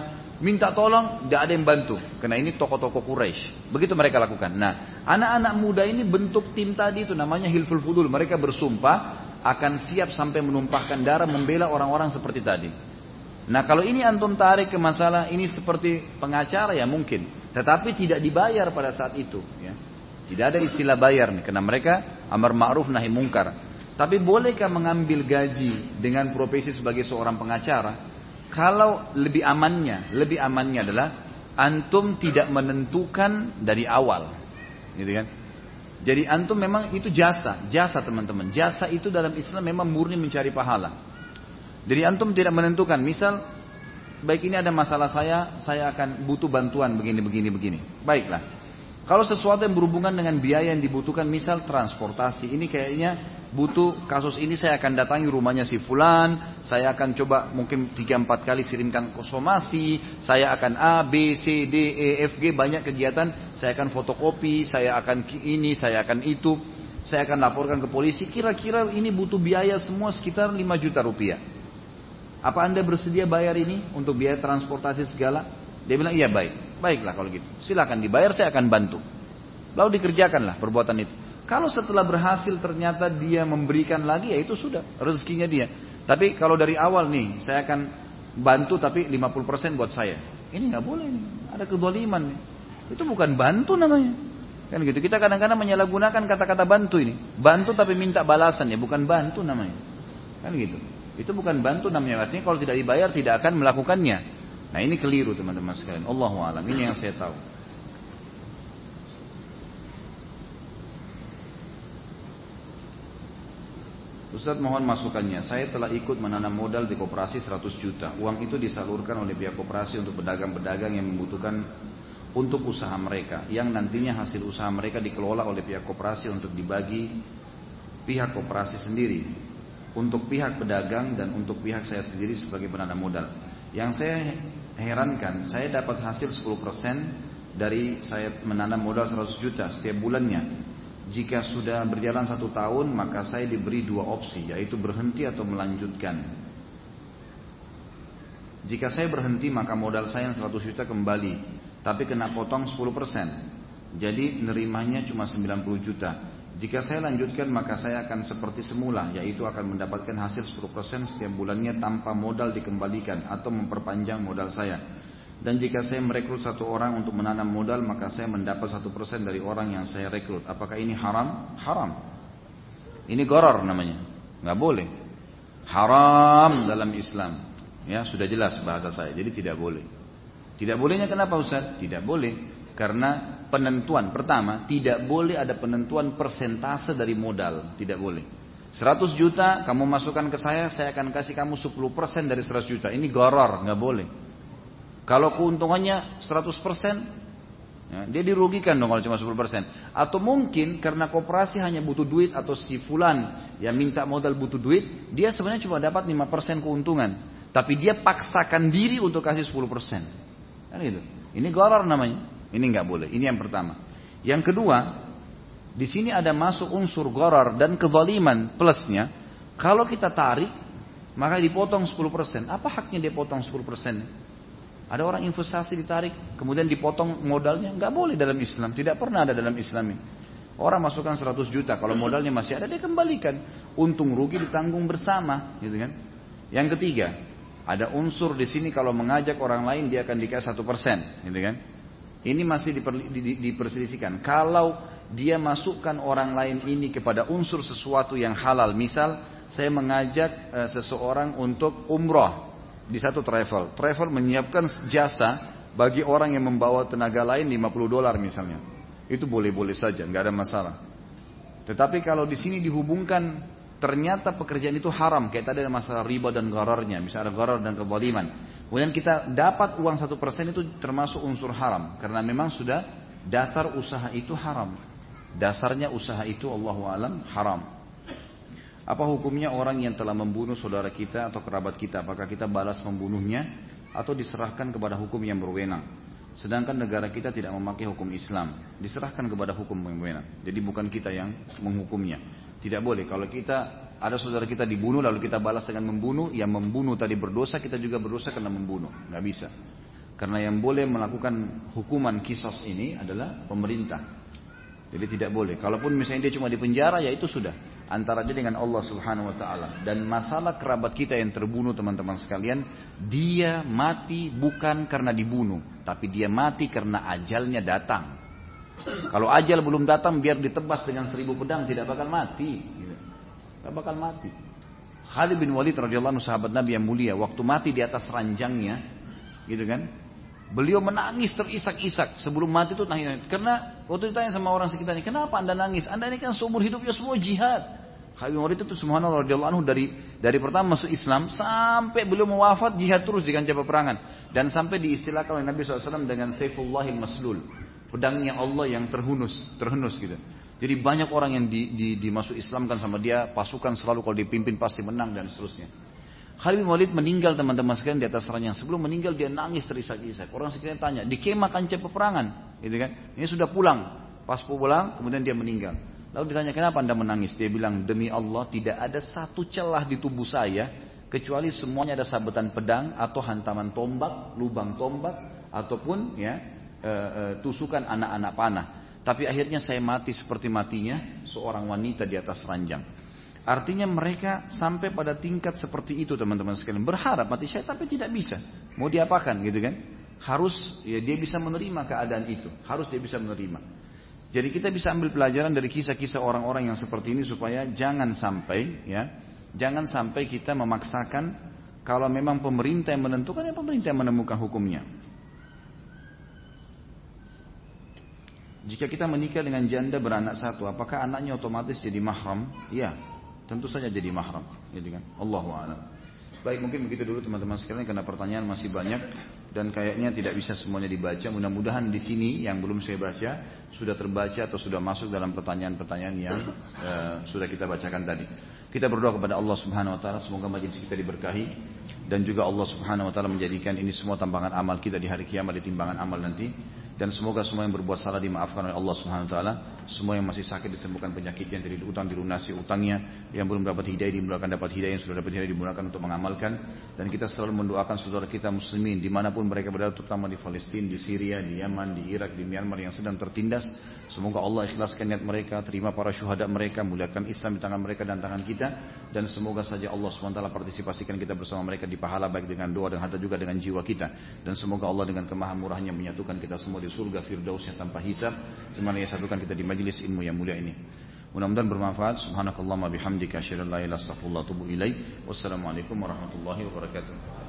minta tolong, tidak ada yang bantu. Karena ini tokoh-tokoh Quraisy. Begitu mereka lakukan. Nah, anak-anak muda ini bentuk tim tadi itu namanya Hilful Fudul. Mereka bersumpah akan siap sampai menumpahkan darah membela orang-orang seperti tadi. Nah, kalau ini antum tarik ke masalah ini seperti pengacara ya mungkin. Tetapi tidak dibayar pada saat itu. Ya. Tidak ada istilah bayar nih. Karena mereka amar ma'ruf nahi mungkar. Tapi bolehkah mengambil gaji dengan profesi sebagai seorang pengacara? Kalau lebih amannya adalah antum tidak menentukan dari awal, gitu kan? Jadi antum memang itu jasa teman-teman. Jasa itu dalam Islam memang murni mencari pahala. Jadi antum tidak menentukan. Misal, baik ini ada masalah saya akan butuh bantuan begini. Baiklah. Kalau sesuatu yang berhubungan dengan biaya yang dibutuhkan, misal transportasi, ini kayaknya butuh kasus ini saya akan datangi rumahnya si fulan, saya akan coba mungkin 3-4 kali kirimkan ke somasi, saya akan A, B, C, D, E, F, G, banyak kegiatan, saya akan fotokopi, saya akan ini, saya akan itu, saya akan laporkan ke polisi, kira-kira ini butuh biaya semua sekitar 5 juta rupiah. Apa Anda bersedia bayar ini untuk biaya transportasi segala? Dia bilang iya baiklah kalau gitu, silakan dibayar, saya akan bantu. Lalu dikerjakanlah perbuatan itu. Kalau setelah berhasil ternyata dia memberikan lagi, ya itu sudah rezekinya dia. Tapi kalau dari awal nih, saya akan bantu tapi 50% buat saya. Ini nggak boleh nih, ada kezaliman nih. Itu bukan bantu namanya. Kan gitu. Kita kadang-kadang menyalahgunakan kata-kata bantu ini. Bantu tapi minta balasan ya, bukan bantu namanya. Kan gitu. Itu bukan bantu namanya. Artinya kalau tidak dibayar tidak akan melakukannya. Nah ini keliru teman-teman sekalian. Allahu a'lam. Ini yang saya tahu. Ustaz mohon masukannya. Saya telah ikut menanam modal di koperasi 100 juta. Uang itu disalurkan oleh pihak koperasi untuk pedagang-pedagang yang membutuhkan untuk usaha mereka. Yang nantinya hasil usaha mereka dikelola oleh pihak koperasi untuk dibagi pihak koperasi sendiri. Untuk pihak pedagang dan untuk pihak saya sendiri sebagai penanam modal. Yang saya herankan, saya dapat hasil 10% dari saya menanam modal 100 juta setiap bulannya. Jika sudah berjalan 1 tahun, maka saya diberi 2 opsi, yaitu berhenti atau melanjutkan. Jika saya berhenti, maka modal saya yang 100 juta kembali, tapi kena potong 10%. Jadi nerimanya cuma 90 juta. Jika saya lanjutkan, maka saya akan seperti semula, yaitu akan mendapatkan hasil 10% setiap bulannya tanpa modal dikembalikan atau memperpanjang modal saya. Dan jika saya merekrut 1 orang untuk menanam modal, maka saya mendapat 1% dari orang yang saya rekrut. Apakah ini haram? Haram. Ini gharar namanya. Nggak boleh. Haram dalam Islam. Ya, sudah jelas bahasa saya. Jadi tidak boleh. Tidak bolehnya kenapa Ustaz? Tidak boleh. Karena penentuan, pertama, tidak boleh ada penentuan persentase dari modal. Tidak boleh. 100 juta kamu masukkan ke saya akan kasih kamu 10% dari 100 juta. Ini gharar, nggak boleh. Kalau keuntungannya 100%, ya, dia dirugikan dong kalau cuma 10%. Atau mungkin karena koperasi hanya butuh duit atau si fulan yang minta modal butuh duit, dia sebenarnya cuma dapat 5% keuntungan. Tapi dia paksakan diri untuk kasih 10%. Kan gitu. Ini gharar namanya. Ini nggak boleh. Ini yang pertama. Yang kedua, di sini ada masuk unsur gharar dan kezaliman plusnya. Kalau kita tarik, maka dipotong 10%. Apa haknya dia potong 10%? Ada orang investasi ditarik, kemudian dipotong modalnya. Nggak boleh dalam Islam. Tidak pernah ada dalam Islam ini. Orang masukkan 100 juta, kalau modalnya masih ada, dia kembalikan. Untung rugi ditanggung bersama, gitu kan? Yang ketiga, ada unsur di sini kalau mengajak orang lain dia akan dikasih 1%, gitu kan? Ini masih diperselisihkan. Kalau dia masukkan orang lain ini kepada unsur sesuatu yang halal, misal saya mengajak seseorang untuk umroh di satu travel menyiapkan jasa bagi orang yang membawa tenaga lain $50 misalnya, itu boleh-boleh saja, nggak ada masalah. Tetapi kalau di sini dihubungkan ternyata pekerjaan itu haram, kayak tadi ada masalah riba dan ghararnya, misalnya ada gharar dan kezaliman. Kemudian kita dapat uang 1% itu termasuk unsur haram, karena memang sudah dasar usaha itu haram. Dasarnya usaha itu Allahu a'lam haram. Apa hukumnya orang yang telah membunuh saudara kita atau kerabat kita? Apakah kita balas membunuhnya atau diserahkan kepada hukum yang berwenang? Sedangkan negara kita tidak memakai hukum Islam, diserahkan kepada hukum yang berwenang. Jadi bukan kita yang menghukumnya. Tidak boleh. Kalau kita ada saudara kita dibunuh lalu kita balas dengan membunuh, yang membunuh tadi berdosa, kita juga berdosa karena membunuh. Nggak bisa. Karena yang boleh melakukan hukuman kisos ini adalah pemerintah. Jadi tidak boleh. Kalaupun misalnya dia cuma di penjara, ya itu sudah antara dia dengan Allah Subhanahu wa taala. Dan masalah kerabat kita yang terbunuh, teman-teman sekalian, dia mati bukan karena dibunuh, tapi dia mati karena ajalnya datang. Kalau ajal belum datang, biar ditebas dengan 1000 pedang tidak bakal mati. Tidak bakal mati. Khalid bin Walid radhiyallahu anhu, sahabat Nabi yang mulia, waktu mati di atas ranjangnya, gitu kan? Beliau menangis terisak-isak sebelum mati itu nangis. Karena waktu ditanya sama orang sekitarnya, kenapa anda nangis? Anda ini kan seumur hidupnya semua jihad. Khalid bin Walid itu subhanallah radhiyallahu anhu dari pertama masuk Islam sampai beliau mewafat jihad terus di kancah peperangan. Dan sampai diistilahkan oleh Nabi SAW dengan Sayfullahil Maslul, pedangnya Allah yang terhunus gitu. Jadi banyak orang yang dimasuk Islam kan sama dia, pasukan selalu kalau dipimpin pasti menang dan seterusnya. Khalid bin Walid meninggal, teman-teman sekalian, di atas ranjang. Sebelum meninggal dia nangis terisak-isak. Orang sekitarnya tanya, di kemah kancah peperangan, gitu kan? Ini sudah pulang. Pas pulang, kemudian dia meninggal. Lalu ditanya, kenapa anda menangis? Dia bilang, demi Allah tidak ada satu celah di tubuh saya kecuali semuanya ada sabetan pedang atau hantaman tombak, lubang tombak, ataupun tusukan anak-anak panah. Tapi akhirnya saya mati seperti matinya seorang wanita di atas ranjang. Artinya mereka sampai pada tingkat seperti itu, teman-teman sekalian. Berharap mati syahid tapi tidak bisa. Mau diapakan gitu kan? Harus ya dia bisa menerima keadaan itu. Harus dia bisa menerima. Jadi kita bisa ambil pelajaran dari kisah-kisah orang-orang yang seperti ini supaya jangan sampai kita memaksakan. Kalau memang pemerintah yang menentukan, ya pemerintah yang menemukan hukumnya. Jika kita menikah dengan janda beranak satu, apakah anaknya otomatis jadi mahram? Ya, tentu saja jadi mahram, gitu kan? Allahu a'lam. Baik, mungkin begitu dulu teman-teman sekalian karena pertanyaan masih banyak dan kayaknya tidak bisa semuanya dibaca. Mudah-mudahan di sini yang belum saya baca sudah terbaca atau sudah masuk dalam pertanyaan-pertanyaan yang sudah kita bacakan tadi. Kita berdoa kepada Allah Subhanahu wa taala semoga majelis kita diberkahi dan juga Allah Subhanahu wa taala menjadikan ini semua tambangan amal kita di hari kiamat, di timbangan amal nanti. Dan semoga semua yang berbuat salah dimaafkan oleh Allah Subhanahu wa taala. Semua yang masih sakit disembuhkan penyakitnya, yang tidak utang dilunasi utangnya, yang belum dapat hidayah dimudahkan dapat hidayah, yang sudah dapat hidayah dimudahkan untuk mengamalkan. Dan kita selalu mendoakan saudara kita muslimin dimanapun mereka berada, terutama di Palestina, di Syria, di Yaman, di Irak, di Myanmar yang sedang tertindas. Semoga Allah ikhlaskan niat mereka, terima para syuhada mereka, muliakan Islam di tangan mereka dan tangan kita. Dan semoga saja Allah SWT partisipasikan kita bersama mereka di pahala baik dengan doa dan harta juga dengan jiwa kita. Dan semoga Allah dengan kemahamurahnya menyatukan kita semua di surga firdausnya tanpa hisab. Semoga ia satukan kita di majelis ilmu yang mulia ini. Mudah-mudahan bermanfaat. Subhanakallahumma bihamdika asyhadu an la ilaha illa anta astaghfiruka wa atubu ilaik. Wassalamualaikum warahmatullahi wabarakatuh.